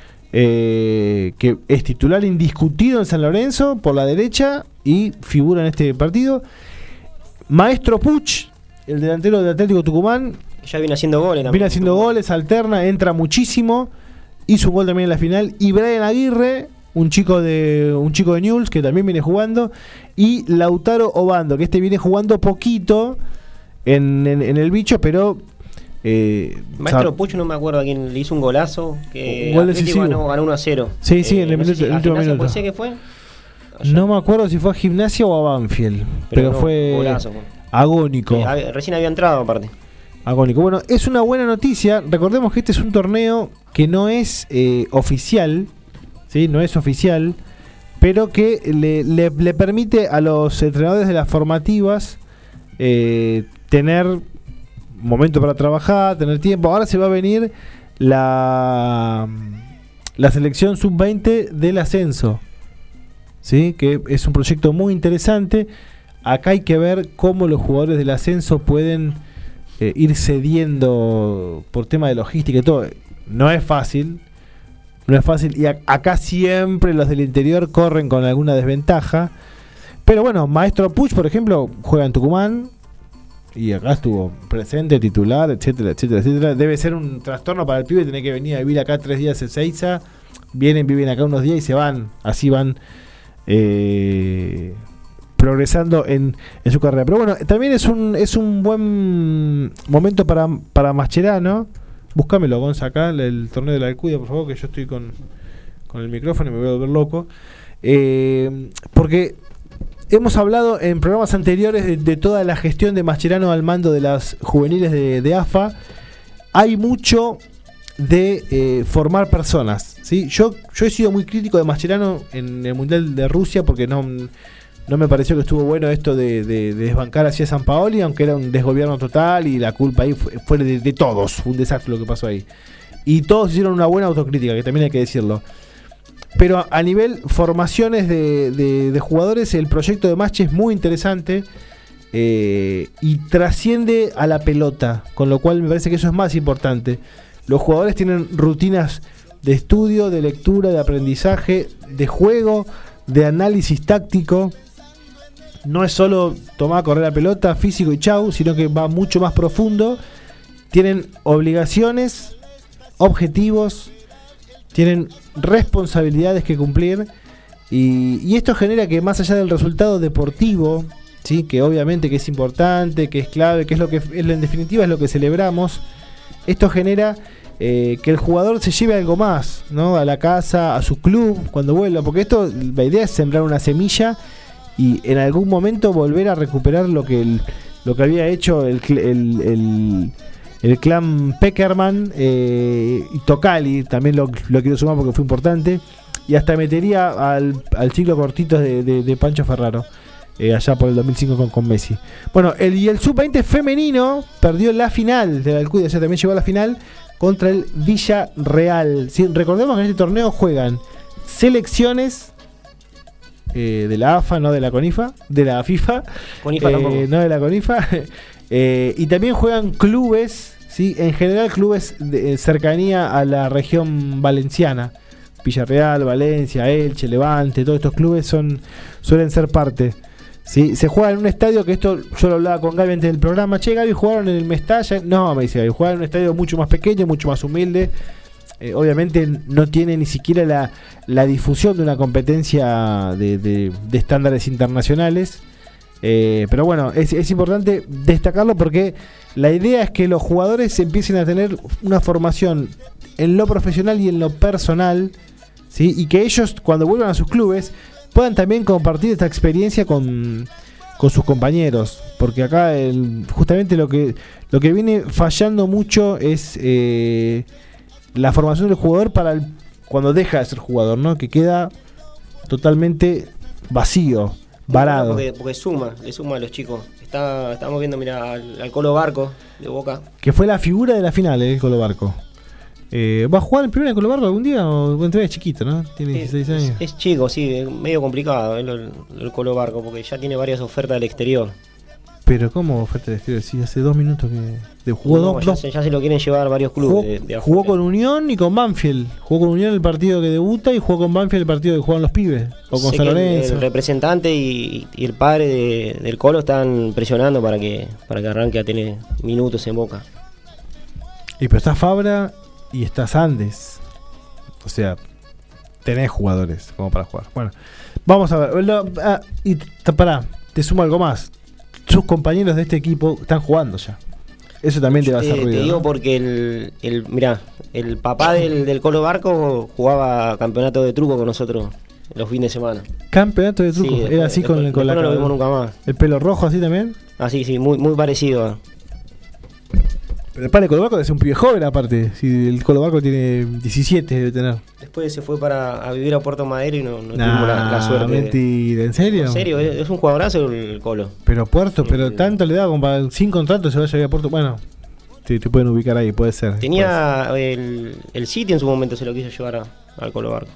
Eh, que es titular indiscutido en San Lorenzo por la derecha y figura en este partido. Maestro Puch, el delantero del Atlético Tucumán, ya viene haciendo goles. Viene haciendo goles, alterna, entra muchísimo, hizo un gol también en la final. Y Brian Aguirre, un chico de un chico de Newell's que también viene jugando, y Lautaro Obando, que este viene jugando poquito en, en, en el bicho, pero Eh, Maestro Puch, no me acuerdo a quién le hizo un golazo, que un gol Atlético ganó, ganó uno a cero. Sí, sí, eh, en el, no minuto, sé si el último minuto. ¿Puede ser que fue? No me acuerdo si fue a Gimnasia o a Banfield, pero, pero no, fue golazo, agónico. Eh, recién había entrado aparte. Agónico. Bueno, es una buena noticia. Recordemos que este es un torneo que no es eh, oficial, ¿sí? No es oficial, pero que le, le, le permite a los entrenadores de las formativas eh, tener momento para trabajar, tener tiempo. Ahora se va a venir la la selección sub veinte del ascenso, ¿sí? Que es un proyecto muy interesante. Acá hay que ver cómo los jugadores del ascenso pueden eh, ir cediendo por tema de logística y todo. No es fácil, no es fácil, y a, acá siempre los del interior corren con alguna desventaja. Pero bueno, Maestro Puch, por ejemplo, juega en Tucumán y acá estuvo presente, titular, etcétera, etcétera, etcétera. Debe ser un trastorno para el pibe tener que venir a vivir acá tres días en Ezeiza. Vienen, viven acá unos días y se van. Así van eh, progresando en, en su carrera. Pero bueno, también es un es un buen momento para, para Mascherano. Búscamelo, Gonza, acá, el, el torneo de la Alcudia, por favor, que yo estoy con, con el micrófono y me voy a volver loco. Eh, porque hemos hablado en programas anteriores de, de toda la gestión de Mascherano al mando de las juveniles de, de A F A. Hay mucho de eh, formar personas, ¿sí? Yo, yo he sido muy crítico de Mascherano en el Mundial de Rusia porque no, No me pareció que estuvo bueno esto de, de, de desbancar hacia Sampaoli, aunque era un desgobierno total y la culpa ahí fue, fue de, de todos. Fue un desastre lo que pasó ahí. Y todos hicieron una buena autocrítica, que también hay que decirlo. Pero a, a nivel formaciones de, de, de jugadores, el proyecto de Masche es muy interesante eh, y trasciende a la pelota, con lo cual me parece que eso es más importante. Los jugadores tienen rutinas de estudio, de lectura, de aprendizaje, de juego, de análisis táctico. No es solo tomar, correr la pelota, físico y chau, sino que va mucho más profundo. Tienen obligaciones, objetivos, tienen responsabilidades que cumplir. Y, y esto genera que más allá del resultado deportivo, ¿sí? Que obviamente que es importante, que es clave, que es lo que es, en definitiva es lo que celebramos, esto genera eh, que el jugador se lleve algo más, ¿no? A la casa, a su club, cuando vuelva. Porque esto, la idea es sembrar una semilla y en algún momento volver a recuperar lo que el, lo que había hecho el, el, el, el clan Peckerman eh, y Tocali, también lo, lo quiero sumar porque fue importante, y hasta metería al, al ciclo cortito de, de, de Pancho Ferraro, eh, allá por el dos mil cinco con, con Messi. Bueno, el, y el sub veinte femenino perdió la final de la Alcudia, o sea, también llegó a la final contra el Villarreal. Sí, recordemos que en este torneo juegan selecciones Eh, de la A F A, no de la CONIFA, de la FIFA, CONIFA eh, no de la CONIFA, eh, y también juegan clubes, ¿sí? En general clubes de eh, cercanía a la región valenciana, Villarreal, Valencia, Elche, Levante, todos estos clubes son suelen ser parte, ¿sí? Se juega en un estadio que esto yo lo hablaba con Gaby antes del programa. Che, Gaby, ¿jugaron en el Mestalla? No, me dice Gaby, jugaron en un estadio mucho más pequeño, mucho más humilde. Eh, obviamente no tiene ni siquiera la, la difusión de una competencia de, de, de estándares internacionales, eh, pero bueno, es, es importante destacarlo porque la idea es que los jugadores empiecen a tener una formación en lo profesional y en lo personal, ¿sí? Y que ellos cuando vuelvan a sus clubes puedan también compartir esta experiencia con, con sus compañeros, porque acá el, justamente lo que, lo que viene fallando mucho es eh, la formación del jugador para el, cuando deja de ser jugador, ¿no? Que queda totalmente vacío, varado. Porque, porque suma, le suma a los chicos. Está, estamos viendo, mira, al, al Colo Barco de Boca. Que fue la figura de la final, eh, el Colo Barco. Eh, ¿Va a jugar el primero en Colo Barco algún día? O es chiquito, ¿no? Tiene dieciséis años. Es, es chico, sí, es medio complicado el, el, el Colo Barco, porque ya tiene varias ofertas del exterior. Pero ¿cómo oferta del exterior? Sí, hace dos minutos que de jugó no, dos, ya, dos. Se, ya se lo quieren llevar varios clubes. Jugó, de, de jugó con Unión y con Banfield. Jugó con Unión el partido que debuta y jugó con Banfield el partido que juegan los pibes. O con sé San que Lorenzo. El, el representante y, y el padre de, del Colo están presionando para que para que arranque a tener minutos en Boca. Y pero está Fabra y está Sandes. O sea, tenés jugadores como para jugar. Bueno, vamos a ver. Lo, ah, y pará, te sumo algo más. Sus compañeros de este equipo están jugando ya. Eso también te va a hacer te, ruido. Te digo, ¿no? porque el, el mirá, el papá del, del Colo Barco jugaba campeonato de truco con nosotros los fines de semana. Campeonato de truco. Sí, después, Era así después, con, con después la. no lo vimos nunca más. El pelo rojo así también. Ah, sí, sí, muy, muy parecido. Pero el padre de Colo Barco debe ser un pibe joven aparte. Si el Colo Barco tiene diecisiete, debe tener. Después se fue para a vivir a Puerto Madero y no, no Nah, tuvimos la, la suerte. Mentira, ¿en serio? En serio, es, es un jugadorazo el Colo. Pero Puerto, pero tanto le da como para sin contrato se vaya a ir a Puerto. Bueno, te, te pueden ubicar ahí, puede ser. Tenía puede ser. El, el City en su momento se lo quiso llevar a, al Colo Barco.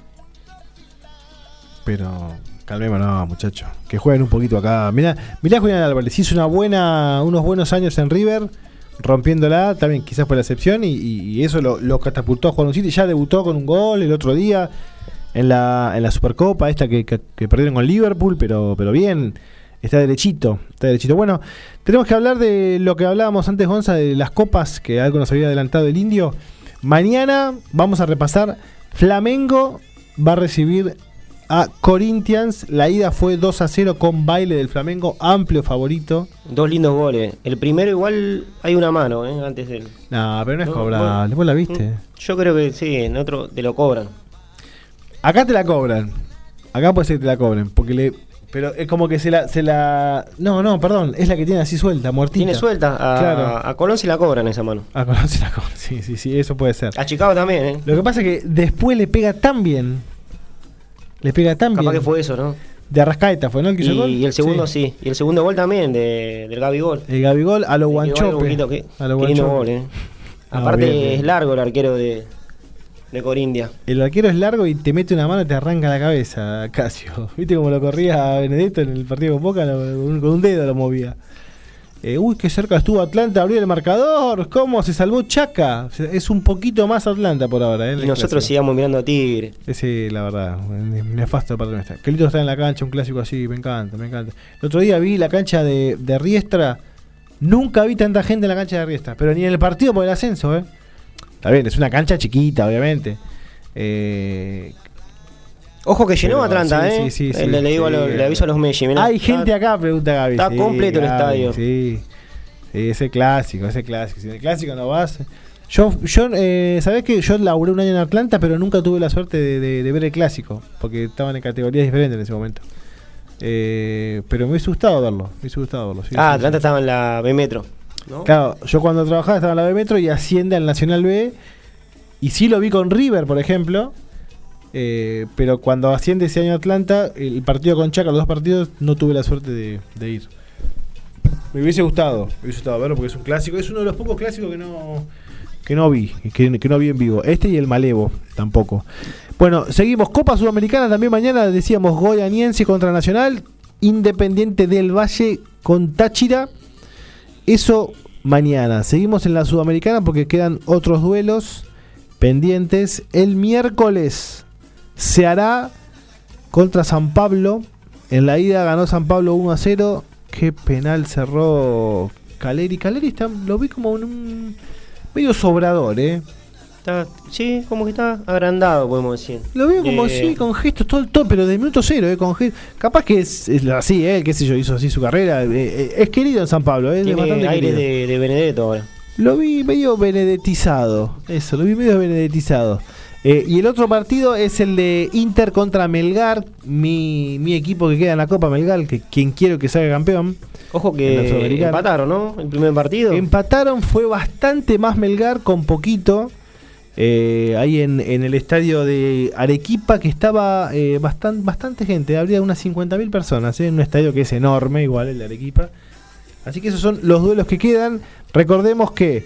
Pero calmémonos, muchachos. Que jueguen un poquito acá. Mirá, mirá Julián Álvarez, hizo una buena, unos buenos años en River, rompiéndola, también quizás fue la excepción, y, y, y eso lo, lo catapultó a jugar un City. Ya debutó con un gol el otro día en la, en la Supercopa, esta que, que, que perdieron con Liverpool, pero, pero bien, está derechito, está derechito. Bueno, tenemos que hablar de lo que hablábamos antes, Gonza, de las copas, que algo nos había adelantado el Indio. Mañana vamos a repasar. Flamengo va a recibir a Corinthians. La ida fue dos a cero con baile del Flamengo, amplio favorito. Dos lindos goles. El primero igual hay una mano, ¿eh? Antes del... No, pero no es No, cobrable. ¿Vos la viste? Yo creo que sí, en otro te lo cobran. Acá te la cobran. Acá puede ser que te la cobren. Porque le. Pero es como que se la, se la. No, no, perdón. Es la que tiene así suelta, muertita. Tiene suelta. A, Claro. a Colón se la cobran esa mano. A Colón se la cobran. Sí, sí, sí, eso puede ser. A Chicago también, ¿eh? Lo que pasa es que después le pega tan bien. Le pega tan Capaz bien. que fue eso, ¿no? De Arrascaeta fue, ¿no? El que hizo el gol. Y, y el segundo sí. sí. Y el segundo gol también de, del Gabigol. El Gabigol a lo Guanchope. Que, a lo Guanchope. Gol, eh. no, Aparte bien, bien. es largo el arquero de, de Corindia. El arquero es largo y te mete una mano y te arranca la cabeza, Casio. ¿Viste cómo lo corría Benedetto en el partido con Boca? Lo, con un dedo lo movía. Eh, uy, qué cerca estuvo Atlanta, abrió el marcador. ¿Cómo se salvó Chaca? Es un poquito más Atlanta por ahora. ¿eh? Y nosotros clásico. sigamos mirando a Tigre. Ese, la verdad, nefasto para nuestra. Qué lindo estar en la cancha, un clásico así, me encanta, me encanta. El otro día vi la cancha de, de Riestra. Nunca vi tanta gente en la cancha de Riestra, pero ni en el partido por el ascenso, ¿eh? Está bien, es una cancha chiquita, obviamente. Eh. Ojo que llenó pero, Atlanta, sí, ¿eh? Sí, sí, sí, le, le, digo sí, a lo, sí, le aviso a los Messi. Hay está, gente acá, pregunta Gaby. Está sí, completo Gaby, el estadio. Sí. sí, ese clásico, ese clásico. Si en el clásico no vas. Yo, yo eh, ¿sabés que yo laburé un año en Atlanta, pero nunca tuve la suerte de, de, de ver el clásico? Porque estaban en categorías diferentes en ese momento. Eh, pero me hubiese gustado verlo. Me hubiese gustado verlo. Sí, ah, sí, Atlanta sí. estaba en la B Metro, ¿no? Claro, yo cuando trabajaba estaba en la B Metro y asciende al Nacional B. Y sí lo vi con River, por ejemplo. Eh, pero cuando asciende ese año a Atlanta, el partido con Chaca, los dos partidos, no tuve la suerte de, de ir. Me hubiese gustado, me hubiese gustado verlo porque es un clásico, es uno de los pocos clásicos que no que no vi, que, que no vi en vivo. Este y el Malevo tampoco. Bueno, seguimos. Copa Sudamericana también mañana, decíamos Goianiense contra Nacional, Independiente del Valle con Táchira. Eso mañana. Seguimos en la Sudamericana porque quedan otros duelos pendientes. El miércoles se hará contra San Pablo. En la ida ganó San Pablo uno a cero. Qué penal cerró Caleri. Caleri está, lo vi como en un medio sobrador, ¿eh? Está, sí, como que está agrandado, podemos decir. Lo veo como eh, así, con gestos todo el todo, pero de minuto cero, ¿eh? Con gestos. Capaz que es, es así, ¿eh? Qué sé yo, hizo así su carrera. Eh, eh, es querido en San Pablo, ¿eh? Tiene bastante aire querido. de, de Benedetto ahora. Lo vi medio benedetizado. Eso, lo vi medio benedetizado. Eh, y el otro partido es el de Inter contra Melgar, mi, mi equipo que queda en la Copa Melgar, que quien quiero que salga campeón. Ojo que empataron, ¿no? El primer partido. Empataron, fue bastante más Melgar con poquito. Eh, ahí en, en el estadio de Arequipa, que estaba eh, bastante, bastante gente, habría unas cincuenta mil personas, ¿eh? En un estadio que es enorme, igual el de Arequipa. Así que esos son los duelos que quedan. Recordemos que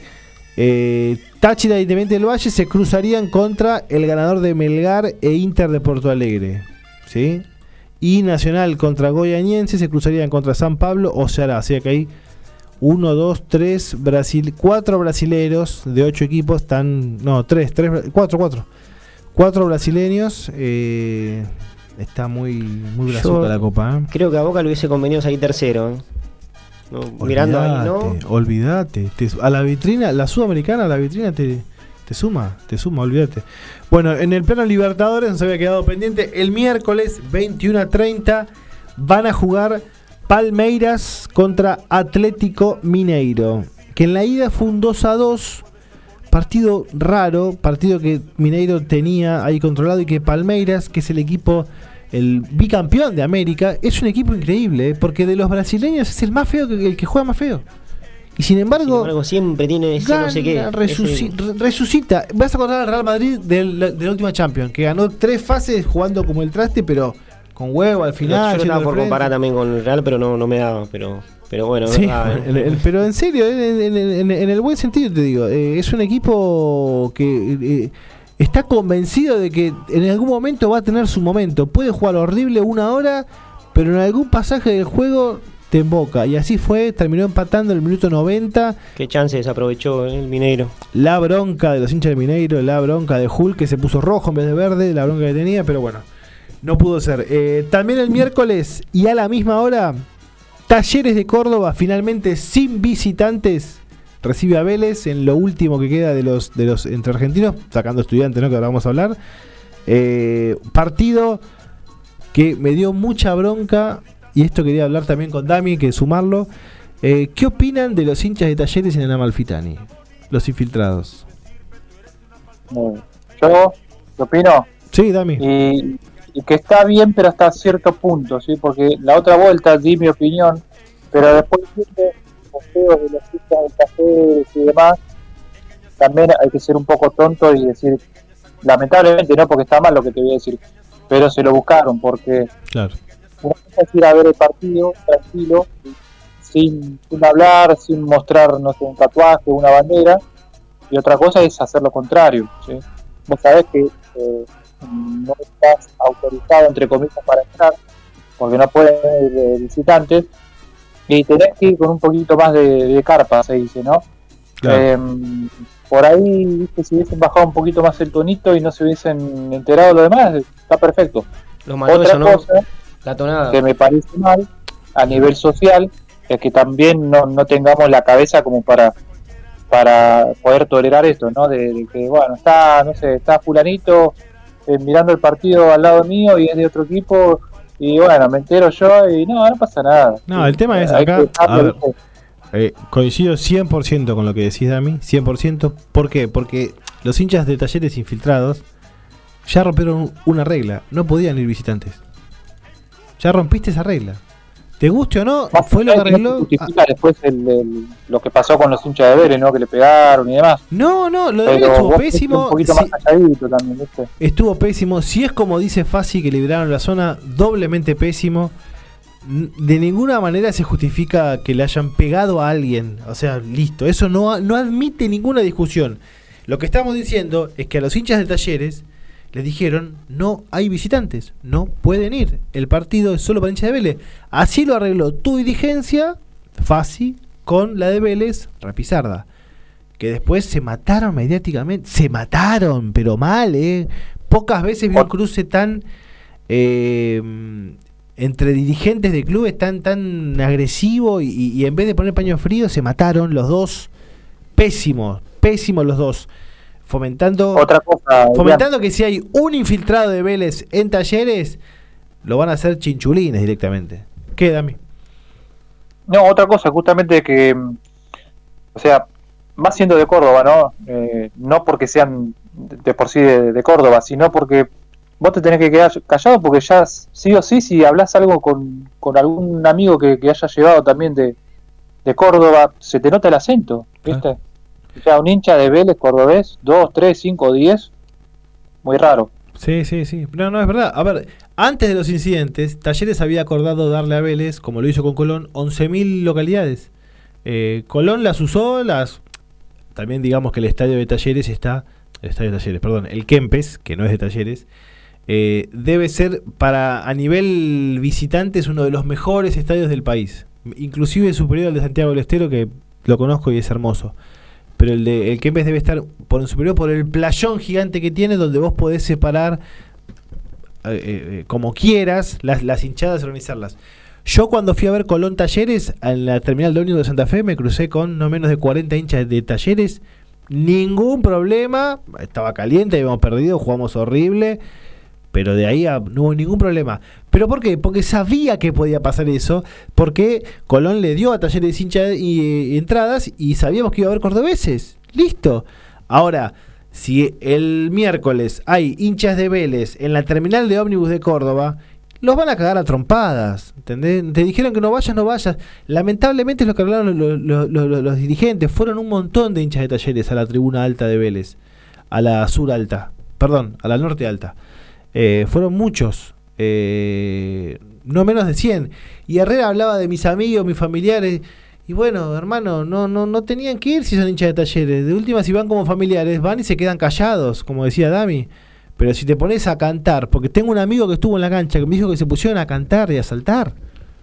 eh, Táchira y Independiente del Valle se cruzarían contra el ganador de Melgar e Inter de Porto Alegre, ¿sí? Y Nacional contra Goianiense se cruzarían contra San Pablo o Ceará. O sea que hay uno, dos, tres, Brasil, cuatro brasileros de ocho equipos. Están, no, tres, tres, cuatro, cuatro. Cuatro brasileños. Eh, está muy, muy brazuca la Copa, ¿eh? Creo que a Boca le hubiese convenido salir tercero, ¿eh? No, mirando ahí, ¿no? Olvídate, te, a la vitrina, la sudamericana, a la vitrina te, te suma, te suma, olvídate. Bueno, en el plano Libertadores nos había quedado pendiente. El miércoles veintiuno a treinta van a jugar Palmeiras contra Atlético Mineiro, que en la ida fue un dos a dos. Partido raro, partido que Mineiro tenía ahí controlado y que Palmeiras, que es el equipo, el bicampeón de América, es un equipo increíble, ¿eh? Porque de los brasileños es el más feo, que el que juega más feo. Y sin embargo, sin embargo siempre tiene ese gana, no sé qué. Resuci- ese... resucita. Vas a acordar al Real Madrid del, de la última Champions, que ganó tres fases jugando como el traste, pero con huevo al final. Yo estaba por comparar también con el Real, pero no, no me daba. Pero, pero bueno, sí, verdad, el, el, pero en serio, en, en, en, en el buen sentido te digo, eh, es un equipo que eh, está convencido de que en algún momento va a tener su momento. Puede jugar horrible una hora, pero en algún pasaje del juego te emboca. Y así fue, terminó empatando en el minuto noventa. Qué chance desaprovechó el Mineiro. La bronca de los hinchas del Mineiro, la bronca de Hulk, que se puso rojo en vez de verde, la bronca que tenía, pero bueno, no pudo ser. Eh, también el miércoles y a la misma hora, Talleres de Córdoba, finalmente sin visitantes, recibe a Vélez en lo último que queda de los, de los entre argentinos, sacando Estudiantes, ¿no? Que ahora vamos a hablar. Eh, partido que me dio mucha bronca, y esto quería hablar también con Dami, que sumarlo. Eh, ¿Qué opinan de los hinchas de Talleres en el Amalfitani? Los infiltrados. Yo, ¿qué opino? Sí, Dami. Y, y que está bien, pero hasta cierto punto, ¿sí? Porque la otra vuelta di mi opinión, pero después de los feos de los hinchas de Talleres y demás, también hay que ser un poco tonto y decir, lamentablemente no, porque está mal lo que te voy a decir, pero se lo buscaron, porque claro. una cosa es ir a ver el partido tranquilo, sin, sin hablar, sin mostrar, no sé, un tatuaje, una bandera, y otra cosa es hacer lo contrario, ¿sí? Vos sabés que eh, no estás autorizado, entre comillas, para entrar, porque no pueden ir eh, visitantes, y tenés que ir con un poquito más de, de carpa, se dice, ¿no? Claro. Eh, por ahí, viste, si hubiesen bajado un poquito más el tonito y no se hubiesen enterado de lo demás, está perfecto. Lo malo Otra eso, ¿no? cosa La tonada. que me parece mal a nivel social es que también no, no tengamos la cabeza como para para poder tolerar esto, ¿no? De, de que, bueno, está, no sé, está fulanito eh, mirando el partido al lado mío y es de otro equipo y bueno, me entero yo y no, no pasa nada. No, el tema es Hay acá, que dejarlo, a ver, ¿viste? eh, coincido cien por ciento con lo que decís, Dami, cien por ciento. ¿Por qué? Porque los hinchas de Talleres infiltrados ya rompieron una regla, no podían ir visitantes. Ya rompiste esa regla. ¿Te guste o no? Más Fue lo que allá de arregló. no se justifica después el, el- lo que pasó con los hinchas de Vélez, ¿no? Que le pegaron y demás. No, no, lo de Pero Vélez estuvo vos pésimo. Un poquito Sí. más calladito también, ¿viste? Estuvo pésimo. Si es como dice Fassi que liberaron la zona, doblemente pésimo. N- De ninguna manera se justifica que le hayan pegado a alguien. O sea, listo. Eso no, no admite ninguna discusión. Lo que estamos diciendo es que a los hinchas de Talleres les dijeron no hay visitantes, no pueden ir. El partido es solo para hinchas de Vélez. Así lo arregló tu dirigencia, Fassi, con la de Vélez, Rapizarda. Que después se mataron mediáticamente. Se mataron, pero mal, ¿eh? Pocas veces vi un cruce tan... Eh, entre dirigentes de clubes tan tan agresivo y, y en vez de poner paño frío se mataron los dos. Pésimos, pésimos los dos. Fomentando, Otra cosa, fomentando que si hay un infiltrado de Vélez en Talleres, lo van a hacer chinchulines directamente. ¿Qué, Dami? No, otra cosa, justamente que, mm, o sea, más siendo de Córdoba, ¿no? Eh, no porque sean de, de por sí de, de Córdoba, sino porque vos te tenés que quedar callado porque ya sí o sí, si hablas algo con, con algún amigo que, que haya llegado también de, de Córdoba, se te nota el acento, ¿viste? Ah. O sea, un hincha de Vélez cordobés, dos, tres, cinco, diez, muy raro. Sí, sí, sí. No, no, es verdad. A ver, antes de los incidentes, Talleres había acordado darle a Vélez, como lo hizo con Colón, once mil localidades. Eh, Colón las usó, las... También digamos que el estadio de Talleres está... El estadio de Talleres, perdón. El Kempes, que no es de Talleres, eh, debe ser, para a nivel visitantes, uno de los mejores estadios del país. Inclusive superior al de Santiago del Estero, que lo conozco y es hermoso. Pero el de el Kempes debe estar por en superior por el playón gigante que tiene, donde vos podés separar eh, eh, como quieras las, las hinchadas y organizarlas. Yo cuando fui a ver Colón Talleres en la terminal de ómnibus de Santa Fe me crucé con no menos de cuarenta hinchas de Talleres, ningún problema, estaba caliente, habíamos perdido, jugamos horrible, pero de ahí a, no hubo ningún problema. ¿Pero por qué? Porque sabía que podía pasar eso, porque Colón le dio a Talleres hinchas y, y entradas y sabíamos que iba a haber cordobeses. Listo. Ahora, si el miércoles hay hinchas de Vélez en la terminal de ómnibus de Córdoba, los van a cagar a trompadas, ¿entendés? Te dijeron que no vayas, no vayas. Lamentablemente es lo que hablaron los, los, los, los, los dirigentes. Fueron un montón de hinchas de Talleres a la tribuna alta de Vélez, a la sur alta, perdón, a la norte alta. Eh, fueron muchos, eh, no menos de cien. Y Herrera hablaba de mis amigos, mis familiares. Y bueno, hermano, no, no, no tenían que ir si son hinchas de Talleres. De última, si van como familiares, van y se quedan callados, como decía Dami. Pero si te pones a cantar, porque tengo un amigo que estuvo en la cancha que me dijo que se pusieron a cantar y a saltar,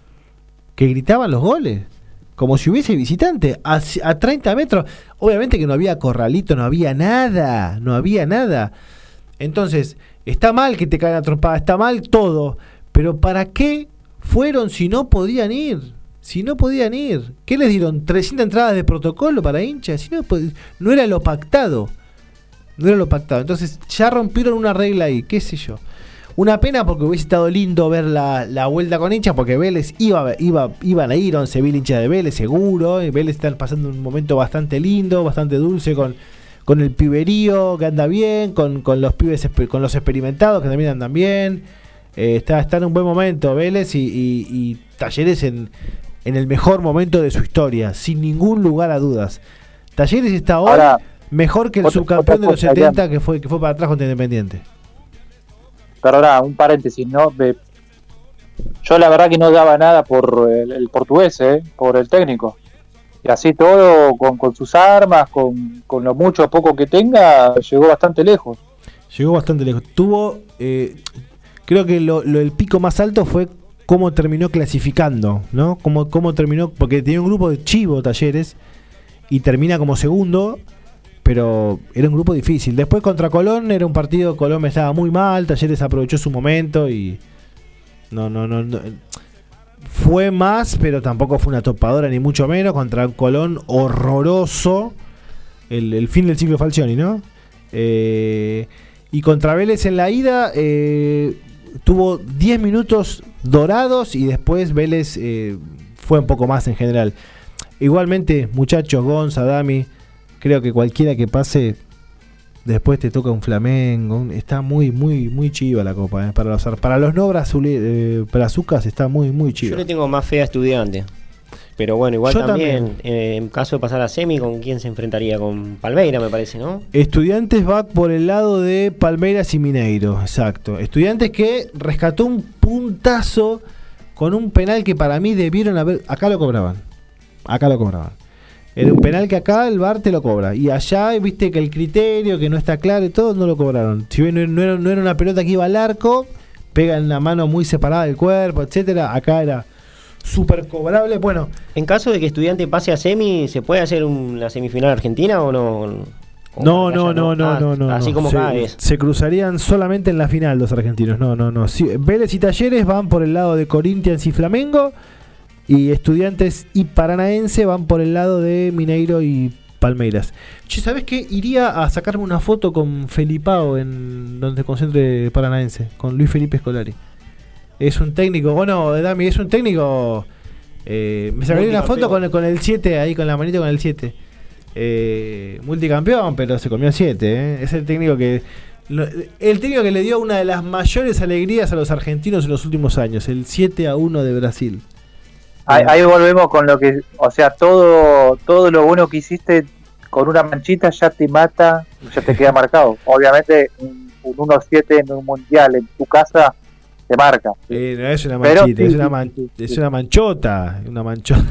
que gritaban los goles, como si hubiese visitante, a, a treinta metros. Obviamente que no había corralito, no había nada, no había nada. Entonces, está mal que te caigan a trompada, está mal todo, pero ¿para qué fueron si no podían ir? Si no podían ir, ¿qué les dieron? ¿trescientas entradas de protocolo para hinchas? Si no, no era lo pactado. No era lo pactado. Entonces ya rompieron una regla ahí, qué sé yo. Una pena porque hubiese estado lindo ver la, la vuelta con hinchas, porque Vélez iba, iba, iban a ir once mil hinchas de Vélez, seguro. Y Vélez están pasando un momento bastante lindo, bastante dulce con, con el piberío que anda bien, con, con los pibes, con los experimentados que también andan bien. Eh, está, está en un buen momento Vélez y, y, y Talleres en, en el mejor momento de su historia, sin ningún lugar a dudas. Talleres está hoy Ahora, mejor que el otra, subcampeón otra de los setenta que fue, que fue para atrás contra Independiente. Pero ahora, un paréntesis, ¿no? De, yo la verdad que no daba nada por el, el portugués, ¿eh? Por el técnico. Y así todo, con, con sus armas, con, con lo mucho o poco que tenga, llegó bastante lejos. Llegó bastante lejos. Tuvo, eh, creo que lo, lo, el pico más alto fue cómo terminó clasificando, ¿no? Cómo, cómo terminó, porque tenía un grupo de chivo Talleres y termina como segundo, pero era un grupo difícil. Después contra Colón era un partido, Colón estaba muy mal, Talleres aprovechó su momento y no, no, no, no fue más, pero tampoco fue una topadora ni mucho menos. Contra un Colón horroroso, el, el fin del ciclo Falcioni, ¿no? Eh, y contra Vélez en la ida eh, tuvo diez minutos dorados y después Vélez eh, fue un poco más en general. Igualmente, muchachos, Gonza, Dami, creo que cualquiera que pase después te toca un Flamengo. Un, está muy, muy, muy chiva la copa. ¿eh? Para los para los no brazuli, eh, brazucas está muy, muy chiva. Yo le tengo más fe a Estudiantes. Pero bueno, igual Yo también, también. Eh, en caso de pasar a semi, ¿con quién se enfrentaría? Con Palmeira, me parece, ¿no? Estudiantes va por el lado de Palmeiras y Mineiro, exacto. Estudiantes que rescató un puntazo con un penal que para mí debieron haber... Acá lo cobraban. Acá lo cobraban. Era un penal que acá el V A R te lo cobra. Y allá, viste que el criterio, que no está claro y todo, no lo cobraron. Si bien no era, no era una pelota que iba al arco, pega en la mano muy separada del cuerpo, etcétera. Acá era súper cobrable. Bueno, en caso de que Estudiante pase a semi, ¿se puede hacer una semifinal argentina o no? ¿O no, no, no, no, ah, no, no. Así no. como se, cada vez. Se cruzarían solamente en la final los argentinos. No, no, no. Sí, Vélez y Talleres van por el lado de Corinthians y Flamengo. Y Estudiantes y Paranaense van por el lado de Mineiro y Palmeiras. Che, ¿sabés qué? Iría a sacarme una foto con Felipao en donde se concentre Paranaense, con Luis Felipe Scolari. Es un técnico, bueno, Dami, es un técnico. Eh, me sacaría una foto con el, con el siete ahí, con la manito con el siete. Eh, multicampeón, pero se comió siete. ¿eh? Es el técnico que. Lo, el técnico que le dio una de las mayores alegrías a los argentinos en los últimos años, el siete a uno de Brasil. Ahí, ahí volvemos con lo que, o sea, todo todo lo bueno que hiciste con una manchita ya te mata, ya te queda marcado. Obviamente un, un uno siete en un mundial en tu casa te marca. Eh, no es una manchita, Pero, es, sí, una sí, man, sí, sí. es una manchota, una manchota.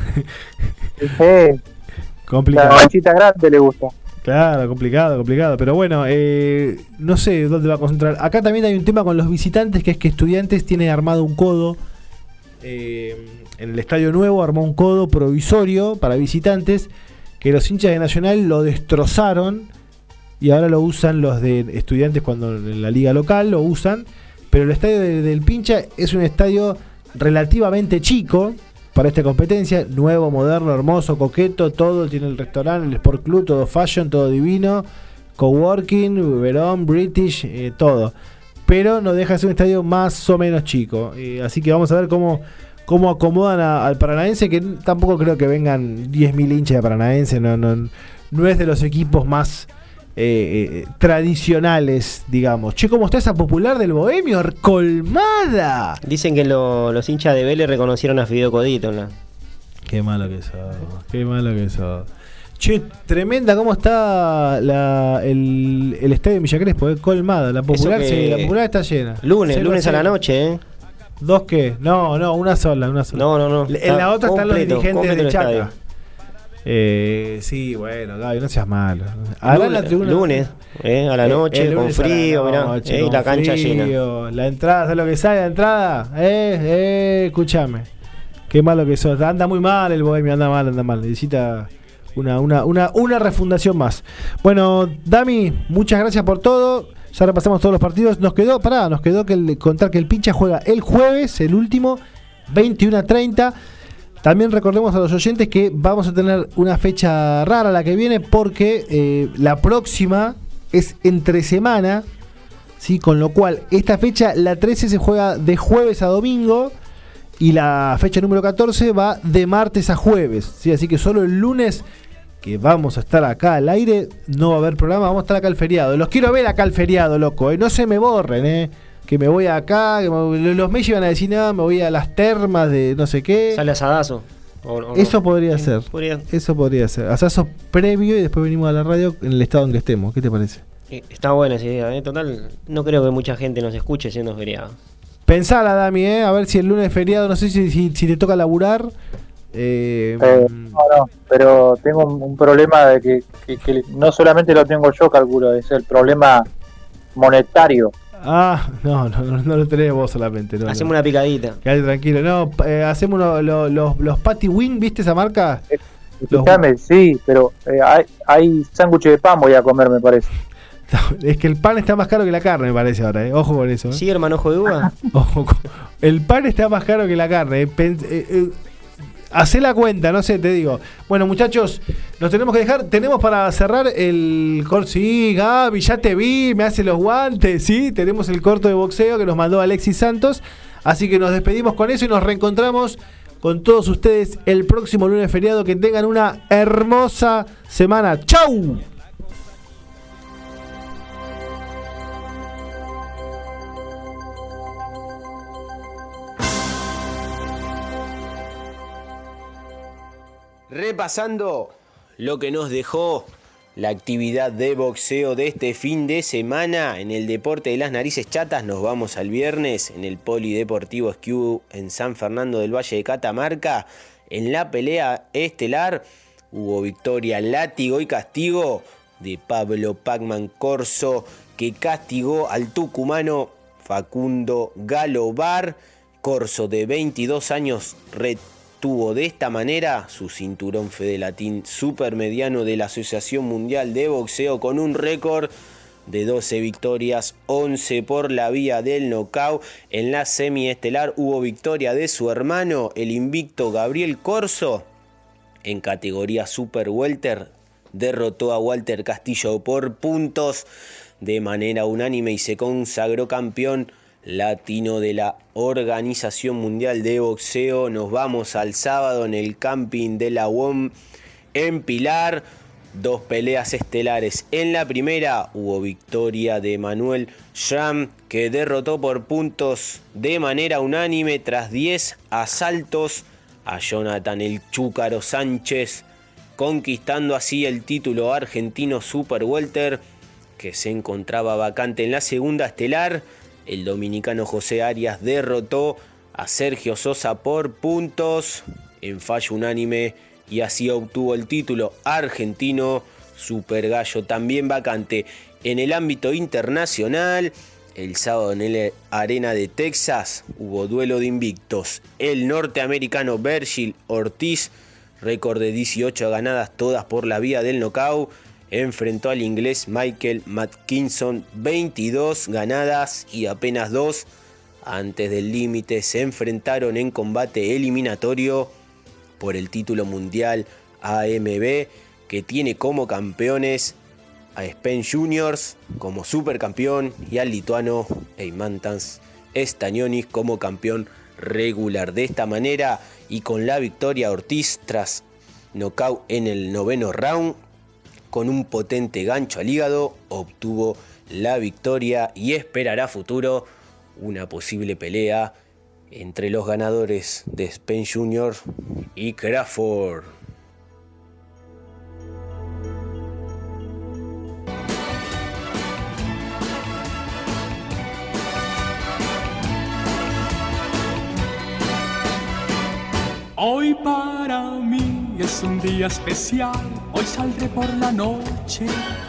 Sí. Complicado. La manchita grande le gusta. Claro, complicado, complicado. Pero bueno, eh, no sé dónde va a concentrar. Acá también hay un tema con los visitantes, que es que Estudiantes tiene armado un codo. Eh, en el Estadio Nuevo armó un codo provisorio para visitantes, que los hinchas de Nacional lo destrozaron y ahora lo usan los de Estudiantes cuando en la liga local lo usan. Pero el estadio de, del Pincha es un estadio relativamente chico para esta competencia, nuevo, moderno, hermoso, coqueto, todo, tiene el restaurante, el Sport Club, todo fashion, todo divino, coworking, Verón, British, eh, todo. Pero no deja de ser un estadio más o menos chico. Eh, así que vamos a ver cómo, cómo acomodan a, al Paranaense, que tampoco creo que vengan diez mil hinchas de Paranaense, no, no, no es de los equipos más eh, eh, tradicionales, digamos. Che, ¿cómo está esa popular del Bohemio? ¡Colmada! Dicen que lo, los hinchas de Vélez reconocieron a Fideo Codito, ¿no? Qué malo que sos, qué malo que sos. Che, tremenda cómo está la, el, el estadio de Villa Crespo, eh, colmada. La popular, que- sí, la popular está llena. Lunes, Cero lunes a la cero. noche, ¿eh? ¿Dos qué? No, no, una sola, una sola. No, no, no. En Está la otra están los completo, dirigentes completo de el Chaca. estadio. Eh, sí, bueno, Gaby, no seas malo. Harán Lunes, la tribuna. lunes, eh, a la Eh, noche, el con lunes a la frío, mirá, noche, eh, y con la cancha frío, llena. La entrada, ¿sabes lo que sale la entrada? Eh, eh, escúchame. Qué malo que sos. Anda muy mal el Bohemio, anda mal, anda mal. Necesita una, una, una, una refundación más. Bueno, Dami, muchas gracias por todo. Ya repasamos todos los partidos. Nos quedó, pará, nos quedó que el, contar que el Pincha juega el jueves, el último, veintiuno a treinta. También recordemos a los oyentes que vamos a tener una fecha rara la que viene, porque eh, la próxima es entre semana, ¿sí? Con lo cual esta fecha, la trece, se juega de jueves a domingo y la fecha número catorce va de martes a jueves, ¿sí? Así que solo el lunes, que vamos a estar acá al aire, no va a haber programa, vamos a estar acá al feriado. Los quiero ver acá al feriado, loco, ¿eh? No se me borren, ¿eh? Que me voy acá, que me- los Messi van a decir nada, me voy a las termas de no sé qué. Sale asadazo. O- o no. Eso podría Sí, ser. podría. Eso podría ser. Asazo previo y después venimos a la radio en el estado en que estemos. ¿Qué te parece? Eh, Está buena esa idea, ¿eh? Total, no creo que mucha gente nos escuche siendo feriado. Pensala, Dami, ¿eh? A ver si el lunes es feriado, no sé si, si, si te toca laburar. Eh, Eh, no, no, pero tengo un, un problema de que, que, que no solamente lo tengo yo, calculo, es el problema monetario. Ah, no, no, no, no lo tenés vos solamente. No, Hacemos no. una picadita. Quédate tranquilo. No, eh, hacemos uno- lo- los, los Patty Wing, ¿viste esa marca? Los- Escuchame, sí, pero eh, hay, hay sándwiches de pan voy a comer, me parece. es que el pan está más caro que la carne, me parece ahora. Eh. Ojo con eso. Eh. Sí, hermano, ojo de uva. Ojo con- el pan está más caro que la carne. Eh. Pen- eh, eh, Hacé la cuenta, no sé, te digo. Bueno, muchachos, nos tenemos que dejar. Tenemos para cerrar el corto. Sí, Gaby, ya te vi, me hace los guantes. Sí, tenemos el corto de boxeo que nos mandó Alexis Santos. Así que nos despedimos con eso y nos reencontramos con todos ustedes el próximo lunes feriado. Que tengan una hermosa semana. ¡Chau! Repasando lo que nos dejó la actividad de boxeo de este fin de semana en el deporte de las narices chatas, nos vamos al viernes en el Polideportivo Esquiú en San Fernando del Valle de Catamarca. En la pelea estelar hubo victoria, látigo y castigo de Pablo Pacman Corso, que castigó al tucumano Facundo Galobar. Corso, de veintidós años, retuvo de esta manera su cinturón fedelatín supermediano de la Asociación Mundial de Boxeo con un récord de doce victorias, once por la vía del nocaut. En la semiestelar hubo victoria de su hermano, el invicto Gabriel Corso. En categoría Super Welter derrotó a Walter Castillo por puntos de manera unánime y se consagró campeón latino de la Organización Mundial de Boxeo. Nos vamos al sábado en el camping de la U O M en Pilar. Dos peleas estelares. En la primera hubo victoria de Manuel Schramm, que derrotó por puntos de manera unánime tras diez asaltos a Jonathan el Chúcaro Sánchez, conquistando así el título argentino Super Welter, que se encontraba vacante. En la segunda estelar, el dominicano José Arias derrotó a Sergio Sosa por puntos en fallo unánime y así obtuvo el título argentino Super Gallo, también vacante. En el ámbito internacional, el sábado en la Arena de Texas hubo duelo de invictos. El norteamericano Vergil Ortiz, récord de dieciocho ganadas, todas por la vía del nocaut, enfrentó al inglés Michael Matkinson, veintidós ganadas y apenas dos antes del límite. Se enfrentaron en combate eliminatorio por el título mundial A M B, que tiene como campeones a Spence Juniors como supercampeón y al lituano Eimantas Stanionis como campeón regular. De esta manera y con la victoria, Ortiz, tras nocaut en el noveno round, con un potente gancho al hígado, obtuvo la victoria y esperará a futuro una posible pelea entre los ganadores de Spence Junior y Crawford. Hoy para mí es un día especial, hoy saldré por la noche